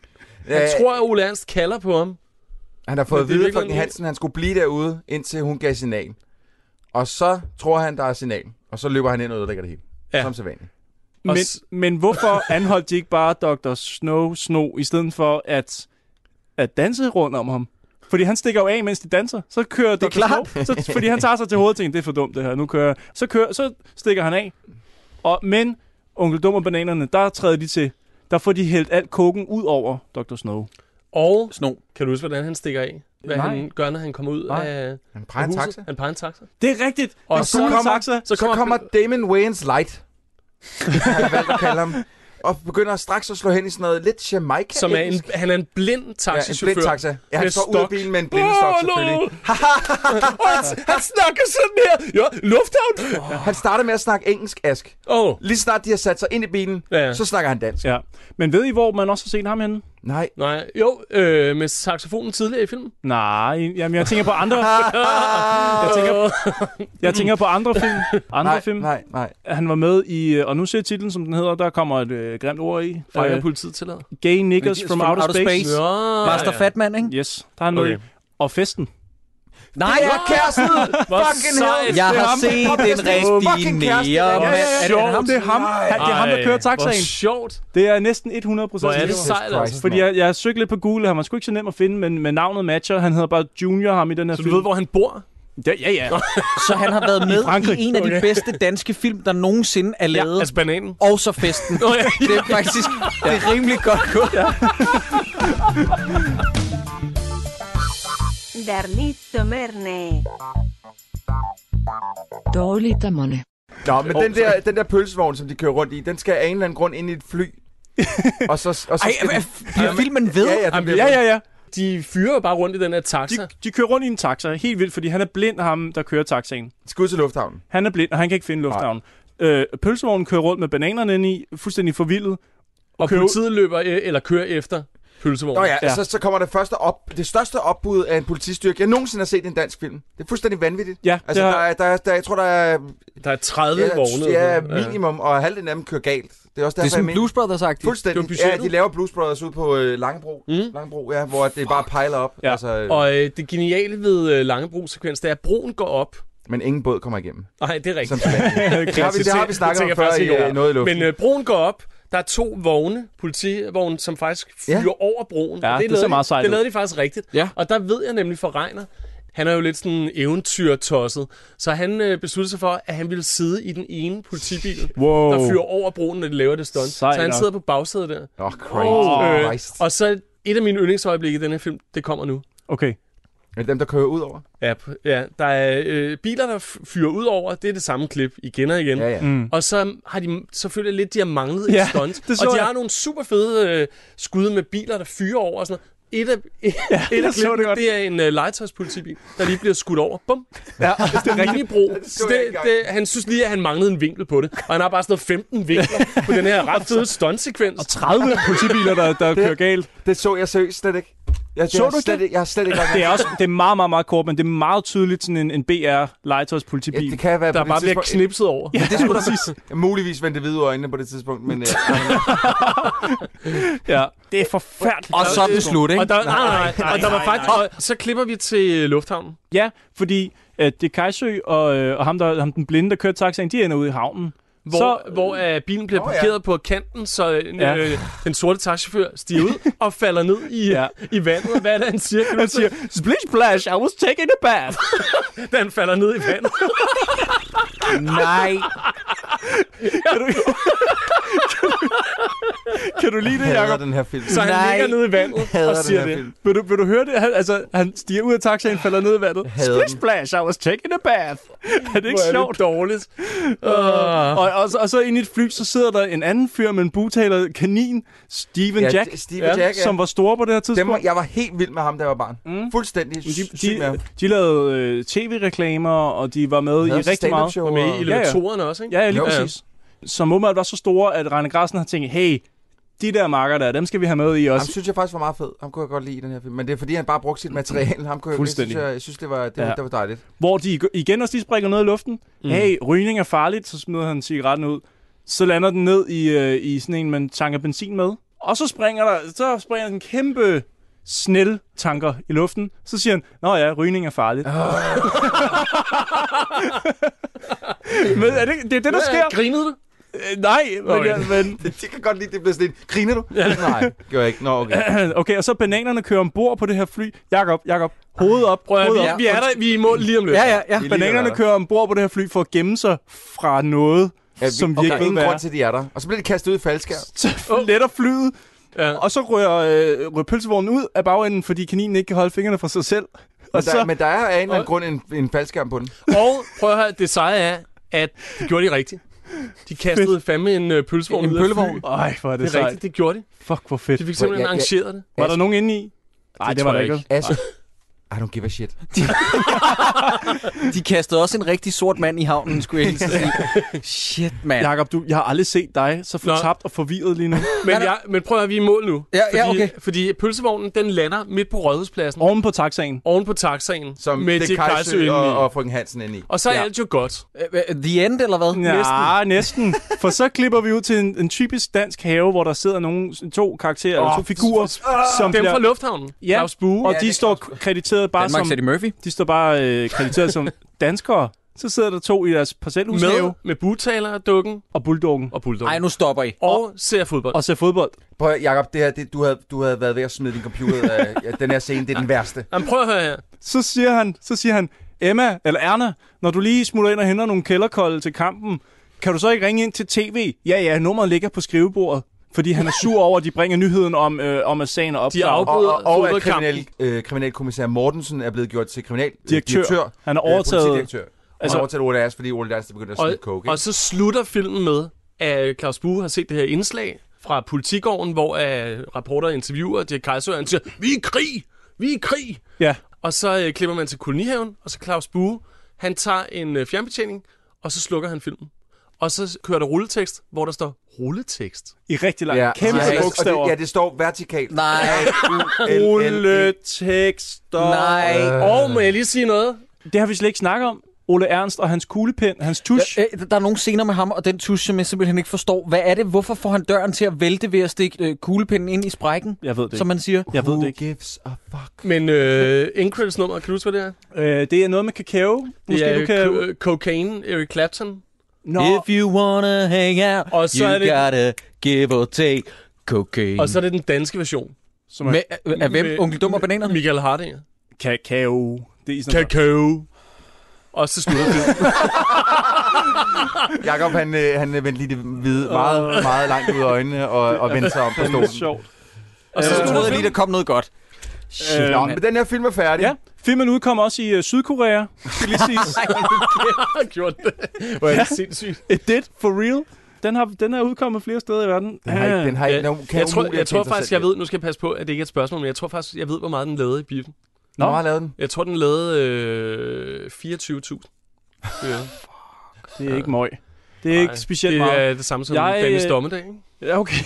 [SPEAKER 5] Han
[SPEAKER 6] Ja,
[SPEAKER 5] tror, at Ole Ernst kalder på ham.
[SPEAKER 6] Han har fået at
[SPEAKER 5] Men det er
[SPEAKER 6] vide fra
[SPEAKER 5] virkelig
[SPEAKER 6] Hansen, at han skulle blive derude, indtil hun gav signal. Og så tror han, der er signal. Og så løber han ind og ødelægger det hele.
[SPEAKER 5] Ja.
[SPEAKER 6] Som sædvanligt.
[SPEAKER 7] Men, men hvorfor anholdt de ikke bare doktor Snow Snow, i stedet for at, at danse rundt om ham? Fordi han stikker jo af, mens de danser. Så kører doktor Snow, så, fordi han tager sig til hovedet og tænker, det er for dumt det her, nu kører så, kører, så stikker han af. Og, men Onkel Dum og bananerne, der træder de til. Der får de hældt alt koken ud over doktor Snow.
[SPEAKER 5] Og Snow, kan du huske, hvordan han stikker af? Hvad
[SPEAKER 7] Nej.
[SPEAKER 5] han gør, når han kommer ud
[SPEAKER 6] Nej.
[SPEAKER 5] af
[SPEAKER 6] Han peger en
[SPEAKER 5] huset?
[SPEAKER 6] taxa.
[SPEAKER 5] Han peger en taxa.
[SPEAKER 7] Det er rigtigt.
[SPEAKER 5] Og
[SPEAKER 7] det
[SPEAKER 5] så,
[SPEAKER 7] så,
[SPEAKER 5] kommer,
[SPEAKER 7] taxa.
[SPEAKER 5] så, kommer,
[SPEAKER 6] Så kommer Damon Wayans Light. har jeg valgt at kalde ham. Og begynder straks at slå hen i sådan noget lidt Jamaica.
[SPEAKER 5] som er en, han er en blind taxichauffør.
[SPEAKER 6] Ja, en blind taxa. Ja, han
[SPEAKER 5] med
[SPEAKER 6] står ud af
[SPEAKER 5] stok.
[SPEAKER 6] bilen med en blindestok,
[SPEAKER 5] Åh,
[SPEAKER 6] selvfølgelig.
[SPEAKER 5] no. Og han, han snakker sådan her. Ja, lufthavn.
[SPEAKER 6] Oh. Han starter med at snakke engelsk, Ask.
[SPEAKER 5] Oh.
[SPEAKER 6] Lige snart de har sat sig ind i bilen,
[SPEAKER 5] Ja.
[SPEAKER 6] så snakker han dansk.
[SPEAKER 7] Ja. Men ved I, hvor man også har set ham henne?
[SPEAKER 6] Nej.
[SPEAKER 5] Nej, jo, øh, med saxofonen tidligere i filmen.
[SPEAKER 7] Nej, jamen jeg tænker på andre. jeg, tænker, jeg tænker på andre film. Andre
[SPEAKER 6] nej,
[SPEAKER 7] film.
[SPEAKER 6] nej, nej.
[SPEAKER 7] Han var med i, og nu ser jeg titlen, som den hedder, der kommer et øh, grimt ord i.
[SPEAKER 5] Fejrer
[SPEAKER 7] Øh,
[SPEAKER 5] politiet tillader.
[SPEAKER 7] Gay Niggas from, from Outer, outer Space.
[SPEAKER 1] space.
[SPEAKER 5] Ja,
[SPEAKER 1] Master
[SPEAKER 5] ja.
[SPEAKER 1] Fatman, ikke?
[SPEAKER 7] Yes, der er noget.
[SPEAKER 5] Okay.
[SPEAKER 7] Okay. Og festen.
[SPEAKER 1] Nej,
[SPEAKER 6] Det er kæresten!
[SPEAKER 5] Hvor
[SPEAKER 6] Fucking
[SPEAKER 5] sejt.
[SPEAKER 6] hell!
[SPEAKER 1] jeg
[SPEAKER 6] Det er
[SPEAKER 1] har
[SPEAKER 6] ham.
[SPEAKER 1] set
[SPEAKER 6] Fucking
[SPEAKER 1] en
[SPEAKER 6] kæreste.
[SPEAKER 1] rigtig
[SPEAKER 6] Fucking kæreste.
[SPEAKER 1] nære.
[SPEAKER 6] Ja,
[SPEAKER 1] men
[SPEAKER 6] ja,
[SPEAKER 1] er det ham?
[SPEAKER 7] Det er ham, han, det er ham der kører taxaen.
[SPEAKER 5] Hvor sjovt.
[SPEAKER 7] Det er næsten hundrede procent.
[SPEAKER 5] Hvor er det
[SPEAKER 6] Jesus
[SPEAKER 5] sejt,
[SPEAKER 6] Christ,
[SPEAKER 5] altså.
[SPEAKER 7] Fordi jeg, jeg søgte lidt på Google, han var sgu ikke så nem at finde, men, men navnet matcher. Han hedder bare Junior, ham i den her
[SPEAKER 5] Så
[SPEAKER 7] film.
[SPEAKER 5] du ved, hvor han bor?
[SPEAKER 7] Ja, ja, ja.
[SPEAKER 1] Så han har været med
[SPEAKER 7] Frankrig.
[SPEAKER 1] i en af de
[SPEAKER 5] Okay.
[SPEAKER 1] bedste danske film, der nogensinde er lavet.
[SPEAKER 5] Ja, altså bananen.
[SPEAKER 1] Og så festen.
[SPEAKER 5] Nå, ja.
[SPEAKER 1] Det er faktisk det er rimelig godt gået. Ja.
[SPEAKER 16] Darlito Merne.
[SPEAKER 3] Dårligdommerne.
[SPEAKER 6] Nå, men den der, den der pølsevogn, som de kører rundt i, den skal af en eller anden grund ind i et fly. og så, og så
[SPEAKER 1] Ej,
[SPEAKER 6] skal
[SPEAKER 1] hvad
[SPEAKER 6] den...
[SPEAKER 1] bliver filmen ved?
[SPEAKER 6] Ja, ja, den
[SPEAKER 5] Jamen,
[SPEAKER 6] bliver
[SPEAKER 7] Ja, ja, ja.
[SPEAKER 5] De fyrer jo bare rundt i den her taxa.
[SPEAKER 7] De, de kører rundt i en taxa, helt vildt, fordi han er blind, ham der kører taxaen.
[SPEAKER 6] Skud til lufthavnen.
[SPEAKER 7] Han er blind, og han kan ikke finde lufthavnen. Øh, pølsevognen kører rundt med bananerne inde i, fuldstændig forvildet.
[SPEAKER 5] Og
[SPEAKER 7] kører-
[SPEAKER 5] politiet løber øh, eller kører efter pølsevognen.
[SPEAKER 6] Nå ja,
[SPEAKER 7] Ja.
[SPEAKER 6] ja. Så, så kommer det første op, det største opbud af en politistyrke, jeg nogensinde har set i en dansk film. Det er fuldstændig vanvittigt.
[SPEAKER 7] Ja,
[SPEAKER 6] Altså,
[SPEAKER 7] det
[SPEAKER 6] der,
[SPEAKER 7] har-
[SPEAKER 6] er, der, er, der, jeg tror, der er...
[SPEAKER 5] Der er tredive
[SPEAKER 6] ja,
[SPEAKER 5] vogne.
[SPEAKER 6] Ja, minimum, og halvdelen af dem kører galt. Det er også
[SPEAKER 1] Det er
[SPEAKER 6] derfor,
[SPEAKER 1] sådan
[SPEAKER 6] jeg
[SPEAKER 1] Blues Brothers-agtigt.
[SPEAKER 5] Det var
[SPEAKER 6] Fuldstændig.
[SPEAKER 5] budgettet.
[SPEAKER 6] Ja, de laver Blues Brothers ud på øh, Langebro.
[SPEAKER 5] Mm.
[SPEAKER 6] Langebro, ja, hvor det bare pejler op.
[SPEAKER 7] Ja.
[SPEAKER 6] Altså, øh,
[SPEAKER 5] Og øh, det geniale ved øh, Langebro-sekvens, det er, at broen går op.
[SPEAKER 6] men ingen båd kommer igennem.
[SPEAKER 5] Nej, det er rigtigt.
[SPEAKER 6] Som det har vi, det har vi snakket om før i øh, noget i luften.
[SPEAKER 5] Men øh, broen går op. Der er to vogne, politivogne, som faktisk fyrer
[SPEAKER 6] Ja.
[SPEAKER 5] over broen.
[SPEAKER 7] Ja,
[SPEAKER 5] Og
[SPEAKER 7] det ser
[SPEAKER 5] lavede,
[SPEAKER 7] meget sejt
[SPEAKER 5] Det
[SPEAKER 7] ud.
[SPEAKER 5] lavede de faktisk rigtigt.
[SPEAKER 1] Ja.
[SPEAKER 5] Og der ved jeg nemlig for Reiner, han er jo lidt sådan eventyrtosset. Så han øh, besluttede sig for, at han ville sidde i den ene politibil,
[SPEAKER 7] Wow.
[SPEAKER 5] der fyrer over broen, når de laver det stunt.
[SPEAKER 7] Sejt
[SPEAKER 5] Så han
[SPEAKER 7] nok.
[SPEAKER 5] sidder på bagsædet der.
[SPEAKER 6] Åh, oh, crazy.
[SPEAKER 5] Øh,
[SPEAKER 6] Christ.
[SPEAKER 5] og så et af mine yndlingsøjeblikke i den her film, det kommer nu.
[SPEAKER 7] Okay.
[SPEAKER 6] Men dem, der kører ud over.
[SPEAKER 5] Ja, p- ja der er øh, biler, der f- fyrer ud over. Det er det samme klip igen og igen.
[SPEAKER 6] Ja, ja.
[SPEAKER 7] Mm.
[SPEAKER 5] Og så har de selvfølgelig lidt, de har manglet
[SPEAKER 7] Ja,
[SPEAKER 5] et stunt.
[SPEAKER 7] det så
[SPEAKER 5] Og de
[SPEAKER 7] jeg.
[SPEAKER 5] har nogle super fede øh, skud med biler, der fyrer over og sådan noget. Et af, et,
[SPEAKER 7] Ja,
[SPEAKER 5] et
[SPEAKER 7] jeg
[SPEAKER 5] af
[SPEAKER 7] så det
[SPEAKER 5] klippene,
[SPEAKER 7] godt.
[SPEAKER 5] det er en uh, legetøjspolitibil, der lige bliver skudt over. Bum.
[SPEAKER 7] Ja, det er rigtigt.
[SPEAKER 5] Minibro.
[SPEAKER 6] Det
[SPEAKER 5] Så
[SPEAKER 6] så jeg
[SPEAKER 5] det,
[SPEAKER 6] ikke
[SPEAKER 5] det, han synes lige, at han manglede en vinkel på det. Og han har bare sådan noget femten vinkler på den her ret fede stuntsekvens.
[SPEAKER 7] Og tredive politibiler, der, der kører galt.
[SPEAKER 6] Det så jeg seriøst slet ikke. Jeg,
[SPEAKER 7] Så
[SPEAKER 6] jeg,
[SPEAKER 7] du
[SPEAKER 6] slet
[SPEAKER 7] det?
[SPEAKER 6] ikke? Jeg har slet ikke lagt
[SPEAKER 7] Det er også det er meget, meget, meget kort, men det er meget tydeligt sådan en, en B R legetøjs
[SPEAKER 6] Ja,
[SPEAKER 7] politibil.
[SPEAKER 6] det kan være
[SPEAKER 5] Der
[SPEAKER 6] på det
[SPEAKER 5] bare bliver
[SPEAKER 6] tidspunkt-
[SPEAKER 5] knipset over.
[SPEAKER 7] Ja, det er sgu da præcis.
[SPEAKER 6] Jeg muligvis vendte hvide øjnene på det tidspunkt, men... Øh,
[SPEAKER 7] Ja, det er forfærdeligt.
[SPEAKER 1] Og så er den slut, ikke?
[SPEAKER 5] Og der, nej, nej, nej. Og der var
[SPEAKER 7] nej,
[SPEAKER 5] faktisk, og så klipper vi til øh, lufthavnen.
[SPEAKER 7] Ja, fordi uh, det er Kajsø og, øh, og ham, der, ham den blinde, der kører taxaen, de ender ude i havnen.
[SPEAKER 5] Hvor,
[SPEAKER 7] Så-
[SPEAKER 5] så, hvor øh, bilen bliver
[SPEAKER 6] Nå, ja.
[SPEAKER 5] parkeret på kanten, så øh,
[SPEAKER 7] Ja.
[SPEAKER 5] øh, den sorte taxichauffør stiger ud og falder ned i,
[SPEAKER 7] Ja.
[SPEAKER 5] ja. i vandet. Og hvad er det, han siger? Kan du
[SPEAKER 7] Han siger, splish splash, I was taking a bath.
[SPEAKER 5] da han falder ned i vandet.
[SPEAKER 1] Nej.
[SPEAKER 7] Kan du, kan du lide det,
[SPEAKER 6] jeg hader
[SPEAKER 7] Jacob?
[SPEAKER 6] den her film.
[SPEAKER 5] Så han
[SPEAKER 1] Nej.
[SPEAKER 5] ligger ned i vandet
[SPEAKER 6] Hader
[SPEAKER 5] og
[SPEAKER 6] den
[SPEAKER 5] siger
[SPEAKER 6] her
[SPEAKER 5] det.
[SPEAKER 6] film.
[SPEAKER 7] Vil du, vil du høre det? Han, altså, han stiger ud af taxaen, falder ned i vandet.
[SPEAKER 6] Hader
[SPEAKER 7] Splish
[SPEAKER 6] den.
[SPEAKER 7] splash, I was taking a bath. Er det ikke
[SPEAKER 5] Hvor er
[SPEAKER 7] sjovt?
[SPEAKER 5] det dårligt. Uh.
[SPEAKER 7] Og, og, så, og så inde i et fly, så sidder der en anden fyr med en bugtaler kanin, Steven
[SPEAKER 6] Ja,
[SPEAKER 7] Jack,
[SPEAKER 6] D- Steven Jack, ja.
[SPEAKER 7] som var stor på det her
[SPEAKER 6] Dem,
[SPEAKER 7] tidspunkt.
[SPEAKER 6] var- jeg var helt vild med ham, da jeg var barn. Mm. Fuldstændig
[SPEAKER 7] de,
[SPEAKER 6] syg med ham.
[SPEAKER 7] de, de lavede øh, tv-reklamer, og de var med
[SPEAKER 6] havde
[SPEAKER 7] i
[SPEAKER 6] også
[SPEAKER 7] rigtig meget.
[SPEAKER 6] stand-up-show.
[SPEAKER 5] Og med i
[SPEAKER 6] Ja, ja.
[SPEAKER 5] elevatoren også, ikke?
[SPEAKER 7] Ja, ja, lige
[SPEAKER 6] Jo.
[SPEAKER 7] præcis. Som åbenbart var så store, at Reine Grassen har tænkt, hey, de der marker der, dem skal vi have med i
[SPEAKER 6] Ham
[SPEAKER 7] også.
[SPEAKER 6] synes jeg faktisk var meget fed. Ham kunne jeg godt lide i den her film. Men det er fordi, han bare brugte sit materiale. Ham kunne jeg,
[SPEAKER 7] Fuldstændig.
[SPEAKER 6] Jeg synes, jeg, jeg synes, det var, det, var,
[SPEAKER 7] Ja.
[SPEAKER 6] det var dejligt.
[SPEAKER 7] Hvor de igen også lige springer noget i luften. Mm. Hey, rygning er farligt, så smider han cigaretten ud. Så lander den ned i, øh, i sådan en, man tanker benzin med. Og så springer der så springer en kæmpe snel tanker i luften. Så siger han, nå ja, rygning er farligt. Oh. Men er det, det er det, der sker.
[SPEAKER 5] Grinede du?
[SPEAKER 7] Øh, nej, men...
[SPEAKER 6] Okay.
[SPEAKER 7] Ja, men
[SPEAKER 6] det, det kan godt lide, det bliver sådan lidt. Griner du? Ja. Nej, gør jeg ikke. Nå, okay.
[SPEAKER 7] Okay, og så bananerne kører ombord på det her fly. Jakob, Jakob, hovedet op.
[SPEAKER 5] Prøv at,
[SPEAKER 7] hovedet
[SPEAKER 5] vi,
[SPEAKER 7] op.
[SPEAKER 5] vi er der, vi er i mål lige om lidt.
[SPEAKER 7] Ja, ja, ja. Bananerne kører ombord på det her fly for at gemme sig fra noget, ja, vi, som vi
[SPEAKER 6] okay,
[SPEAKER 7] ikke ved,
[SPEAKER 6] ingen
[SPEAKER 7] hvad
[SPEAKER 6] grund til, de er der. Og så bliver de kastet ud i faldskærm.
[SPEAKER 7] Så letter flyet, ja. Og så rører, øh, rører pølsevognen ud af bagenden, fordi kaninen ikke kan holde fingrene for sig selv.
[SPEAKER 6] Men,
[SPEAKER 7] Og
[SPEAKER 6] der,
[SPEAKER 7] så,
[SPEAKER 6] men der er af en eller anden grund en, en faldskærm på den.
[SPEAKER 5] Og prøv at høre, det seje er, at de gjorde det rigtigt. De kastede fedt. fandme en uh, pølsevogn
[SPEAKER 7] en
[SPEAKER 5] ud af
[SPEAKER 7] pølsevogn.
[SPEAKER 5] fly.
[SPEAKER 7] Ej, hvor er det,
[SPEAKER 5] det er
[SPEAKER 7] sejt.
[SPEAKER 5] rigtigt, det gjorde de.
[SPEAKER 7] Fuck, hvor fedt.
[SPEAKER 5] De fik simpelthen ja, ja, arrangeret det.
[SPEAKER 7] Var der nogen inde i? Nej, det, det var der ikke.
[SPEAKER 6] Altså, I don't give a shit.
[SPEAKER 1] De kastede også en rigtig sort mand i havnen, skulle jeg hilse sige. Shit, mand.
[SPEAKER 7] Jakob, du, jeg har aldrig set dig så fortabt og forvirret lige nu.
[SPEAKER 5] Men, jeg, men prøv at høre, vi er i mål nu.
[SPEAKER 1] Ja,
[SPEAKER 5] fordi,
[SPEAKER 1] ja, okay.
[SPEAKER 5] Fordi pølsevognen, den lander midt på Rådhuspladsen.
[SPEAKER 7] Oven på taxaen.
[SPEAKER 5] Oven på taxaen.
[SPEAKER 6] Som
[SPEAKER 5] med
[SPEAKER 6] det Kajsø og, og frøken Hansen inde i.
[SPEAKER 5] Og så er
[SPEAKER 6] ja.
[SPEAKER 5] alt jo godt.
[SPEAKER 1] The end, eller hvad?
[SPEAKER 7] Ja, næsten. næsten. For så klipper vi ud til en, en typisk dansk have, hvor der sidder nogle, to karakterer, oh, eller to figurer.
[SPEAKER 5] Oh,
[SPEAKER 7] som
[SPEAKER 5] dem
[SPEAKER 7] bliver,
[SPEAKER 5] fra Lufthavnen.
[SPEAKER 7] Ja,
[SPEAKER 5] Claus Bue.
[SPEAKER 7] og
[SPEAKER 5] Ja,
[SPEAKER 7] de står krediteret bare
[SPEAKER 1] Danmark
[SPEAKER 7] som...
[SPEAKER 1] Eddie Murphy.
[SPEAKER 7] De står bare øh, krediteret som danskere. Så sidder der to i deres parcelhushave.
[SPEAKER 5] Med, med butaler, dukken.
[SPEAKER 7] Og bulldoggen.
[SPEAKER 5] Og bulldoggen.
[SPEAKER 1] Ej, nu stopper I.
[SPEAKER 5] Og ser fodbold.
[SPEAKER 7] Og ser fodbold.
[SPEAKER 6] Prøv at, Jacob, det her, det, du, havde, du havde været ved at smide din computer. af, ja, den her scene, det er den værste.
[SPEAKER 5] Jamen, prøv at høre her.
[SPEAKER 7] Så siger han, så siger han, Emma, eller Erna, når du lige smutter ind og henter nogle kælderkolde til kampen, kan du så ikke ringe ind til tv? Ja, ja, nummeret ligger på skrivebordet. Fordi han er sur over, at de bringer nyheden om, øh, om at sagen er opklaret.
[SPEAKER 5] afbryder
[SPEAKER 6] Og, og, og at kriminal, øh, kriminalkommissær Mortensen er blevet gjort til kriminaldirektør.
[SPEAKER 7] Direktør. Han er overtaget...
[SPEAKER 6] Øh, altså, han har overtaget Ole Ders, fordi Ole Ders er begyndt at smide coke.
[SPEAKER 5] Og så slutter filmen med, at Claus Bue har set det her indslag fra Politigården, hvor uh, reporter interviewer Dirk Kajsø, og han siger, vi er i krig! Vi er i krig!
[SPEAKER 7] Ja.
[SPEAKER 5] Og så uh, klipper man til kolonihaven, og så Claus Bue, han tager en uh, fjernbetjening, og så slukker han filmen. Og så kører der rulletekst, hvor der står rulletekst.
[SPEAKER 7] I rigtig lang.
[SPEAKER 6] Ja,
[SPEAKER 7] Kæmpe
[SPEAKER 6] ja,
[SPEAKER 7] bogstaver.
[SPEAKER 6] Det, ja, det står vertikalt.
[SPEAKER 1] Nej.
[SPEAKER 7] Rulletekster.
[SPEAKER 1] Nej.
[SPEAKER 5] Øh. Og må jeg lige sige noget?
[SPEAKER 7] Det har vi slet ikke snakket om. Ole Ernst og hans kuglepen, hans tusch.
[SPEAKER 1] Ja, øh, der er nogle scener med ham og den tusch, som jeg simpelthen ikke forstår. Hvad er det? Hvorfor får han døren til at vælte ved at stikke øh, kuglepinden ind i sprækken?
[SPEAKER 7] Jeg ved det
[SPEAKER 1] som man siger.
[SPEAKER 7] Jeg ved det
[SPEAKER 6] ikke. Gives a fuck.
[SPEAKER 5] Men øh, Incredibles nummer, kan du huske, hvad det
[SPEAKER 7] er? Øh, det er noget med kakao.
[SPEAKER 5] Måske det er
[SPEAKER 7] du kan...
[SPEAKER 5] co- cocaine, Eric Clapton.
[SPEAKER 1] No. If you wanna hang out,
[SPEAKER 5] og så
[SPEAKER 1] you
[SPEAKER 5] er det...
[SPEAKER 1] gotta give or take cocaine.
[SPEAKER 5] Og så er det den danske version.
[SPEAKER 1] Som er... Med, af hvem? Onkel Dum og Bananerne?
[SPEAKER 5] Michael Hardinger.
[SPEAKER 7] Kakao.
[SPEAKER 5] Det er sådan kakao. Og så slutter det.
[SPEAKER 6] Jakob, han, øh, han vendte lige det hvide meget, meget langt ud af øjnene og, og vendte sig om på stolen.
[SPEAKER 7] Sjovt.
[SPEAKER 1] Og så øh, troede jeg lige, der kom noget godt.
[SPEAKER 6] Shit, øh, Nå, men den her film er færdig.
[SPEAKER 7] Ja, filmen udkom også i uh, Sydkorea. Skal lige sige.
[SPEAKER 5] har gjort det. Hvor er det sindssygt.
[SPEAKER 7] It did, for real. Den, har, den er udkommet flere steder i verden.
[SPEAKER 6] Den har, den har
[SPEAKER 5] ja.
[SPEAKER 6] no, kan
[SPEAKER 5] jeg tror, jeg tror faktisk, jeg ved, nu skal jeg passe på, at det ikke er et spørgsmål, men jeg tror faktisk, jeg ved, hvor meget den lavede i biffen.
[SPEAKER 6] Hvor meget lavede den?
[SPEAKER 5] Jeg tror, den lavede øh, fireogtyve tusind. Ja.
[SPEAKER 7] Det er ikke møg. Det er Nej, ikke specielt
[SPEAKER 5] det
[SPEAKER 7] meget.
[SPEAKER 5] Det er det samme som
[SPEAKER 7] jeg,
[SPEAKER 5] Dennis Dommedag, ikke?
[SPEAKER 7] Ja, okay.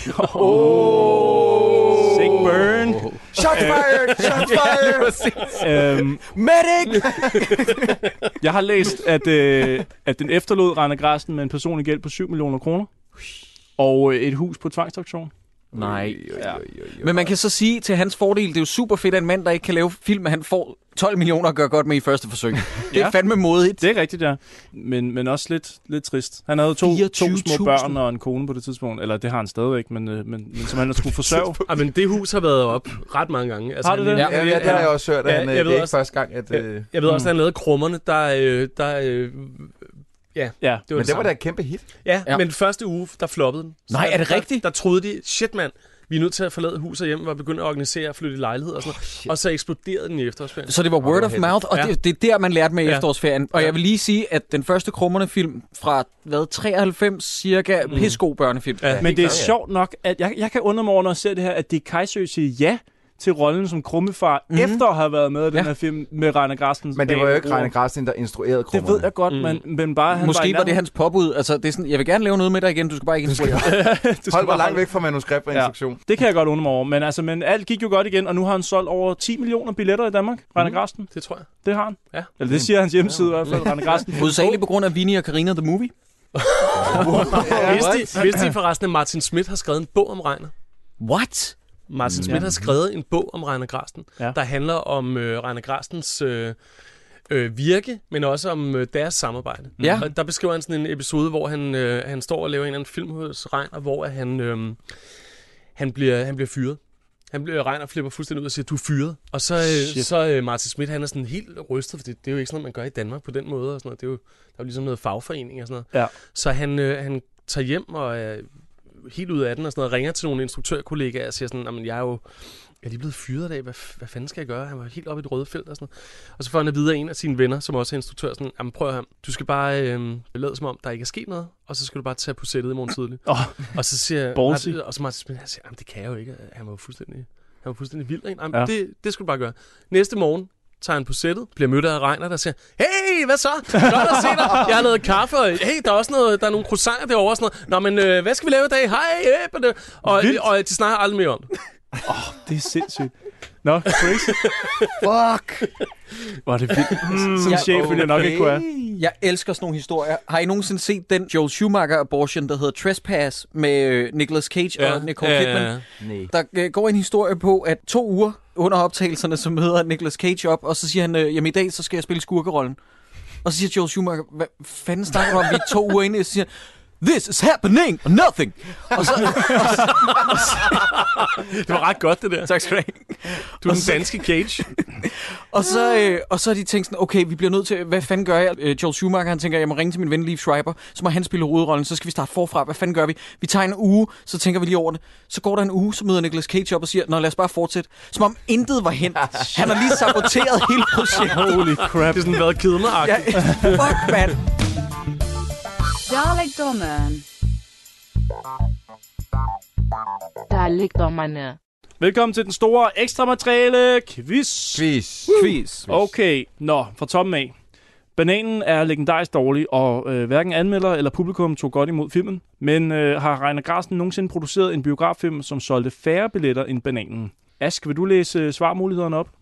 [SPEAKER 7] Oh. Sick burn.
[SPEAKER 6] Oh. Shots fired! Shots fired!
[SPEAKER 7] um,
[SPEAKER 6] Medic!
[SPEAKER 7] Jeg har læst, at, øh, at den efterlod Rainer Grasten med en personlig gæld på syv millioner kroner. Og øh, et hus på tvangsauktion.
[SPEAKER 1] Nej. Ja. Men man kan så sige til hans fordel, det er jo super fedt, at en mand, der ikke kan lave film, at han får tolv millioner at gøre godt med i første forsøg. Det er ja. fandme modigt.
[SPEAKER 7] Det er rigtigt, ja. Men, men også lidt, lidt trist. Han havde to, to små børn og en kone på det tidspunkt. Eller det har han stadigvæk, men, men, men som han skulle forsørge.
[SPEAKER 5] Ja, men det hus har været op ret mange gange.
[SPEAKER 7] Altså, har det det?
[SPEAKER 6] Ja, ja, det har jeg også hørt. At
[SPEAKER 5] ja,
[SPEAKER 6] han,
[SPEAKER 5] jeg
[SPEAKER 6] det
[SPEAKER 5] ved
[SPEAKER 6] er
[SPEAKER 5] også,
[SPEAKER 6] ikke første gang, at...
[SPEAKER 5] Jeg,
[SPEAKER 6] øh,
[SPEAKER 5] jeg ved også, at han lavede Krummerne, der... der øh, ja,
[SPEAKER 7] ja.
[SPEAKER 5] Det var
[SPEAKER 6] men
[SPEAKER 5] det,
[SPEAKER 6] det var da et kæmpe hit.
[SPEAKER 5] Ja, ja, men første uge, der floppede den.
[SPEAKER 1] Nej,
[SPEAKER 5] der,
[SPEAKER 1] er det
[SPEAKER 5] der,
[SPEAKER 1] rigtigt?
[SPEAKER 5] Der, der troede de, shit mand, vi er nødt til at forlade huset hjem, og begynde at organisere og flytte i lejlighed og sådan oh, og så eksploderede den i efterårsferien.
[SPEAKER 1] Så det var word of mouth, og ja. det, det er der, man lærte med
[SPEAKER 5] ja.
[SPEAKER 1] efterårsferien. Og ja. jeg vil lige sige, at den første Krummerne-film fra, hvad, treoghalvfems cirka, mm. pissegod børnefilm.
[SPEAKER 7] Ja, ja, men det er ja. sjovt nok, at jeg, jeg kan undre mig over, når jeg ser det her, at Dirch Kajsø siger ja til rollen som Krummefar, mm. efter at have været med i ja. den her film med Rainer Grasten.
[SPEAKER 6] Men det var jo ikke Rainer Grasten, der instruerede Krummerne.
[SPEAKER 7] Det ved jeg godt, mm. men, men bare han
[SPEAKER 1] Måske
[SPEAKER 7] var,
[SPEAKER 1] var det hans påbud. Altså, det er sådan, jeg vil gerne lave noget med dig igen, du skal bare ikke instruere.
[SPEAKER 6] Hold mig langt væk fra manuskript og instruktion.
[SPEAKER 7] Ja, det kan jeg godt undre mig over. Men, altså, men alt gik jo godt igen, og nu har han solgt over ti millioner billetter i Danmark, mm. Rainer Grasten.
[SPEAKER 5] Det tror jeg.
[SPEAKER 7] Det har han.
[SPEAKER 5] Ja.
[SPEAKER 7] Eller det siger hans hjemmeside i hvert fald, Rainer Grasten.
[SPEAKER 1] Hovedsageligt på grund af Vinnie og Carina The Movie.
[SPEAKER 5] Vidste de, vidste de forresten, at Martin Schmidt har skrevet en bog om Rainer?
[SPEAKER 1] What?
[SPEAKER 5] Martin Schmidt ja. har skrevet en bog om Rainer Grasten, ja. der handler om øh, Rainer Grastens øh, øh, virke, men også om øh, deres samarbejde.
[SPEAKER 1] Ja.
[SPEAKER 5] Og der beskriver han sådan en episode, hvor han, øh, han står og laver en eller anden film hos Rainer, hvor han, øh, han, bliver, han bliver fyret. Han bliver Rainer flipper fuldstændig ud og siger, du er fyret. Og så, øh, så øh, Martin Schmidt, han er sådan helt rystet, for det, det er jo ikke sådan noget, man gør i Danmark på den måde. Og sådan noget. Det er jo, der er jo ligesom noget fagforening og sådan noget.
[SPEAKER 7] Ja.
[SPEAKER 5] Så han, øh, han tager hjem og er helt ud af den og sådan noget, ringer til nogle instruktørkollegaer og siger sådan, jeg er jo jeg er lige blevet fyret i dag, hvad, hvad fanden skal jeg gøre? Han var helt oppe i det røde felt og sådan noget. Og så får han at vide af en af sine venner, som også er instruktør, sådan, jamen prøv at høre, du skal bare øh, lade som om, der ikke er sket noget, og så skal du bare tage på sættet i morgen tidlig. Oh. Og så siger Martin, og så Martin Schmidt, han siger, jamen det kan jeg jo ikke, han var jo fuldstændig, han var fuldstændig vild. Jamen, ja. det, det skal du bare gøre. Næste morgen tager han på sættet, bliver mødt af Rainer, der siger, hey, hvad så? Godt at se dig. Jeg har lavet kaffe, og hey, der er også noget, der er nogle croissanter derovre og sådan noget. Nå, men øh, hvad skal vi lave i dag? Hej, øh, og, og de snakker aldrig mere om det.
[SPEAKER 7] Åh, oh, det er sindssygt. Nå, crazy.
[SPEAKER 1] Fuck.
[SPEAKER 7] Hvor er det vildt. Mm, Sådan en chef ville jeg nok ikke kunne have.
[SPEAKER 1] Jeg elsker sådan nogle historier. Har I nogensinde set den Joel Schumacher-abortion, der hedder Trespass, med Nicolas Cage ja. og Nicole Kidman? Ja, ja, ja. Der øh, går en historie på, at to uger under optagelserne, så møder Nicolas Cage op, og så siger han, øh, jamen i dag, så skal jeg spille skurkerollen. Og så siger Joel Schumacher, hvad fanden snakker du om, vi er to uger inde? Og så siger this is happening or nothing. Og så, og så, og så,
[SPEAKER 5] det var ret godt, det der.
[SPEAKER 1] Tak skal du have.
[SPEAKER 5] Du er den danske Cage.
[SPEAKER 1] og, så, øh, og så er de tænkt sådan, okay, vi bliver nødt til, hvad fanden gør jeg? Øh, Joel Schumacher, han tænker, jeg må ringe til min ven Liev Schreiber, så må han spille hovedrollen, så skal vi starte forfra. Hvad fanden gør vi? Vi tager en uge, så tænker vi lige over det. Så går der en uge, så møder Nicolas Cage op og siger, nå lad os bare fortsætte. Som om intet var hent. Han har lige saboteret hele projektet.
[SPEAKER 5] Holy crap. Det er sådan været kedeligt-agtigt.
[SPEAKER 1] Ja, fuck, mand.
[SPEAKER 16] Dalekdommeren. Dalekdommerne.
[SPEAKER 7] Velkommen til den store ekstra materiale quiz.
[SPEAKER 6] Quiz.
[SPEAKER 7] Quiz. Okay, nå, fra toppen af. Bananen er legendarisk dårlig, og øh, hverken anmelder eller publikum tog godt imod filmen. Men øh, har Rainer Grasten nogensinde produceret en biograffilm, som solgte færre billetter end Bananen? Ask, vil du læse øh, svarmulighederne op?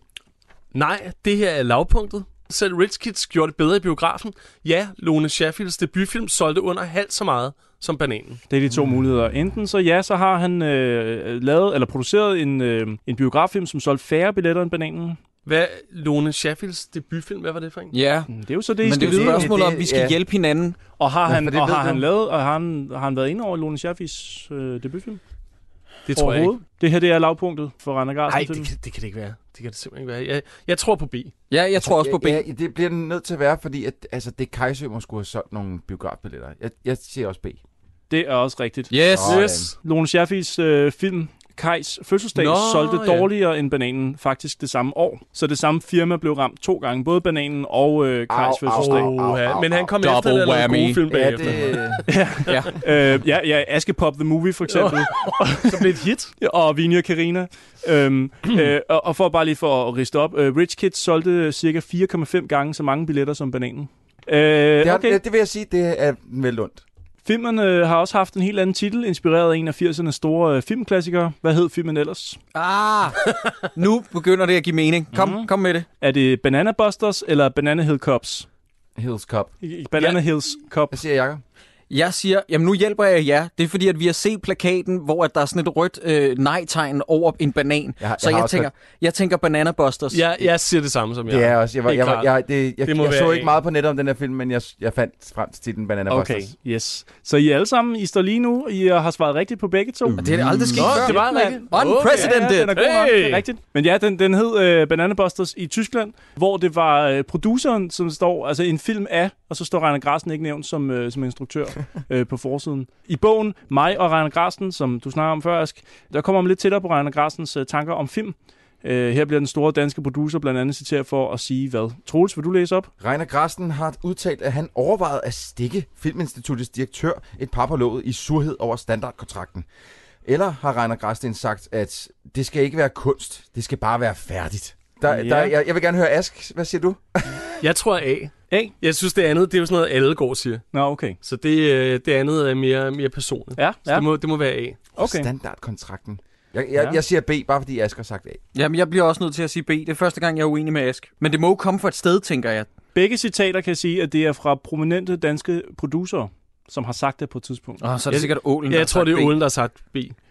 [SPEAKER 5] Nej, det her er lavpunktet. Selv Rich Kids gjorde det bedre i biografen. Ja, Lone Scherfields debutfilm solgte under halvt så meget som Bananen.
[SPEAKER 7] Det er de to mm. muligheder. Enten så ja, så har han øh, lavet eller produceret en, øh, en biograffilm, som solgte færre billetter end Bananen.
[SPEAKER 5] Hvad Lone Scherfields debutfilm, hvad var det for en?
[SPEAKER 1] Ja,
[SPEAKER 7] det er jo så det.
[SPEAKER 1] Men det er jo spørgsmålet om, vi skal ja. hjælpe hinanden.
[SPEAKER 7] Og har han,
[SPEAKER 6] ja,
[SPEAKER 7] og har han lavet, og har han, har han været inde over Lone Scherfields øh, debutfilm?
[SPEAKER 5] Det tror jeg ikke.
[SPEAKER 7] Det her det er lavpunktet for Rainer Grasten.
[SPEAKER 5] Nej, det kan, det kan det ikke være. Det kan det simpelthen ikke være. Jeg, jeg tror på B.
[SPEAKER 1] Ja, jeg altså, tror også på B.
[SPEAKER 6] Ja, det bliver nødt til at være, fordi at, altså, det Kajsø må skulle have solgt nogle biografbilletter. Jeg, jeg siger også B.
[SPEAKER 7] Det er også rigtigt.
[SPEAKER 1] Yes.
[SPEAKER 7] Oh, yes. Lone Scherfields øh, film Kajs fødselsdag Nå, solgte ja. dårligere end Bananen faktisk det samme år. Så det samme firma blev ramt to gange. Både Bananen og øh, Kajs fødselsdag.
[SPEAKER 5] Au, au, au, men han kom Double efter, eller en god film bagefter.
[SPEAKER 7] Ja, det... ja. øh, ja, ja, Askepop The Movie for eksempel.
[SPEAKER 5] Så blev det et hit.
[SPEAKER 7] Og Vinnie og Carina. øhm, øh, og, og for bare lige for at riste op. Øh, Rich Kids solgte cirka fire komma fem gange så mange billetter som Bananen. Øh,
[SPEAKER 6] det, har,
[SPEAKER 7] okay.
[SPEAKER 6] det, det vil jeg sige, det er vel ondt.
[SPEAKER 7] Filmen øh, har også haft en helt anden titel, inspireret af en af firsernes store øh, filmklassikere. Hvad hed filmen ellers?
[SPEAKER 1] Ah, nu begynder det at give mening. Kom, mm-hmm. kom med det.
[SPEAKER 7] Er det Banana Busters eller Banana Hill Cops?
[SPEAKER 6] Hills Cop.
[SPEAKER 7] Banana ja. Hills Cop.
[SPEAKER 6] Hvad siger Jacob?
[SPEAKER 1] Jeg siger, jamen nu hjælper jeg jer. Det er fordi, at vi har set plakaten, hvor at der er sådan et rødt øh, nej-tegn over en banan. Jeg, så jeg, jeg tænker, jeg tænker Banana Busters.
[SPEAKER 5] Ja, jeg siger det samme som jeg.
[SPEAKER 6] Det er også. Jeg, var, jeg, var, jeg, det, jeg, det jeg så ikke meget på nettet om den her film, men jeg, jeg fandt frem til titlen Banana
[SPEAKER 7] okay.
[SPEAKER 6] Busters.
[SPEAKER 7] Okay, yes. Så I alle sammen, I står lige nu, I har svaret rigtigt på begge to.
[SPEAKER 1] Mm. Det er aldrig sket før.
[SPEAKER 5] Det var rigtigt.
[SPEAKER 1] Unprecedented.
[SPEAKER 7] Ja, den er god nok. Det er rigtigt. Men ja, den, den hed uh, Banana Busters i Tyskland, hvor det var uh, produceren, som står, altså en film af, og så står Rainer Grasten ikke nævnt som, uh, som instruktør uh, på forsiden. I bogen, mig og Rainer Grasten, som du snakker om før, Ask, der kommer man lidt tættere på Rainer Grastens uh, tanker om film. Uh, her bliver den store danske producer blandt andet citeret for at sige hvad. Troels, vil du læse op?
[SPEAKER 6] Rainer Grasten har udtalt, at han overvejede at stikke Filminstituttets direktør et par på låget i surhed over standardkontrakten. Eller har Rainer Grasten sagt, at det skal ikke være kunst, det skal bare være færdigt. Der, ja. der, jeg, jeg vil gerne høre Ask. Hvad siger du?
[SPEAKER 5] Jeg tror A. A? Jeg synes, det andet, det er jo sådan noget, alle går siger.
[SPEAKER 7] Nå, okay.
[SPEAKER 5] Så det, det andet er mere, mere personligt.
[SPEAKER 7] Ja,
[SPEAKER 5] så
[SPEAKER 7] ja.
[SPEAKER 5] det må, det må være A.
[SPEAKER 6] Okay. Standardkontrakten. Jeg, jeg, ja. jeg siger B, bare fordi Ask har sagt A.
[SPEAKER 1] Jamen, jeg bliver også nødt til at sige B. Det er første gang, jeg er uenig med Ask. Men det må jo komme fra et sted, tænker jeg.
[SPEAKER 7] Begge citater kan sige, at det er fra prominente danske producerer, som har sagt det på et tidspunkt.
[SPEAKER 1] Åh, så er det jeg, sikkert Ålen,
[SPEAKER 5] ja, jeg tror, det er Ålen, der har sagt B.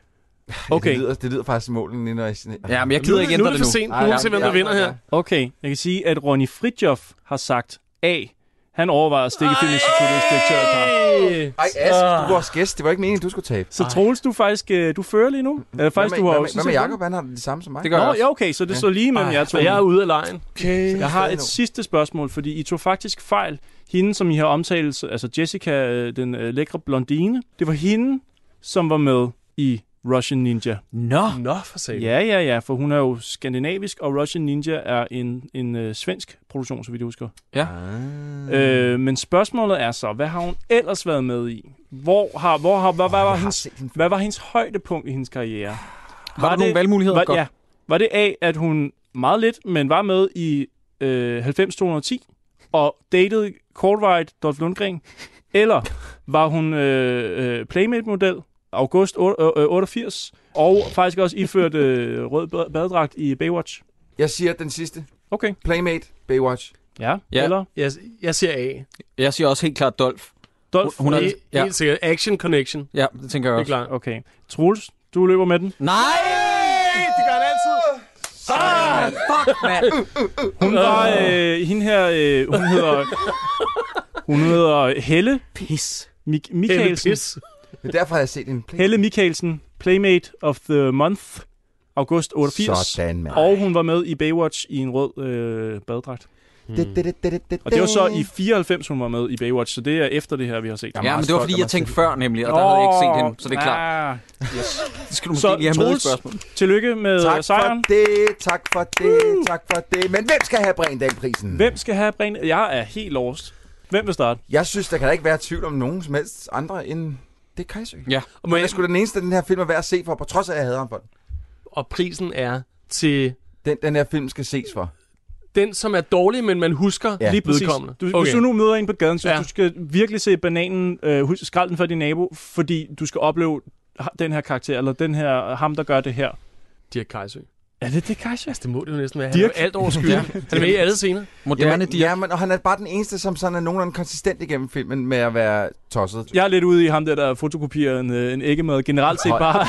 [SPEAKER 7] Okay.
[SPEAKER 6] Det lyder, det lyder faktisk målen, når jeg...
[SPEAKER 1] Ja, men jeg gider ikke ændre det nu.
[SPEAKER 5] Nu er det for sent. Nu må vi se, hvem der vinder her.
[SPEAKER 7] Okay, jeg kan sige, at Ronny Fridtjof har sagt A. Han overvejer at stikke Filminstituttets direktør.
[SPEAKER 6] Ej, Ask, du var vores gæst. Det var ikke meningen, du skulle tabe.
[SPEAKER 7] Så Troels, du faktisk du fører lige nu. Eller faktisk,
[SPEAKER 6] hvad
[SPEAKER 7] du har
[SPEAKER 6] med,
[SPEAKER 7] også
[SPEAKER 6] hvad med Jacob? Han har det samme som mig.
[SPEAKER 1] Det gør
[SPEAKER 7] Nå,
[SPEAKER 1] jeg også.
[SPEAKER 7] ja, okay, så det står lige mellem jer to.
[SPEAKER 5] Jeg er ude af lejen.
[SPEAKER 7] Okay. Jeg har et sidste spørgsmål, fordi I tog faktisk fejl. Hende, som I har omtalt, altså Jessica, den øh, lækre blondine, det var hende, som var med i Russian Ninja.
[SPEAKER 1] Nå.
[SPEAKER 5] Nå, for satan.
[SPEAKER 7] Ja, ja, ja, for hun er jo skandinavisk, og Russian Ninja er en, en øh, svensk produktion, så vidt jeg husker.
[SPEAKER 1] Ja.
[SPEAKER 7] Ah. Øh, men spørgsmålet er så, hvad har hun ellers været med i? Hvor har, hvor har, hvad, hvad, var, hendes, hvad var hendes højdepunkt i hendes karriere?
[SPEAKER 1] Har
[SPEAKER 7] var
[SPEAKER 1] du nogle valgmuligheder?
[SPEAKER 7] Var,
[SPEAKER 1] Godt.
[SPEAKER 7] ja. Var det A, at hun meget lidt, men var med i øh, halvfems to hundrede og ti og datede kortvarigt Dolph Lundgren? Eller var hun øh, øh, Playmate-model, august otteogfirs, og faktisk også iført øh, rød badedragt i Baywatch?
[SPEAKER 6] Jeg siger den sidste.
[SPEAKER 7] Okay.
[SPEAKER 6] Playmate, Baywatch.
[SPEAKER 7] Ja,
[SPEAKER 1] ja.
[SPEAKER 7] Eller?
[SPEAKER 5] Jeg, jeg siger A.
[SPEAKER 1] Jeg siger også helt klart Dolph.
[SPEAKER 7] Dolph?
[SPEAKER 5] Hun er ja. Helt sikkert. Action Connection.
[SPEAKER 1] Ja, det tænker jeg også.
[SPEAKER 5] Det er klart.
[SPEAKER 7] Okay. Troels, du løber med den.
[SPEAKER 1] Nej!
[SPEAKER 5] Det gør han altid.
[SPEAKER 1] Ah, fuck, mand.
[SPEAKER 7] Hun var øh, hende her, øh, hun hedder... Hun hedder Helle.
[SPEAKER 1] Pis.
[SPEAKER 7] Mik- Mikkelsen.
[SPEAKER 5] Pis.
[SPEAKER 6] Det er derfor, jeg har set en
[SPEAKER 7] Helle Mikkelsen, Playmate of the Month, august otteogfirs.
[SPEAKER 6] Sådan, mand.
[SPEAKER 7] Og hun var med i Baywatch i en rød øh, badedragt.
[SPEAKER 6] Hmm. Det, det, det, det, det,
[SPEAKER 7] og det var så i fireoghalvfems, hun var med i Baywatch, så det er efter det her, vi har set.
[SPEAKER 1] Ja, men det var fordi, jeg tænkte før nemlig, og der havde jeg ikke set hende, så det er klart.
[SPEAKER 7] Yes.
[SPEAKER 1] Det skal du måske lige have med i spørgsmålet.
[SPEAKER 7] Tillykke med
[SPEAKER 6] tak
[SPEAKER 7] sejren.
[SPEAKER 6] Tak for det, tak for det, tak for det. Men hvem skal have Brændal-prisen?
[SPEAKER 7] Hvem skal have Brændal? Jeg er helt lost. Hvem vil starte?
[SPEAKER 6] Jeg synes, der kan da ikke være tvivl om nogen som helst andre end det er Kajsø.
[SPEAKER 1] Ja.
[SPEAKER 6] Men jeg er sgu da den eneste, den her film er værd at se for, på trods af, at jeg hader ham for den.
[SPEAKER 5] Og prisen er til...
[SPEAKER 6] Den, den her film skal ses for.
[SPEAKER 5] Den, som er dårlig, men man husker
[SPEAKER 7] ja, lige præcis. Du, okay. Hvis du nu møder en på gaden, så ja. du skal virkelig se bananen, øh, skrald den for din nabo, fordi du skal opleve den her karakter, eller den her, ham, der gør det her.
[SPEAKER 5] Dirch Kajsø.
[SPEAKER 7] Er det det, Kajsø?
[SPEAKER 5] Altså, det må det jo næsten være.
[SPEAKER 7] Dirch?
[SPEAKER 5] Han er alt overskyld. Ja. Han er med i alle scener.
[SPEAKER 1] Moderne
[SPEAKER 6] Jamen,
[SPEAKER 1] Dirch.
[SPEAKER 6] Ja, men, og han er bare den eneste, som sådan er nogenlunde konsistent igennem filmen med at være tosset.
[SPEAKER 7] Jeg er lidt ude i ham der, der fotokopierer en, en æggemad. Generelt set bare...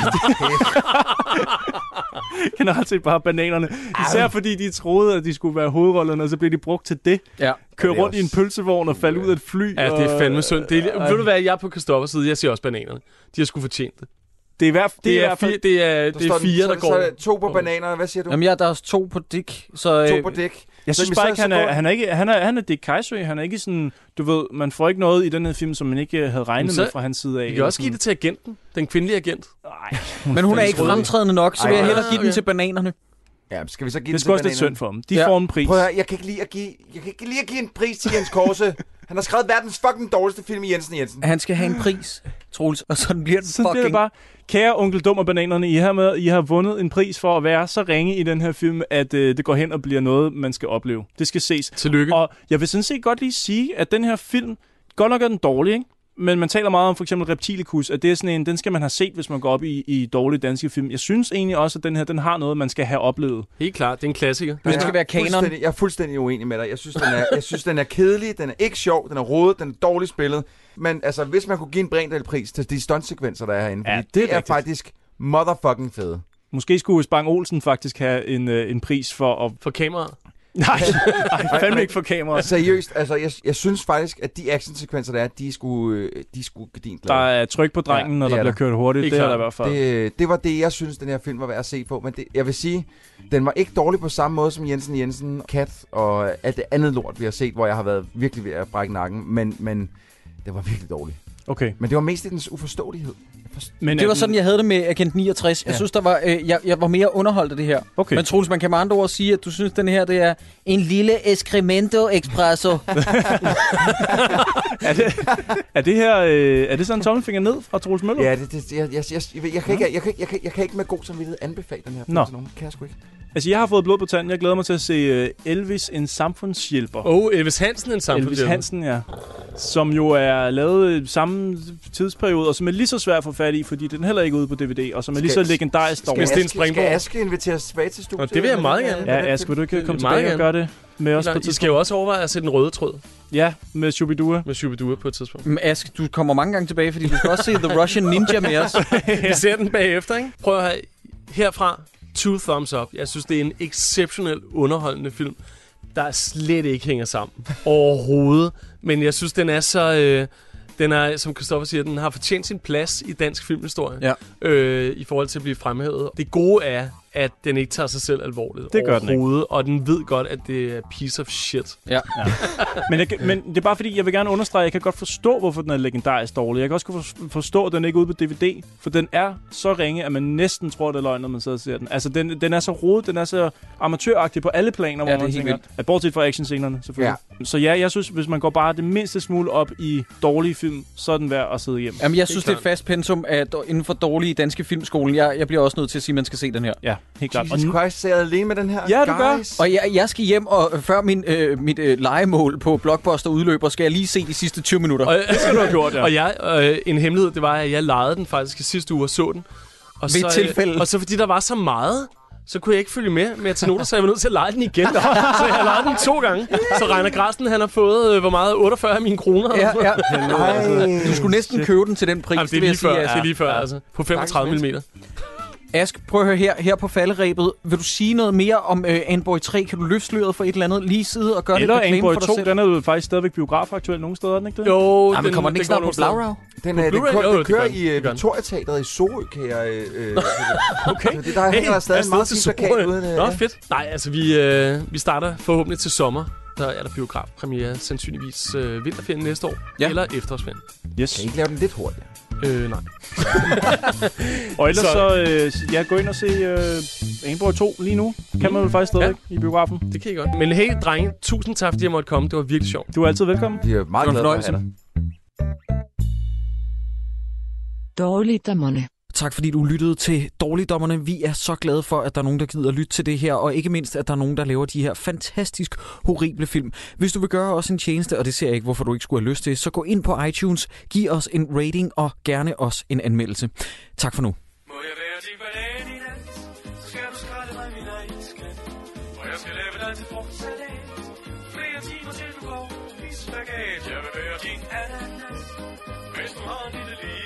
[SPEAKER 7] Generelt set bare bananerne. Især fordi de troede, at de skulle være hovedrollerne, og så blev de brugt til det.
[SPEAKER 1] Ja.
[SPEAKER 7] Køre rundt i en pølsevogn og falde ud af et fly.
[SPEAKER 5] Ja, det er fandme synd. Det er, ved du hvad, jeg er på Christoffers side. Jeg siger også bananerne. De har sgu fortjent det.
[SPEAKER 7] Det er, hvert,
[SPEAKER 5] det, det er, fire, det er, det er fire, der
[SPEAKER 6] så,
[SPEAKER 5] går.
[SPEAKER 6] Så er to på bananerne. Hvad siger du?
[SPEAKER 1] Jamen ja, der er også to på Dick. Så,
[SPEAKER 6] to på Dick.
[SPEAKER 7] Jeg synes bare ikke, han er, han er ikke, han er, han er Dirch Kajsø. Han er ikke sådan, du ved, man får ikke noget i den her film, som man ikke havde regnet så, med fra hans side af.
[SPEAKER 5] Vi kan også give det til agenten, den kvindelige agent.
[SPEAKER 7] Nej.
[SPEAKER 1] Men hun er ikke fremtrædende nok, så vil jeg hellere give
[SPEAKER 5] okay.
[SPEAKER 1] den til bananerne.
[SPEAKER 6] Ja, skal vi så give
[SPEAKER 7] det skal også lidt synd for dem. De ja. får en pris.
[SPEAKER 6] Prøv at høre, jeg kan ikke lide at give, jeg kan ikke lide at give en pris til Jens Korse. Han har skrevet verdens fucking dårligste film i Jensen Jensen.
[SPEAKER 1] Han skal have en pris, Troels, og sådan bliver det
[SPEAKER 7] så
[SPEAKER 1] fucking...
[SPEAKER 7] det bare, kære onkel Dum og Bananerne, I har, med, I har vundet en pris for at være så ringe i den her film, at øh, det går hen og bliver noget, man skal opleve. Det skal ses.
[SPEAKER 5] Tillykke.
[SPEAKER 7] Og jeg vil sådan set godt lige sige, at den her film, godt nok er den dårlig, ikke? Men man taler meget om for eksempel Reptilicus, at det er sådan en, den skal man have set, hvis man går op i, i dårlige danske film. Jeg synes egentlig også, at den her, den har noget, man skal have oplevet.
[SPEAKER 5] Helt klart, det er en klassiker.
[SPEAKER 1] Den skal være kanon.
[SPEAKER 6] Jeg er fuldstændig uenig med dig. Jeg synes, den er, jeg synes, den er kedelig, den er ikke sjov, den er rodet, den er dårligt spillet. Men altså, hvis man kunne give en Brændal-pris til de stuntsekvenser, der er herinde,
[SPEAKER 7] ja,
[SPEAKER 6] det,
[SPEAKER 7] det er,
[SPEAKER 6] det er faktisk motherfucking fede.
[SPEAKER 7] Måske skulle Spang Olsen faktisk have en, øh, en pris for at...
[SPEAKER 5] For kameraet?
[SPEAKER 7] Nej, nej, fandme ikke for kameraet.
[SPEAKER 6] Seriøst, altså, jeg, jeg synes faktisk, at de actionsekvenser, der er, de er sgu, de er sgu gedint
[SPEAKER 7] glade. Der er tryk på drengen, ja, når der, der bliver kørt hurtigt. Det, det er der i hvert fald.
[SPEAKER 6] Det, det var det, jeg synes, den her film var værd at se på. Men det, jeg vil sige, den var ikke dårlig på samme måde som Jensen Jensen, Kat og alt det andet lort, vi har set, hvor jeg har været virkelig ved at brække nakken. Men, men det var virkelig dårligt.
[SPEAKER 7] Okay.
[SPEAKER 6] Men det var mest i dens uforståelighed.
[SPEAKER 1] Men det var sådan, jeg havde det med Agent niogtres. Jeg ja. synes, der var, øh, jeg, jeg var mere underholdt af det her.
[SPEAKER 7] Okay.
[SPEAKER 1] Men Troels, man kan med andre ord sige, at du synes, at den her det er en lille Escremento Espresso.
[SPEAKER 7] er, det, er det her øh, er det sådan en tommelfinger ned fra Troels Møller?
[SPEAKER 6] Ja, det, det, jeg, jeg, jeg, jeg, jeg, kan ikke, jeg, kan, jeg, kan, jeg kan ikke med god samvittighed anbefale den her film til nogen. Kan jeg sgu ikke.
[SPEAKER 7] Altså, jeg har fået blod på tanden. Jeg glæder mig til at se uh, Elvis, en samfundshjælper.
[SPEAKER 5] Åh, oh, Elvis Hansen, en samfundshjælper.
[SPEAKER 7] Elvis Hansen, ja. Som jo er lavet i samme tidsperiode, og som er lige så svær at få fat i, fordi den heller ikke er ude på D V D, og som er lige så legendarisk dårlig.
[SPEAKER 6] Skal, skal, skal Aske inviteres tilbage til studiet?
[SPEAKER 5] Og det vil jeg meget gerne.
[SPEAKER 7] Ja, Aske, vil du ikke komme tilbage og gøre det med os på et tidspunkt?
[SPEAKER 5] I skal jo også overveje at se den røde tråd.
[SPEAKER 7] Ja, med Shubidua.
[SPEAKER 5] Med Shubidua på et tidspunkt.
[SPEAKER 1] Men Ask, du kommer mange gange tilbage, fordi du skal også se The Russian Ninja med os.
[SPEAKER 5] Vi ser den bagefter, ikke? Prøv at have herfra two thumbs up. Jeg synes, det er en exceptionelt underholdende film, der slet ikke hænger sammen overhovedet. Men jeg synes, den er så... Øh, den er, som Christoffer siger, den har fortjent sin plads i dansk filmhistorie.
[SPEAKER 1] Ja.
[SPEAKER 5] Øh, I forhold til at blive fremhævet. Det gode er, at den ikke tager sig selv alvorligt
[SPEAKER 7] det gør den ikke.
[SPEAKER 5] Og den ved godt, at det er piece of shit.
[SPEAKER 1] Ja.
[SPEAKER 7] ja. men, jeg, men det er bare fordi, jeg vil gerne understrege, at jeg kan godt forstå, hvorfor den er legendarisk dårlig. Jeg kan også forstå, at den ikke er ude på D V D, for den er så ringe, at man næsten tror, det er løgn, når man sidder og ser den. Altså, den, den er så rodet, den er så amatøragtig på alle planer,
[SPEAKER 1] ja,
[SPEAKER 7] hvor man tænker, at bortset fra actionscenerne, selvfølgelig. Ja. Så ja, jeg synes, hvis man går bare det mindste smule op i dårlige film, så er den værd at sidde hjem.
[SPEAKER 1] Jamen, jeg synes, det er et fast pensum, at inden for dårlige danske filmskolen, jeg, jeg bliver også nødt til at sige, at man skal se den her.
[SPEAKER 7] Ja, helt klart.
[SPEAKER 6] Jesus Christ, ser jeg alene med den her?
[SPEAKER 7] Ja, du gør.
[SPEAKER 1] Og jeg, jeg skal hjem, og før min, øh, mit øh, legemål på Blockbuster udløber, skal jeg lige se de sidste tyve minutter.
[SPEAKER 5] Og, det skal du have gjort, ja. Og jeg, øh, en hemmelighed, det var, at jeg lejede den faktisk i sidste uge og så den. Og
[SPEAKER 1] Ved
[SPEAKER 5] så,
[SPEAKER 1] et tilfælde.
[SPEAKER 5] Øh, og så fordi der var så meget, så kunne jeg ikke følge med med at tage noter, så jeg var nødt til at lege den igen. Så jeg har lejet den to gange. Så Reiner Grasten, han har fået, øh, hvor meget? otteogfyrre af mine kroner.
[SPEAKER 1] Ja, ja. Ej. Du skulle næsten købe den til den pris.
[SPEAKER 5] Jamen, det er lige før, ja. det er lige før, altså. På femogtredive millimeter.
[SPEAKER 1] Ask, prøv at høre her, her på falderæbet. Vil du sige noget mere om øh, Antboy tre? Kan du løfte sløret for et eller andet? Lige sidde og gøre
[SPEAKER 7] eller
[SPEAKER 1] det
[SPEAKER 7] Antboy to, den er jo faktisk stadigvæk biografaktuel nogle steder, den ikke det?
[SPEAKER 5] Jo,
[SPEAKER 1] ja, men kommer den ikke snart på Blaurav?
[SPEAKER 6] Den, øh, den, kører, den kører i uh, Victoria-teatret i Sorø, kan jeg... Øh,
[SPEAKER 5] okay.
[SPEAKER 6] Det, der hænger der stadig en meget fin plakat uden...
[SPEAKER 5] Øh, Nå, fedt. Nej, altså vi, øh, vi starter forhåbentlig til sommer. Der er der biografpremiere sandsynligvis øh, vinterferien næste år. Ja. Eller efterårsferien.
[SPEAKER 7] Yes.
[SPEAKER 6] Kan I ikke lave den lidt hurtigere?
[SPEAKER 5] Øh, nej.
[SPEAKER 7] Og ellers så, så øh, ja, gå ind og se øh, Antboy to lige nu. Kan man vel faktisk stadig ja. i biografen.
[SPEAKER 5] Det kan I godt. Men hey, drenge, tusind tak, fordi jeg måtte komme. Det var virkelig sjovt.
[SPEAKER 7] Du er altid velkommen.
[SPEAKER 6] Vi er meget glade for at have dig.
[SPEAKER 3] Dårligdommerne.
[SPEAKER 1] Tak fordi du lyttede til Dårligdommerne. Vi er så glade for, at der er nogen, der gider lytte til det her, og ikke mindst, at der er nogen, der laver de her fantastisk horrible film. Hvis du vil gøre os en tjeneste, og det ser jeg ikke, hvorfor du ikke skulle have lyst til, så gå ind på iTunes, giv os en rating og gerne også en anmeldelse. Tak for nu.
[SPEAKER 17] Må jeg være din banan i nat, så skal du skrælle mig min ejenskat, og jeg skal lave dig til frugtsalat. Flere timer til du går, spis spagat. Jeg vil være din ananas, hvis du har en lille liv.